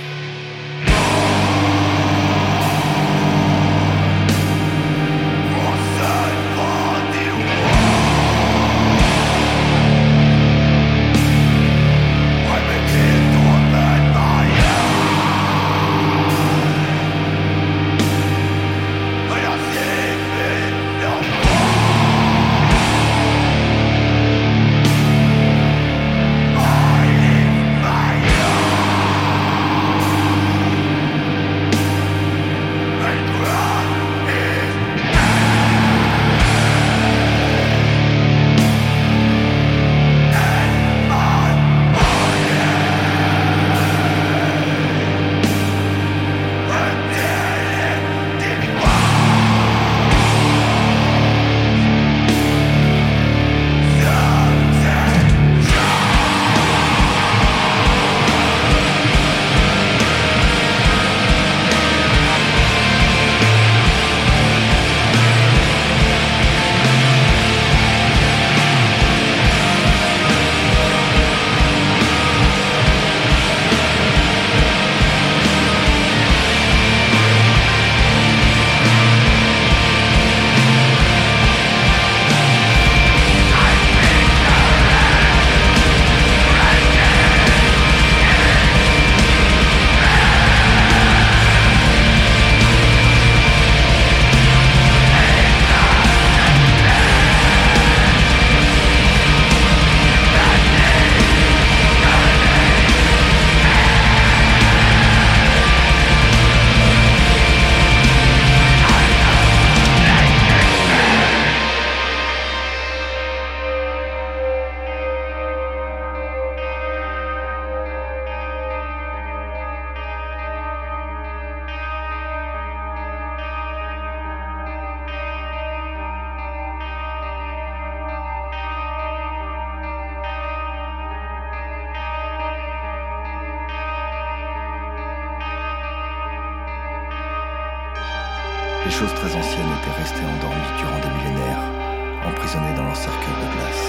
Les choses très anciennes étaient restées endormies durant des millénaires, emprisonnées dans leur cercueil de glace.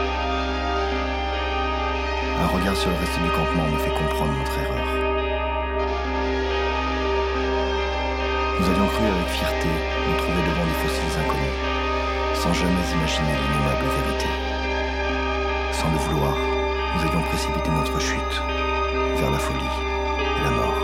Un regard sur le reste du campement me fait comprendre notre erreur. Nous avions cru avec fierté nous trouver devant des fossiles inconnus, sans jamais imaginer l'innommable vérité. Sans le vouloir, nous avions précipité notre chute vers la folie et la mort.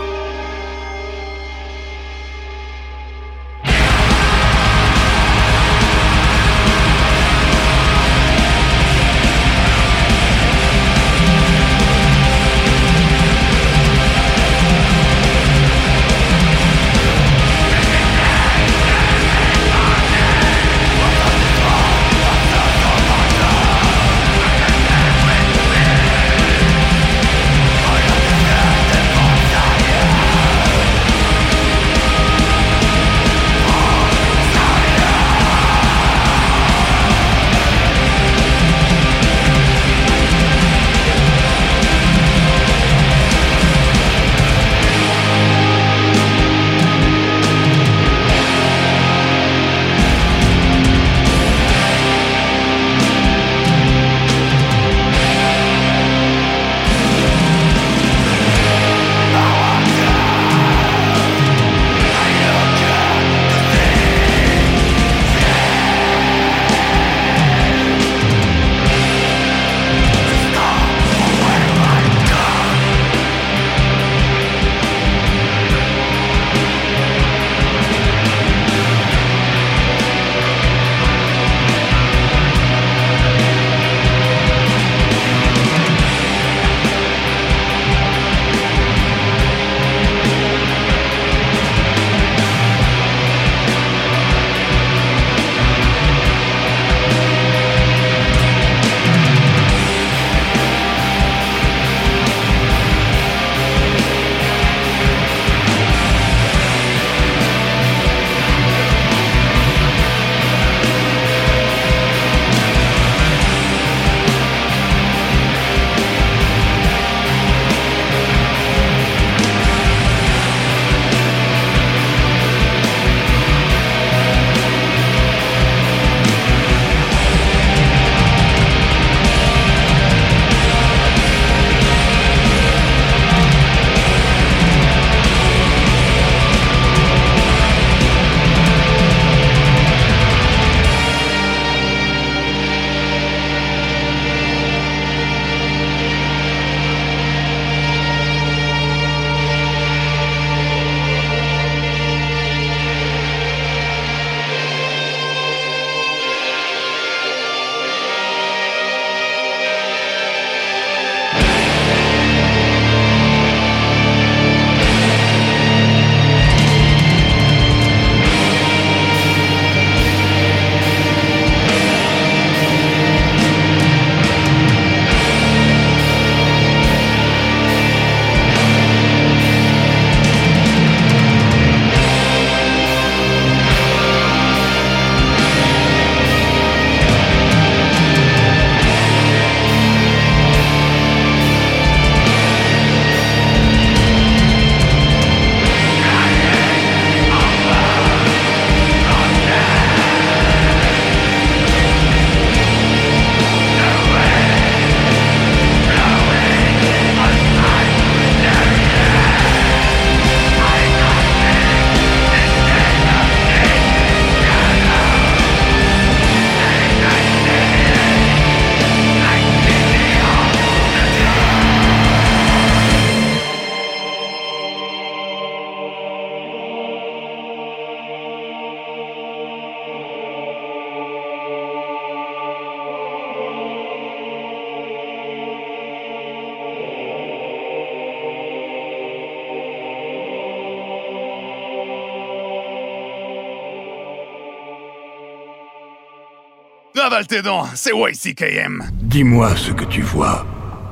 Avale tes dents, c'est YCKM. Dis-moi ce que tu vois.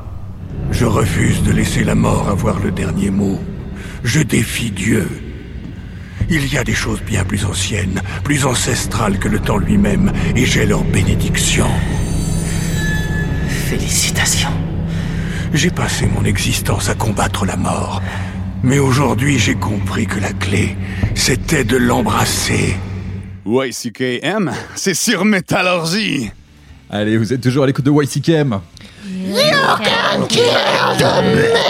Je refuse de laisser la mort avoir le dernier mot. Je défie Dieu. Il y a des choses bien plus anciennes, plus ancestrales que le temps lui-même, et j'ai leur bénédiction. Félicitations. J'ai passé mon existence à combattre la mort. Mais aujourd'hui, j'ai compris que la clé, c'était de l'embrasser. YCKM, c'est sur Métallurgie. Allez, vous êtes toujours à l'écoute de YCKM. You can kill the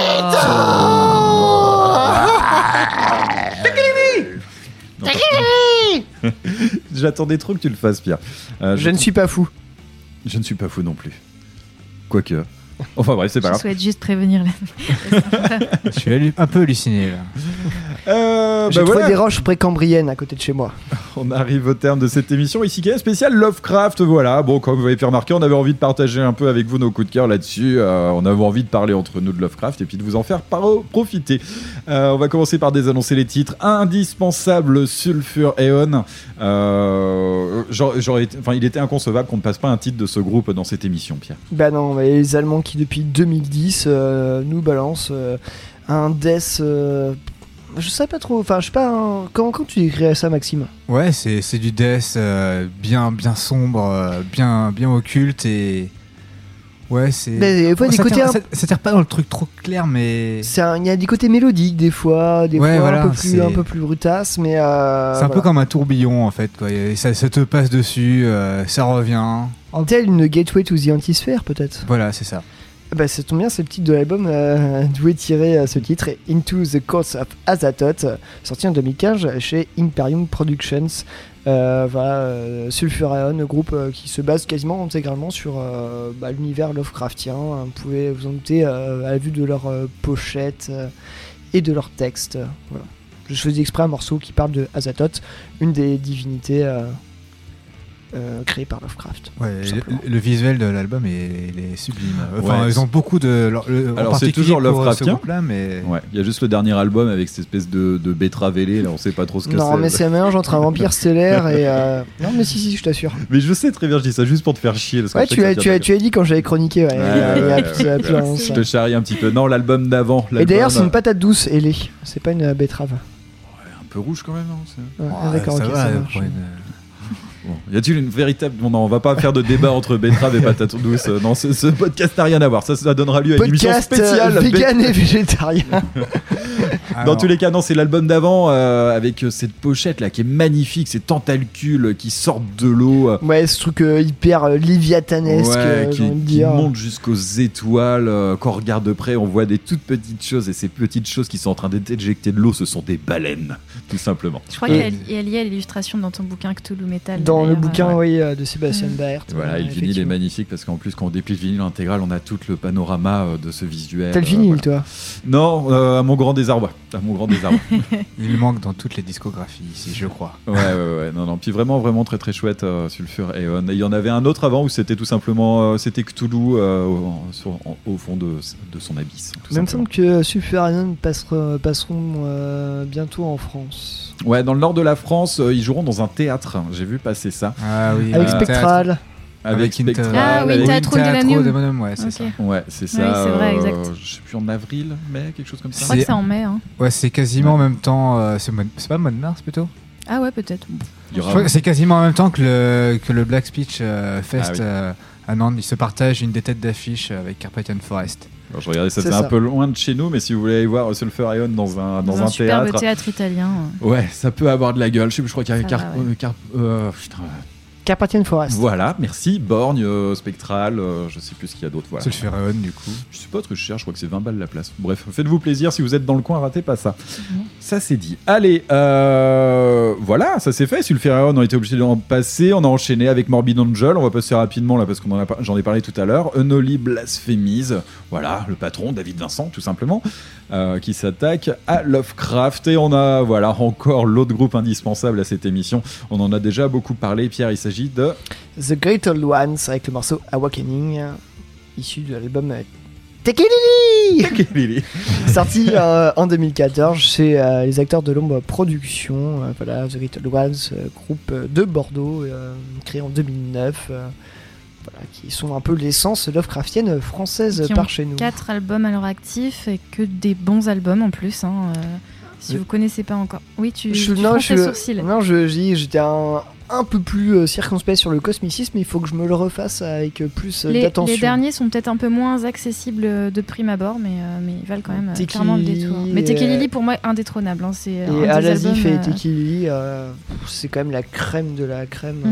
metal. J'attendais trop que tu le fasses, Pierre. Je ne suis pas fou. Je ne suis pas fou non plus. Quoique. Enfin bref, c'est pas Je grave. souhaite juste prévenir. Je suis un peu halluciné là. J'ai trouvé des roches précambriennes à côté de chez moi. On arrive au terme de cette émission ici qui est spéciale Lovecraft. Voilà, bon, comme vous avez pu remarquer, on avait envie de partager un peu avec vous nos coups de cœur là-dessus. On avait envie de parler entre nous de Lovecraft et puis de vous en faire profiter. On va commencer par désannoncer les titres. Indispensable Sulphur Aeon. Il était inconcevable qu'on ne passe pas un titre de ce groupe dans cette émission, Pierre. Bah non, mais les Allemands qui depuis 2010 nous balancent un death. Je sais pas trop. Enfin, je sais pas. Comment tu décrirais ça, Maxime? Ouais, c'est du death bien sombre, bien occulte et. Ouais, c'est. Mais des fois, des côtés. Ça tire pas dans le truc trop clair, mais. Il y a des côtés mélodiques, des fois voilà, un peu plus brutasse, mais. C'est un peu comme un tourbillon en fait, quoi. Ça te passe dessus, ça revient. Tel une Gateway to the Antisphere, peut-être. Voilà, c'est ça. Bah, ça tombe bien, c'est le titre de l'album d'où est tiré ce titre, Into the Courts of Azathoth, sorti en 2015 chez Imperium Productions. Sulphur Aeon, groupe qui se base quasiment intégralement sur l'univers Lovecraftien. Vous pouvez vous en douter à la vue de leur pochette et de leur texte. Voilà. Je faisais exprès un morceau qui parle de Azathoth, une des divinités créé par Lovecraft. Ouais, le visuel de l'album est sublime. Enfin, ils ont beaucoup de. Alors c'est toujours Lovecraftien, mais ouais, il y a juste le dernier album avec cette espèce de betterave ailée. Là, on sait pas trop ce que c'est. Non, mais c'est un mélange entre un vampire stellaire et. Non, mais si, je t'assure. Mais je sais très bien, je dis ça juste pour te faire chier. Parce ouais, tu as dit quand j'avais chroniqué. Je te charrie un petit peu. Non, l'album d'avant. Et d'ailleurs, c'est une patate douce ailée. C'est pas une betterave. Ouais, un peu rouge quand même. Non, d'accord, ok, ça marche. Bon. Y a-t-il une véritable... Bon, non, on va pas faire de débat entre betterave et patate douce. Non, ce podcast n'a rien à voir. Ça donnera lieu à une émission spéciale. Vegan et végétarien. Dans tous les cas, non, c'est l'album d'avant avec cette pochette là qui est magnifique, ces tentacules qui sortent de l'eau. Ouais, ce truc hyper léviathanesque. Ouais, qui monte jusqu'aux étoiles. Quand on regarde de près, on voit des toutes petites choses et ces petites choses qui sont en train d'éjecter de l'eau, ce sont des baleines, tout simplement. Je crois qu'elle est liée à l'illustration dans ton bouquin Cthulhu Metal. Dans le bouquin, oui, de Sébastien Baert. Voilà, le vinyle est magnifique parce qu'en plus, quand on déplie le vinyle intégral, on a tout le panorama de ce visuel. T'as le vinyle, toi? Non, à mon grand désarroi. Il manque dans toutes les discographies ici, je crois. Ouais. Non. Puis vraiment très très chouette Sulphur Aeon. Et il y en avait un autre avant où c'était tout simplement c'était Cthulhu au fond de son abysse. Il me semble que Sulphur Aeon passeront bientôt en France. Ouais, dans le nord de la France, ils joueront dans un théâtre. J'ai vu passer ça. Ah oui. Avec Spectral. Avec Spectral. Ah oui, Teatro Demonum, ouais, c'est ça. Ouais, c'est ça. Oui, c'est vrai, exact. Je sais plus, en avril, mai, quelque chose comme ça. Je crois que c'est en mai. Hein. Ouais, c'est quasiment en même temps. C'est pas le mois de mars plutôt? Ah ouais, peut-être. Je crois que c'est quasiment en même temps que le Black Speech Fest à Nantes. Ils se partagent une des têtes d'affiche avec Carpathian Forest. Alors, je regardais, c'est un peu loin de chez nous, mais si vous voulez aller voir Sulphur Aeon dans un superbe théâtre italien. Ouais, ça peut avoir de la gueule. Je crois qu'il y a Carpathian Forest. Voilà, merci. Borgne, Spectral, je sais plus ce qu'il y a d'autre. Voilà. Sulphur Aeon, du coup. Je sais pas ce que je cherche, je crois que c'est 20 balles la place. Bref, faites-vous plaisir, si vous êtes dans le coin, ratez pas ça. Ça c'est dit. Allez, voilà, ça c'est fait. Sulphur Aeon, on a été obligé d'en passer. On a enchaîné avec Morbid Angel. On va passer rapidement là parce que j'en ai parlé tout à l'heure. Unholy Blasphemies. Voilà, le patron, David Vincent, tout simplement, qui s'attaque à Lovecraft. Et on a, voilà, encore l'autre groupe indispensable à cette émission. On en a déjà beaucoup parlé. Pierre, il s'agit de The Great Old Ones avec le morceau Awakening, issu de l'album Tekilili, sorti en 2014 chez les Acteurs de l'Ombre Productions. Voilà, The Great Old Ones, groupe de Bordeaux, créé en 2009. Voilà, qui sont un peu l'essence Lovecraftienne française par chez nous. 4 albums à leur actif et que des bons albums en plus. Si vous connaissez pas encore. Oui, tu je fronces les sourcils. Non, j'étais un peu plus circonspect sur le cosmicisme, mais il faut que je me le refasse avec plus d'attention. Les derniers sont peut-être un peu moins accessibles de prime abord, mais ils valent quand même clairement le détour. Mais Tekilili, pour moi, indétrônable. Hein, c'est et Alasif et Tekilili, c'est quand même la crème de la crème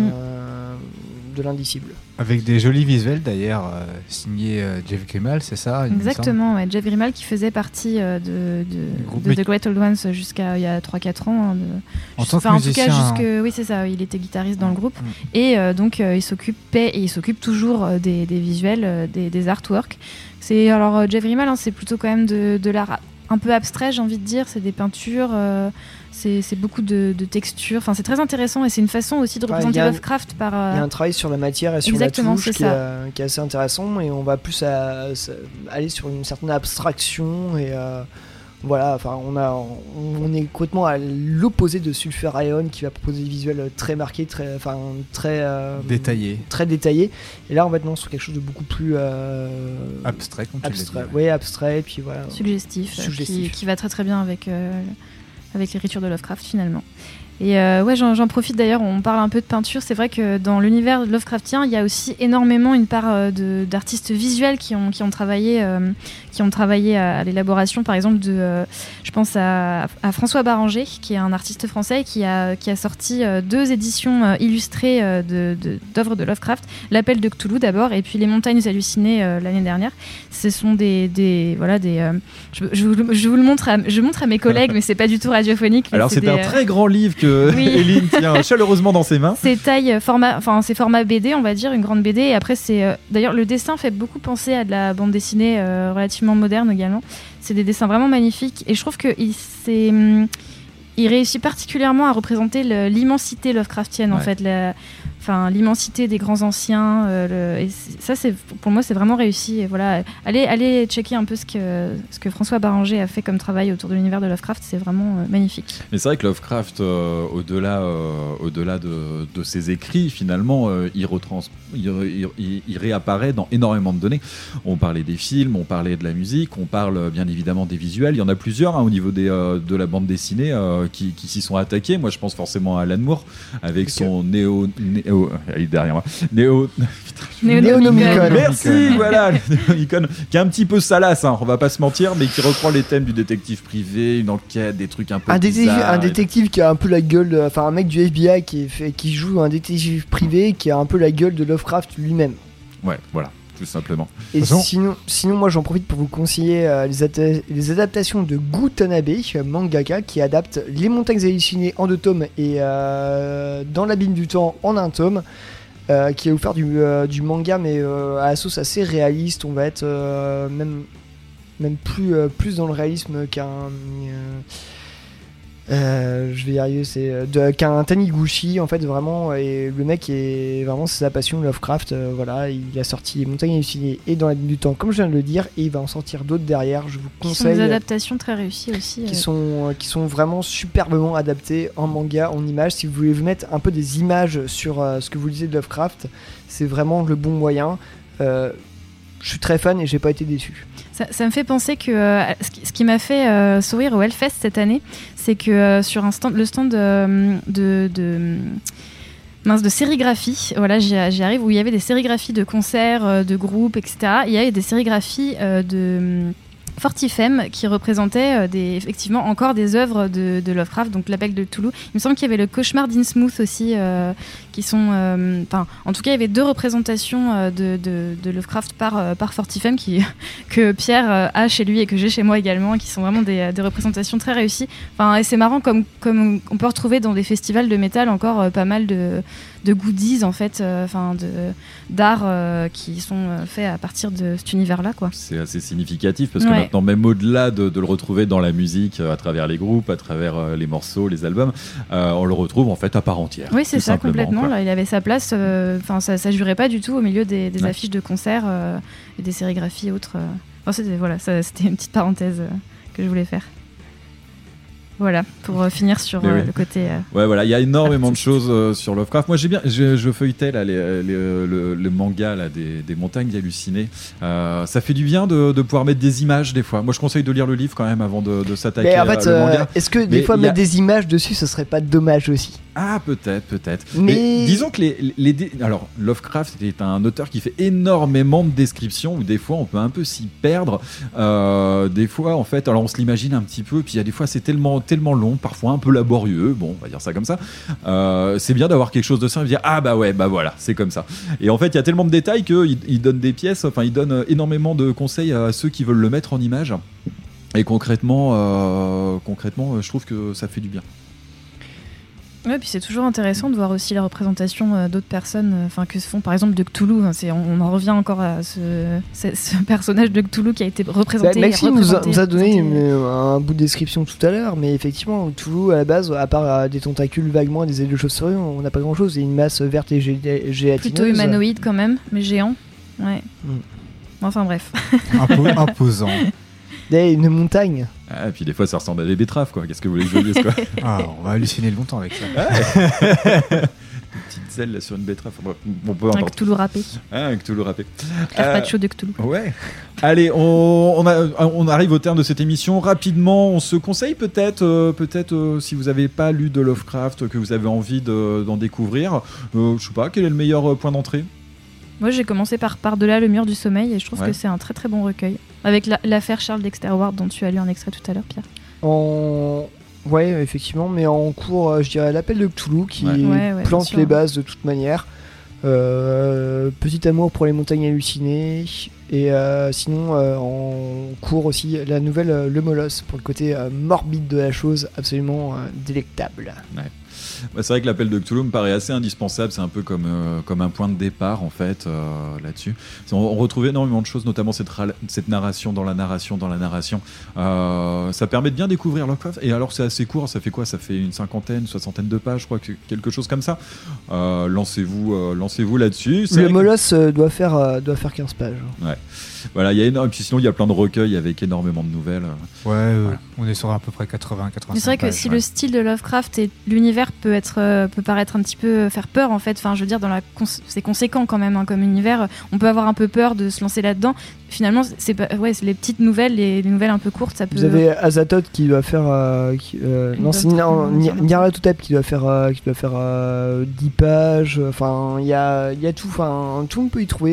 de l'indicible. Avec des jolis visuels d'ailleurs, signé Jeff Grimal, c'est ça? Exactement, ouais. Jeff Grimal qui faisait partie de The Great Old Ones jusqu'à il y a 3-4 ans. En tant que musicien. En tout cas, oui, c'est ça, il était guitariste dans le groupe. Et donc, il s'occupait et il s'occupe toujours des visuels, des artworks. Alors, Jeff Grimal, hein, c'est plutôt quand même de l'art un peu abstrait, j'ai envie de dire. C'est des peintures. C'est beaucoup de textures. Enfin, c'est très intéressant et c'est une façon aussi de représenter Lovecraft par. Il y a un travail sur la matière et sur la touche qui est assez intéressant et on va plus aller sur une certaine abstraction et voilà. Enfin, on est complètement à l'opposé de Sulphur Ion qui va proposer des visuels très marqués, très détaillés. Et là, on va être sur quelque chose de beaucoup plus abstrait, comme tu l'as dit. Oui, abstrait et puis voilà. Suggestif. Qui va très très bien avec l'écriture de Lovecraft finalement. Et j'en profite d'ailleurs, on parle un peu de peinture. C'est vrai que dans l'univers Lovecraftien, il y a aussi énormément une part d'artistes visuels qui ont travaillé à l'élaboration, par exemple, je pense à François Baranger, qui est un artiste français qui a sorti 2 éditions illustrées d'œuvres de Lovecraft, L'Appel de Cthulhu d'abord, et puis Les Montagnes hallucinées l'année dernière. Ce sont je vous le montre je montre à mes collègues, mais c'est pas du tout radiophonique. Alors c'est un très grand livre que Eline tient chaleureusement dans ses mains. C'est c'est format BD, on va dire, une grande BD. Et après, d'ailleurs, le dessin fait beaucoup penser à de la bande dessinée relativement moderne également. C'est des dessins vraiment magnifiques. Et je trouve qu'il réussit particulièrement à représenter l'immensité Lovecraftienne, en fait. L'immensité des grands anciens. Et ça, pour moi, c'est vraiment réussi. Et voilà, allez checker un peu ce que François Baranger a fait comme travail autour de l'univers de Lovecraft. C'est vraiment magnifique. Mais c'est vrai que Lovecraft, au-delà de ses écrits, finalement, il réapparaît dans énormément de données. On parlait des films, on parlait de la musique, on parle bien évidemment des visuels. Il y en a plusieurs au niveau de la bande dessinée qui s'y sont attaqués. Moi, je pense forcément à Alan Moore avec son il est derrière moi. Néonomicon. Merci, voilà, Néonomicon, qui est un petit peu salace, on va pas se mentir, mais qui reprend les thèmes du détective privé, une enquête, des trucs un peu bizarres. Un détective qui a un peu la gueule, un mec du FBI qui joue un détective privé qui a un peu la gueule de Lovecraft lui-même. Ouais, voilà. Tout simplement. Et sinon, moi j'en profite pour vous conseiller les adaptations de Gu Tanabe, mangaka, qui adapte Les Montagnes hallucinées en 2 tomes et Dans l'abîme du temps en 1 tome, qui va vous faire du manga mais à la sauce assez réaliste. On va être même plus dans le réalisme je vais y arriver, qu'un Taniguchi en fait, vraiment. Et le mec c'est sa passion, Lovecraft. Il a sorti Les Montagnes hallucinées et Dans l'abîme du temps, comme je viens de le dire, et il va en sortir d'autres derrière. Je vous conseille. Des adaptations très réussies aussi. Qui sont vraiment superbement adaptées en manga, en images. Si vous voulez vous mettre un peu des images sur ce que vous lisez de Lovecraft, c'est vraiment le bon moyen. Je suis très fan et j'ai pas été déçu. Ça me fait penser que ce qui m'a fait sourire au Hellfest cette année, c'est que sur le stand de sérigraphie, voilà, j'y arrive, où il y avait des sérigraphies de concerts, de groupes, etc. Il y avait des sérigraphies de Fortifem qui représentait effectivement encore des œuvres de Lovecraft, donc L'Appel de Cthulhu. Il me semble qu'il y avait Le Cauchemar d'Innsmouth aussi, qui sont... en tout cas, il y avait 2 représentations de Lovecraft par Fortifem que Pierre a chez lui et que j'ai chez moi également, et qui sont vraiment des représentations très réussies. Et c'est marrant, comme on peut retrouver dans des festivals de métal encore pas mal de goodies, en fait, d'art qui sont faits à partir de cet univers-là, quoi. C'est assez significatif parce que maintenant, même au-delà de le retrouver dans la musique, à travers les groupes, à travers les morceaux, les albums, on le retrouve en fait à part entière. Oui, c'est ça, complètement. Là, il avait sa place. Ça jurait pas du tout au milieu des affiches de concerts et des sérigraphies et autres. C'était une petite parenthèse que je voulais faire. Voilà, pour finir sur Mais oui. le côté. Ouais, voilà, il y a énormément de choses sur Lovecraft. Moi, je feuilletais là, le manga là, des montagnes hallucinées. Ça fait du bien de pouvoir mettre des images des fois. Moi, je conseille de lire le livre quand même avant de s'attaquer Mais en fait, le manga. est-ce que des fois mettre des images dessus, ce serait pas dommage aussi? Ah, peut-être. Mais disons que alors, Lovecraft est un auteur qui fait énormément de descriptions où des fois on peut un peu s'y perdre. Des fois, en fait, alors on se l'imagine un petit peu, puis il y a des fois c'est tellement long, parfois un peu laborieux. Bon, on va dire ça comme ça. C'est bien d'avoir quelque chose de simple et dire ah bah ouais, bah voilà, c'est comme ça. Et en fait, il y a tellement de détails qu'il donne des pièces, enfin, il donne énormément de conseils à ceux qui veulent le mettre en image. Et concrètement, je trouve que ça fait du bien. Ouais, puis c'est toujours intéressant de voir aussi la représentation d'autres personnes, que se font par exemple de Cthulhu. On en revient encore à ce personnage de Cthulhu qui a été représenté. Maxime nous a donné un bout de description tout à l'heure, mais effectivement, Cthulhu à la base, à part des tentacules vaguement et des ailes de chauve-souris, on n'a pas grand-chose. C'est une masse verte et gélatineuse. Plutôt humanoïde quand même, mais géant. Ouais. Enfin bref. Imposant. Une montagne. Ah, et puis des fois ça ressemble à des betteraves quoi. Qu'est-ce que vous voulez que je vous dise quoi? On va halluciner longtemps avec ça. Des petites ailes là sur une betterave. Bon, peu importe. Un Cthulhu râpé. Un Cthulhu râpé. Carpaccio de Cthulhu. Ouais. Allez, on arrive au terme de cette émission. Rapidement, on se conseille peut-être si vous n'avez pas lu de Lovecraft, que vous avez envie d'en découvrir. Je sais pas, quel est le meilleur point d'entrée? Moi, j'ai commencé par-delà le mur du sommeil et je trouve que c'est un très très bon recueil. Avec l'affaire Charles Dexter Ward dont tu as lu un extrait tout à l'heure, Pierre. Ouais, effectivement, mais en cours, je dirais l'appel de Cthulhu qui plante les bases de toute manière. Petit amour pour les montagnes hallucinées. Et sinon, en cours aussi, la nouvelle Le Molosse pour le côté morbide de la chose, absolument délectable. Ouais. Bah, c'est vrai que l'appel de Cthulhu me paraît assez indispensable, c'est un peu comme un point de départ en fait là-dessus. On retrouve énormément de choses, notamment cette narration dans la narration. Ça permet de bien découvrir Lovecraft, et alors c'est assez court, ça fait quoi? Ça fait une soixantaine de pages, je crois, quelque chose comme ça. Lancez-vous là-dessus. Le Molosse doit faire 15 pages. Ouais. Voilà, et puis sinon il y a plein de recueils avec énormément de nouvelles. Voilà. On est sur à peu près 80-85 C'est vrai que si le style de Lovecraft et l'univers peut paraître un petit peu faire peur en fait, enfin je veux dire c'est conséquent quand même comme univers, on peut avoir un peu peur de se lancer là-dedans. Finalement c'est les petites nouvelles, les nouvelles un peu courtes, ça peut. Vous avez Azathoth qui doit faire c'est Nyarlathotep qui doit faire 10 pages, enfin il y a tout, enfin tout le monde peut y trouver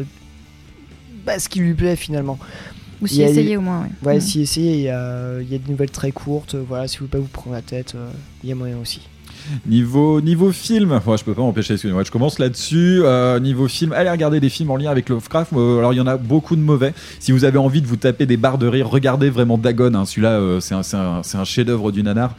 ce qui lui plaît finalement. Ou s'y essayer au moins, ouais. Ouais, s'y essayer, il y a des nouvelles très courtes, voilà, si vous ne voulez pas vous prendre la tête, il y a moyen aussi. Niveau film, je peux pas m'empêcher, excusez-moi, je commence là-dessus. Niveau film, allez regarder des films en lien avec Lovecraft. Alors il y en a beaucoup de mauvais. Si vous avez envie de vous taper des barres de rire, regardez vraiment Dagon, hein. Celui-là c'est un chef-d'œuvre du nanar.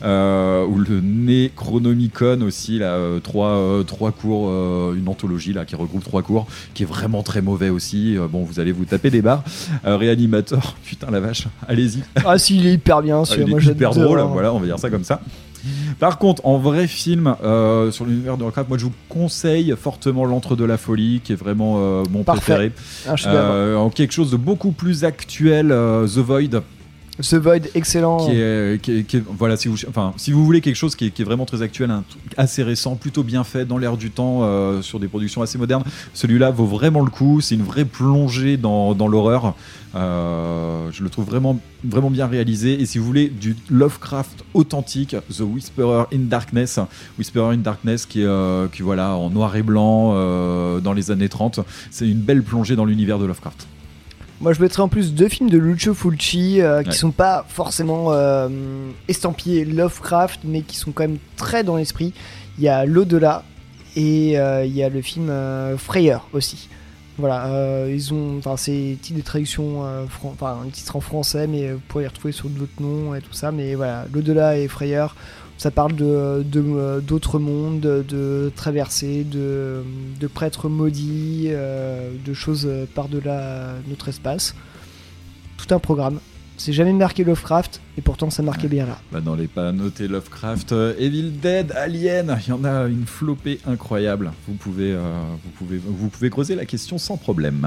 Ou le Necronomicon aussi là, trois cours, une anthologie là qui regroupe 3 cours, qui est vraiment très mauvais aussi. Vous allez vous taper des barres. Réanimator, putain la vache, allez-y. Ah si, il est hyper bien, celui-là. Il est hyper drôle, voilà, on va dire ça comme ça. Par contre, en vrai film sur l'univers de Lovecraft, moi je vous conseille fortement L'Antre de la Folie, qui est vraiment mon préféré. En quelque chose de beaucoup plus actuel, The Void. The Void, excellent. Voilà, si vous voulez quelque chose qui est vraiment très actuel, assez récent, plutôt bien fait, dans l'air du temps, sur des productions assez modernes, celui-là vaut vraiment le coup. C'est une vraie plongée dans l'horreur. Je le trouve vraiment, vraiment bien réalisé. Et si vous voulez du Lovecraft authentique, The Whisperer in Darkness. Whisperer in Darkness qui voilà, en noir et blanc dans les années 30. C'est une belle plongée dans l'univers de Lovecraft. Moi je mettrais en plus 2 films de Lucio Fulci qui sont pas forcément estampillés Lovecraft, mais qui sont quand même très dans l'esprit. Il y a L'Au-delà et il y a le film Freyer aussi. Voilà, c'est titre de traduction, un titre en français, mais vous pourrez les retrouver sur d'autres noms et tout ça. Mais voilà, L'Au-delà et Freyer, ça parle d'autres mondes, de traversées, de prêtres maudits, de choses par-delà notre espace. Tout un programme. C'est jamais marqué Lovecraft, et pourtant ça marquait bien là. Dans les pas notés Lovecraft, Evil Dead, Alien, il y en a une flopée incroyable. Vous pouvez creuser la question sans problème.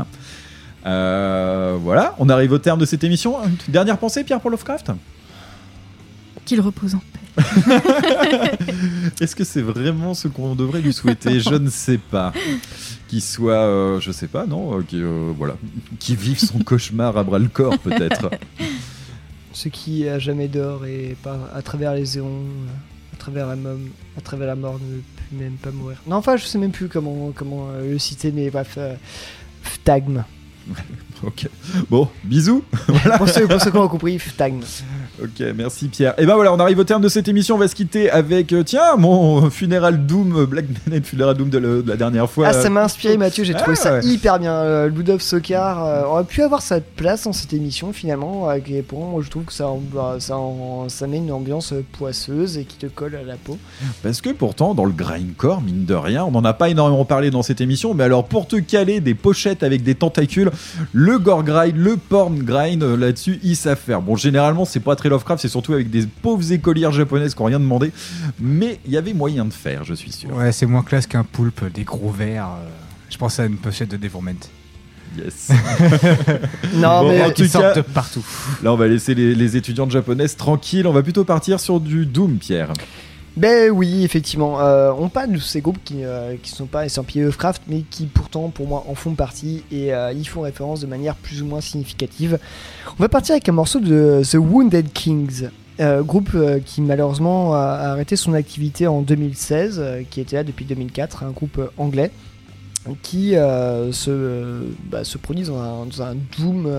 Voilà, on arrive au terme de cette émission. Une dernière pensée, Pierre, pour Lovecraft ? Qu'il repose en paix. Est-ce que c'est vraiment ce qu'on devrait lui souhaiter? Je ne sais pas. Qu'il soit, je sais pas, non, qui vive son cauchemar à bras le corps, peut-être. Ce qui a jamais d'or et à travers les éons, à travers la mort ne peut même pas mourir. Non, enfin, je sais même plus comment le citer, mais bref, Ftagm. Ok. Bon, bisous. Voilà. Pour ceux qui ont compris, Ftagm. Ok, merci Pierre. Et ben voilà, on arrive au terme de cette émission. On va se quitter avec, mon Funeral Doom, Black Knight Funeral Doom de la dernière fois. Ah, ça m'a inspiré, Mathieu. J'ai trouvé ça hyper bien. Blood of Sokar aurait pu avoir sa place dans cette émission finalement. Et pour moi, je trouve que ça met une ambiance poisseuse et qui te colle à la peau. Parce que pourtant, dans le grindcore, mine de rien, on n'en a pas énormément parlé dans cette émission. Mais alors, pour te caler des pochettes avec des tentacules, le gore grind, le porn grind, là-dessus, ils savent faire. Bon, généralement, c'est pas très Lovecraft, c'est surtout avec des pauvres écolières japonaises qui n'ont rien demandé, mais il y avait moyen de faire, je suis sûr. Ouais, c'est moins classe qu'un poulpe, des gros vers. Je pense à une pochette de Devorment. Yes. Non, bon, mais en tout ils sortent cas, de partout. Là, on va laisser les étudiantes japonaises tranquilles. On va plutôt partir sur du Doom, Pierre. Ben oui, effectivement. On parle de ces groupes qui sont pas estampillés Lovecraft, mais qui pourtant, pour moi, en font partie et ils font référence de manière plus ou moins significative. On va partir avec un morceau de The Wounded Kings, groupe qui malheureusement a arrêté son activité en 2016, qui était là depuis 2004, un groupe anglais qui se produit dans un Doom.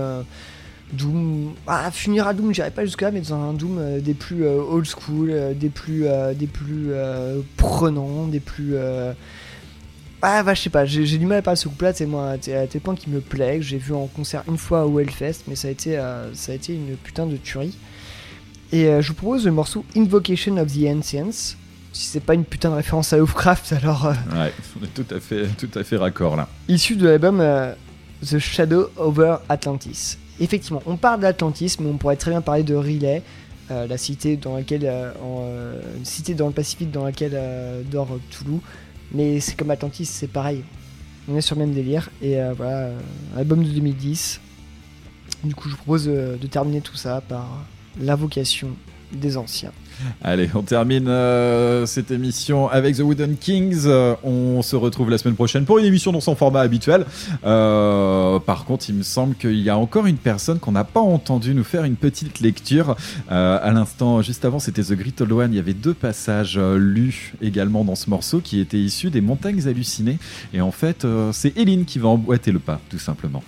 Funeral Doom, j'irai pas jusque là, mais dans un Doom des plus old school, des plus prenants, des plus je sais pas, j'ai du mal à parler de ce groupe là, c'est moi à tel point qu'il me plaît, que j'ai vu en concert une fois au Hellfest, mais ça a été une putain de tuerie. Et je vous propose le morceau Invocation of the Ancients. Si c'est pas une putain de référence à Lovecraft, alors ouais, on est tout à fait raccord là. Issu de l'album The Shadow Over Atlantis. Effectivement, on parle d'Atlantis, mais on pourrait très bien parler de Riley, la cité dans laquelle, une cité dans le Pacifique dans laquelle dort Cthulhu. Mais c'est comme Atlantis, c'est pareil. On est sur le même délire. Et voilà, album de 2010. Du coup, je vous propose de terminer tout ça par l'invocation des anciens. Allez, on termine cette émission avec The Wooden Kings. On se retrouve la semaine prochaine pour une émission dans son format habituel. Par contre, il me semble qu'il y a encore une personne qu'on n'a pas entendu nous faire une petite lecture. À l'instant, juste avant, c'était The Great Old One. Il y avait 2 passages lus également dans ce morceau qui étaient issus des Montagnes Hallucinées. Et en fait, c'est Eline qui va emboîter le pas, tout simplement.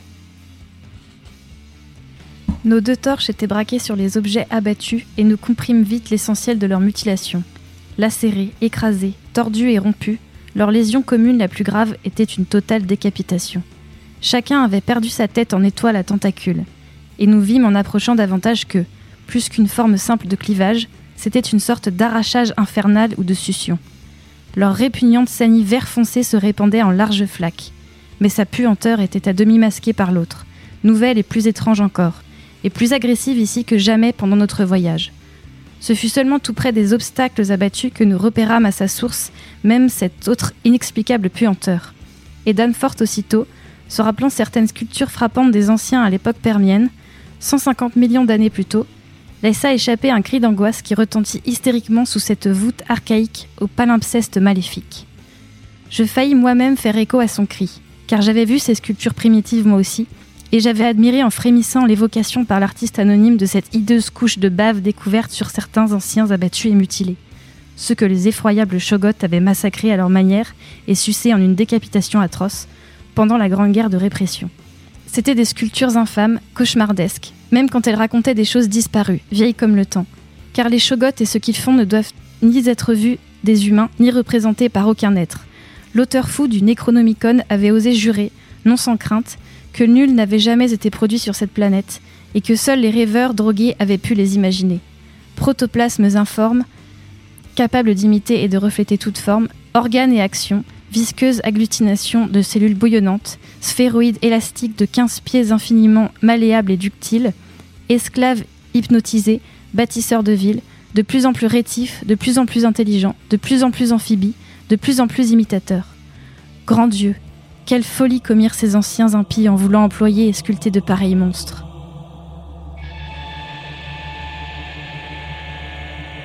Nos 2 torches étaient braquées sur les objets abattus et nous comprîmes vite l'essentiel de leur mutilation. Lacérés, écrasés, tordus et rompus, leur lésion commune la plus grave était une totale décapitation. Chacun avait perdu sa tête en étoile à tentacules. Et nous vîmes en approchant davantage que, plus qu'une forme simple de clivage, c'était une sorte d'arrachage infernal ou de succion. Leur répugnante sanie vert foncé se répandait en larges flaques. Mais sa puanteur était à demi masquée par l'autre, nouvelle et plus étrange encore, et plus agressive ici que jamais pendant notre voyage. Ce fut seulement tout près des obstacles abattus que nous repérâmes à sa source même cette autre inexplicable puanteur. Et Danforth aussitôt, se rappelant certaines sculptures frappantes des anciens à l'époque permienne, 150 millions d'années plus tôt, laissa échapper un cri d'angoisse qui retentit hystériquement sous cette voûte archaïque au palimpseste maléfique. Je faillis moi-même faire écho à son cri, car j'avais vu ces sculptures primitives moi aussi, et j'avais admiré en frémissant l'évocation par l'artiste anonyme de cette hideuse couche de bave découverte sur certains anciens abattus et mutilés, ceux que les effroyables Shoggoths avaient massacrés à leur manière et sucés en une décapitation atroce pendant la Grande Guerre de répression. C'étaient des sculptures infâmes, cauchemardesques, même quand elles racontaient des choses disparues, vieilles comme le temps, car les Shoggoths et ce qu'ils font ne doivent ni être vus des humains, ni représentés par aucun être. L'auteur fou du Necronomicon avait osé jurer, non sans crainte, que nul n'avait jamais été produit sur cette planète et que seuls les rêveurs drogués avaient pu les imaginer. Protoplasmes informes, capables d'imiter et de refléter toute forme, organes et actions, visqueuses agglutinations de cellules bouillonnantes, sphéroïdes élastiques de 15 pieds infiniment malléables et ductiles, esclaves hypnotisés, bâtisseurs de villes, de plus en plus rétifs, de plus en plus intelligents, de plus en plus amphibies, de plus en plus imitateurs. Grand Dieu, quelle folie commirent ces anciens impies en voulant employer et sculpter de pareils monstres.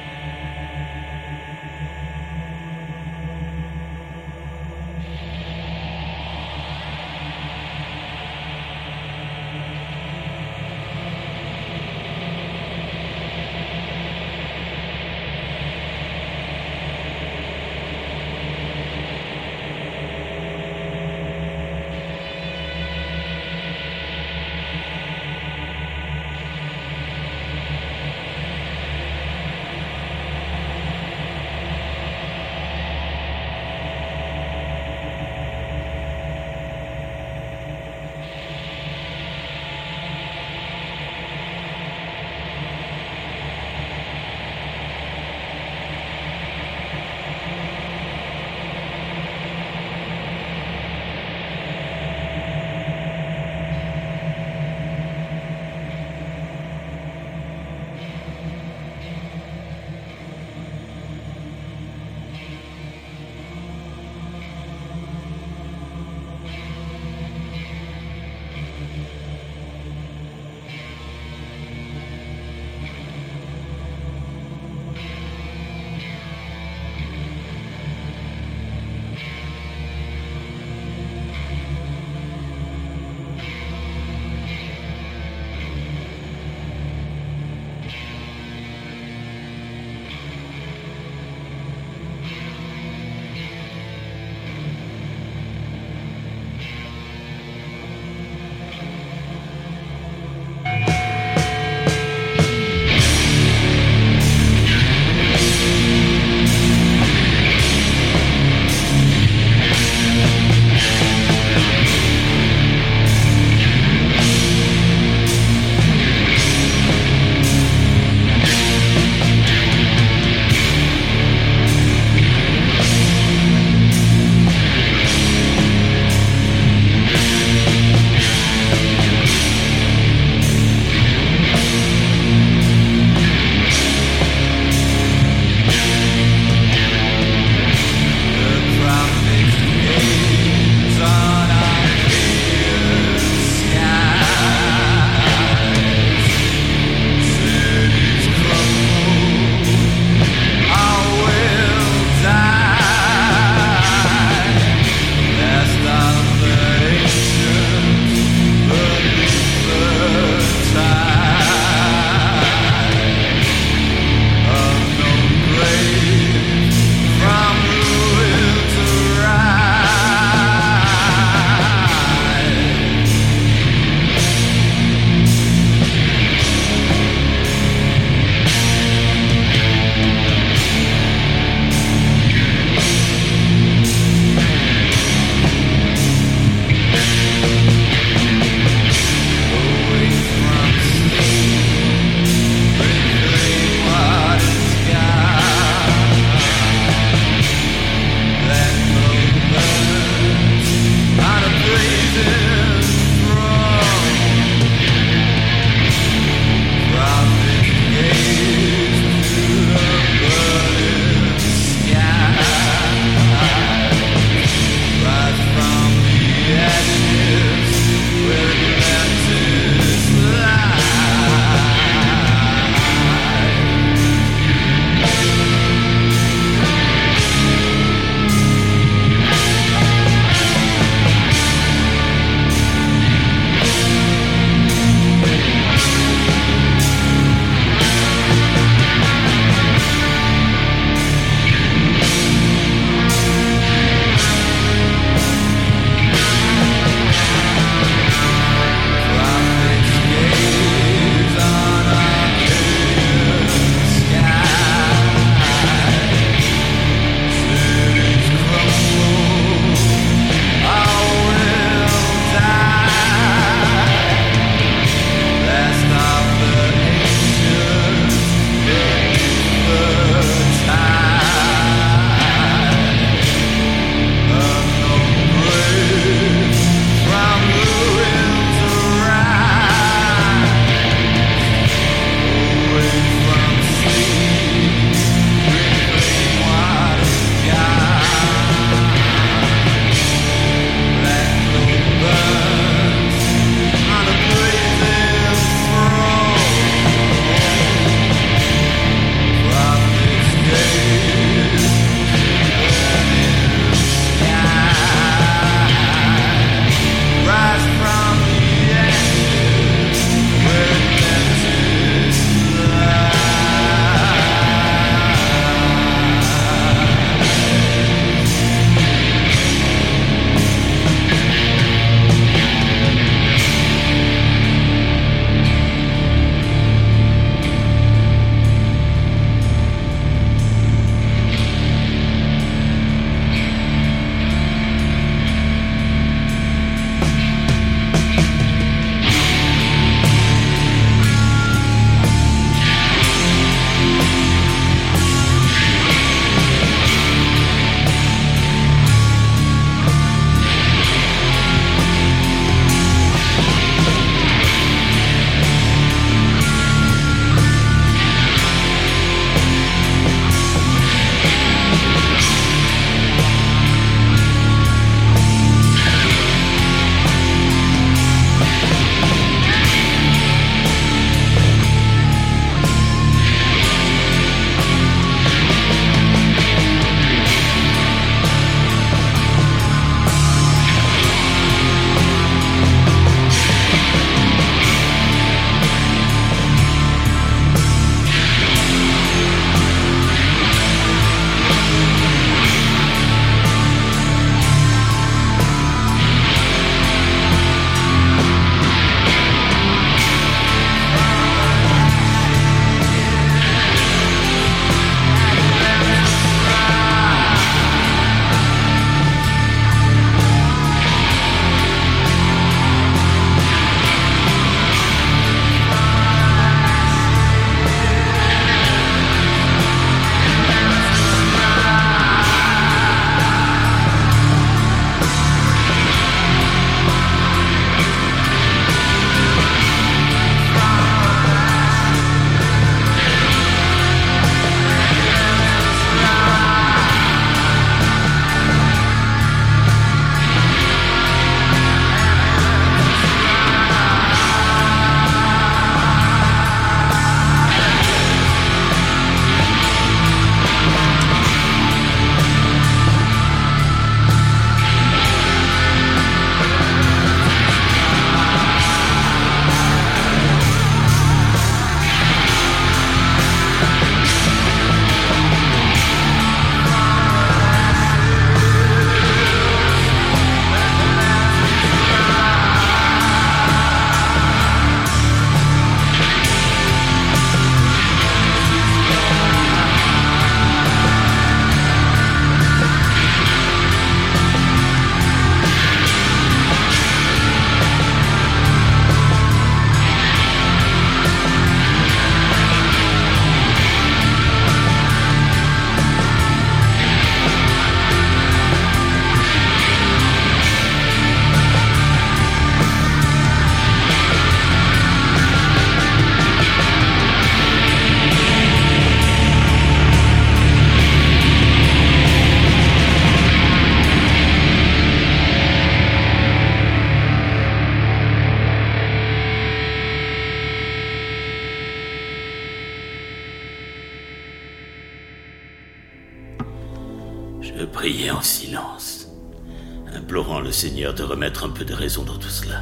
prié en silence, implorant le Seigneur de remettre un peu de raison dans tout cela.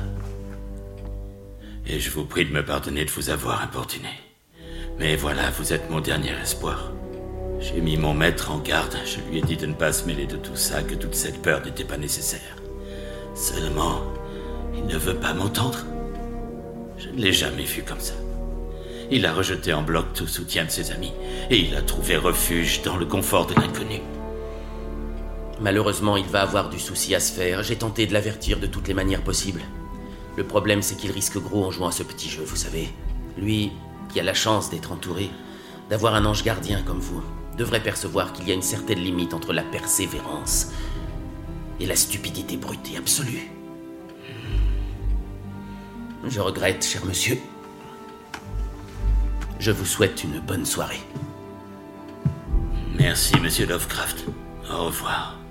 Et je vous prie de me pardonner de vous avoir importuné. Mais voilà, vous êtes mon dernier espoir. J'ai mis mon maître en garde, je lui ai dit de ne pas se mêler de tout ça, que toute cette peur n'était pas nécessaire. Seulement, il ne veut pas m'entendre. Je ne l'ai jamais vu comme ça. Il a rejeté en bloc tout soutien de ses amis, et il a trouvé refuge dans le confort de l'inconnu. Malheureusement, il va avoir du souci à se faire. J'ai tenté de l'avertir de toutes les manières possibles. Le problème, c'est qu'il risque gros en jouant à ce petit jeu, vous savez. Lui, qui a la chance d'être entouré, d'avoir un ange gardien comme vous, devrait percevoir qu'il y a une certaine limite entre la persévérance et la stupidité brute et absolue. Je regrette, cher monsieur. Je vous souhaite une bonne soirée. Merci, monsieur Lovecraft. Au revoir.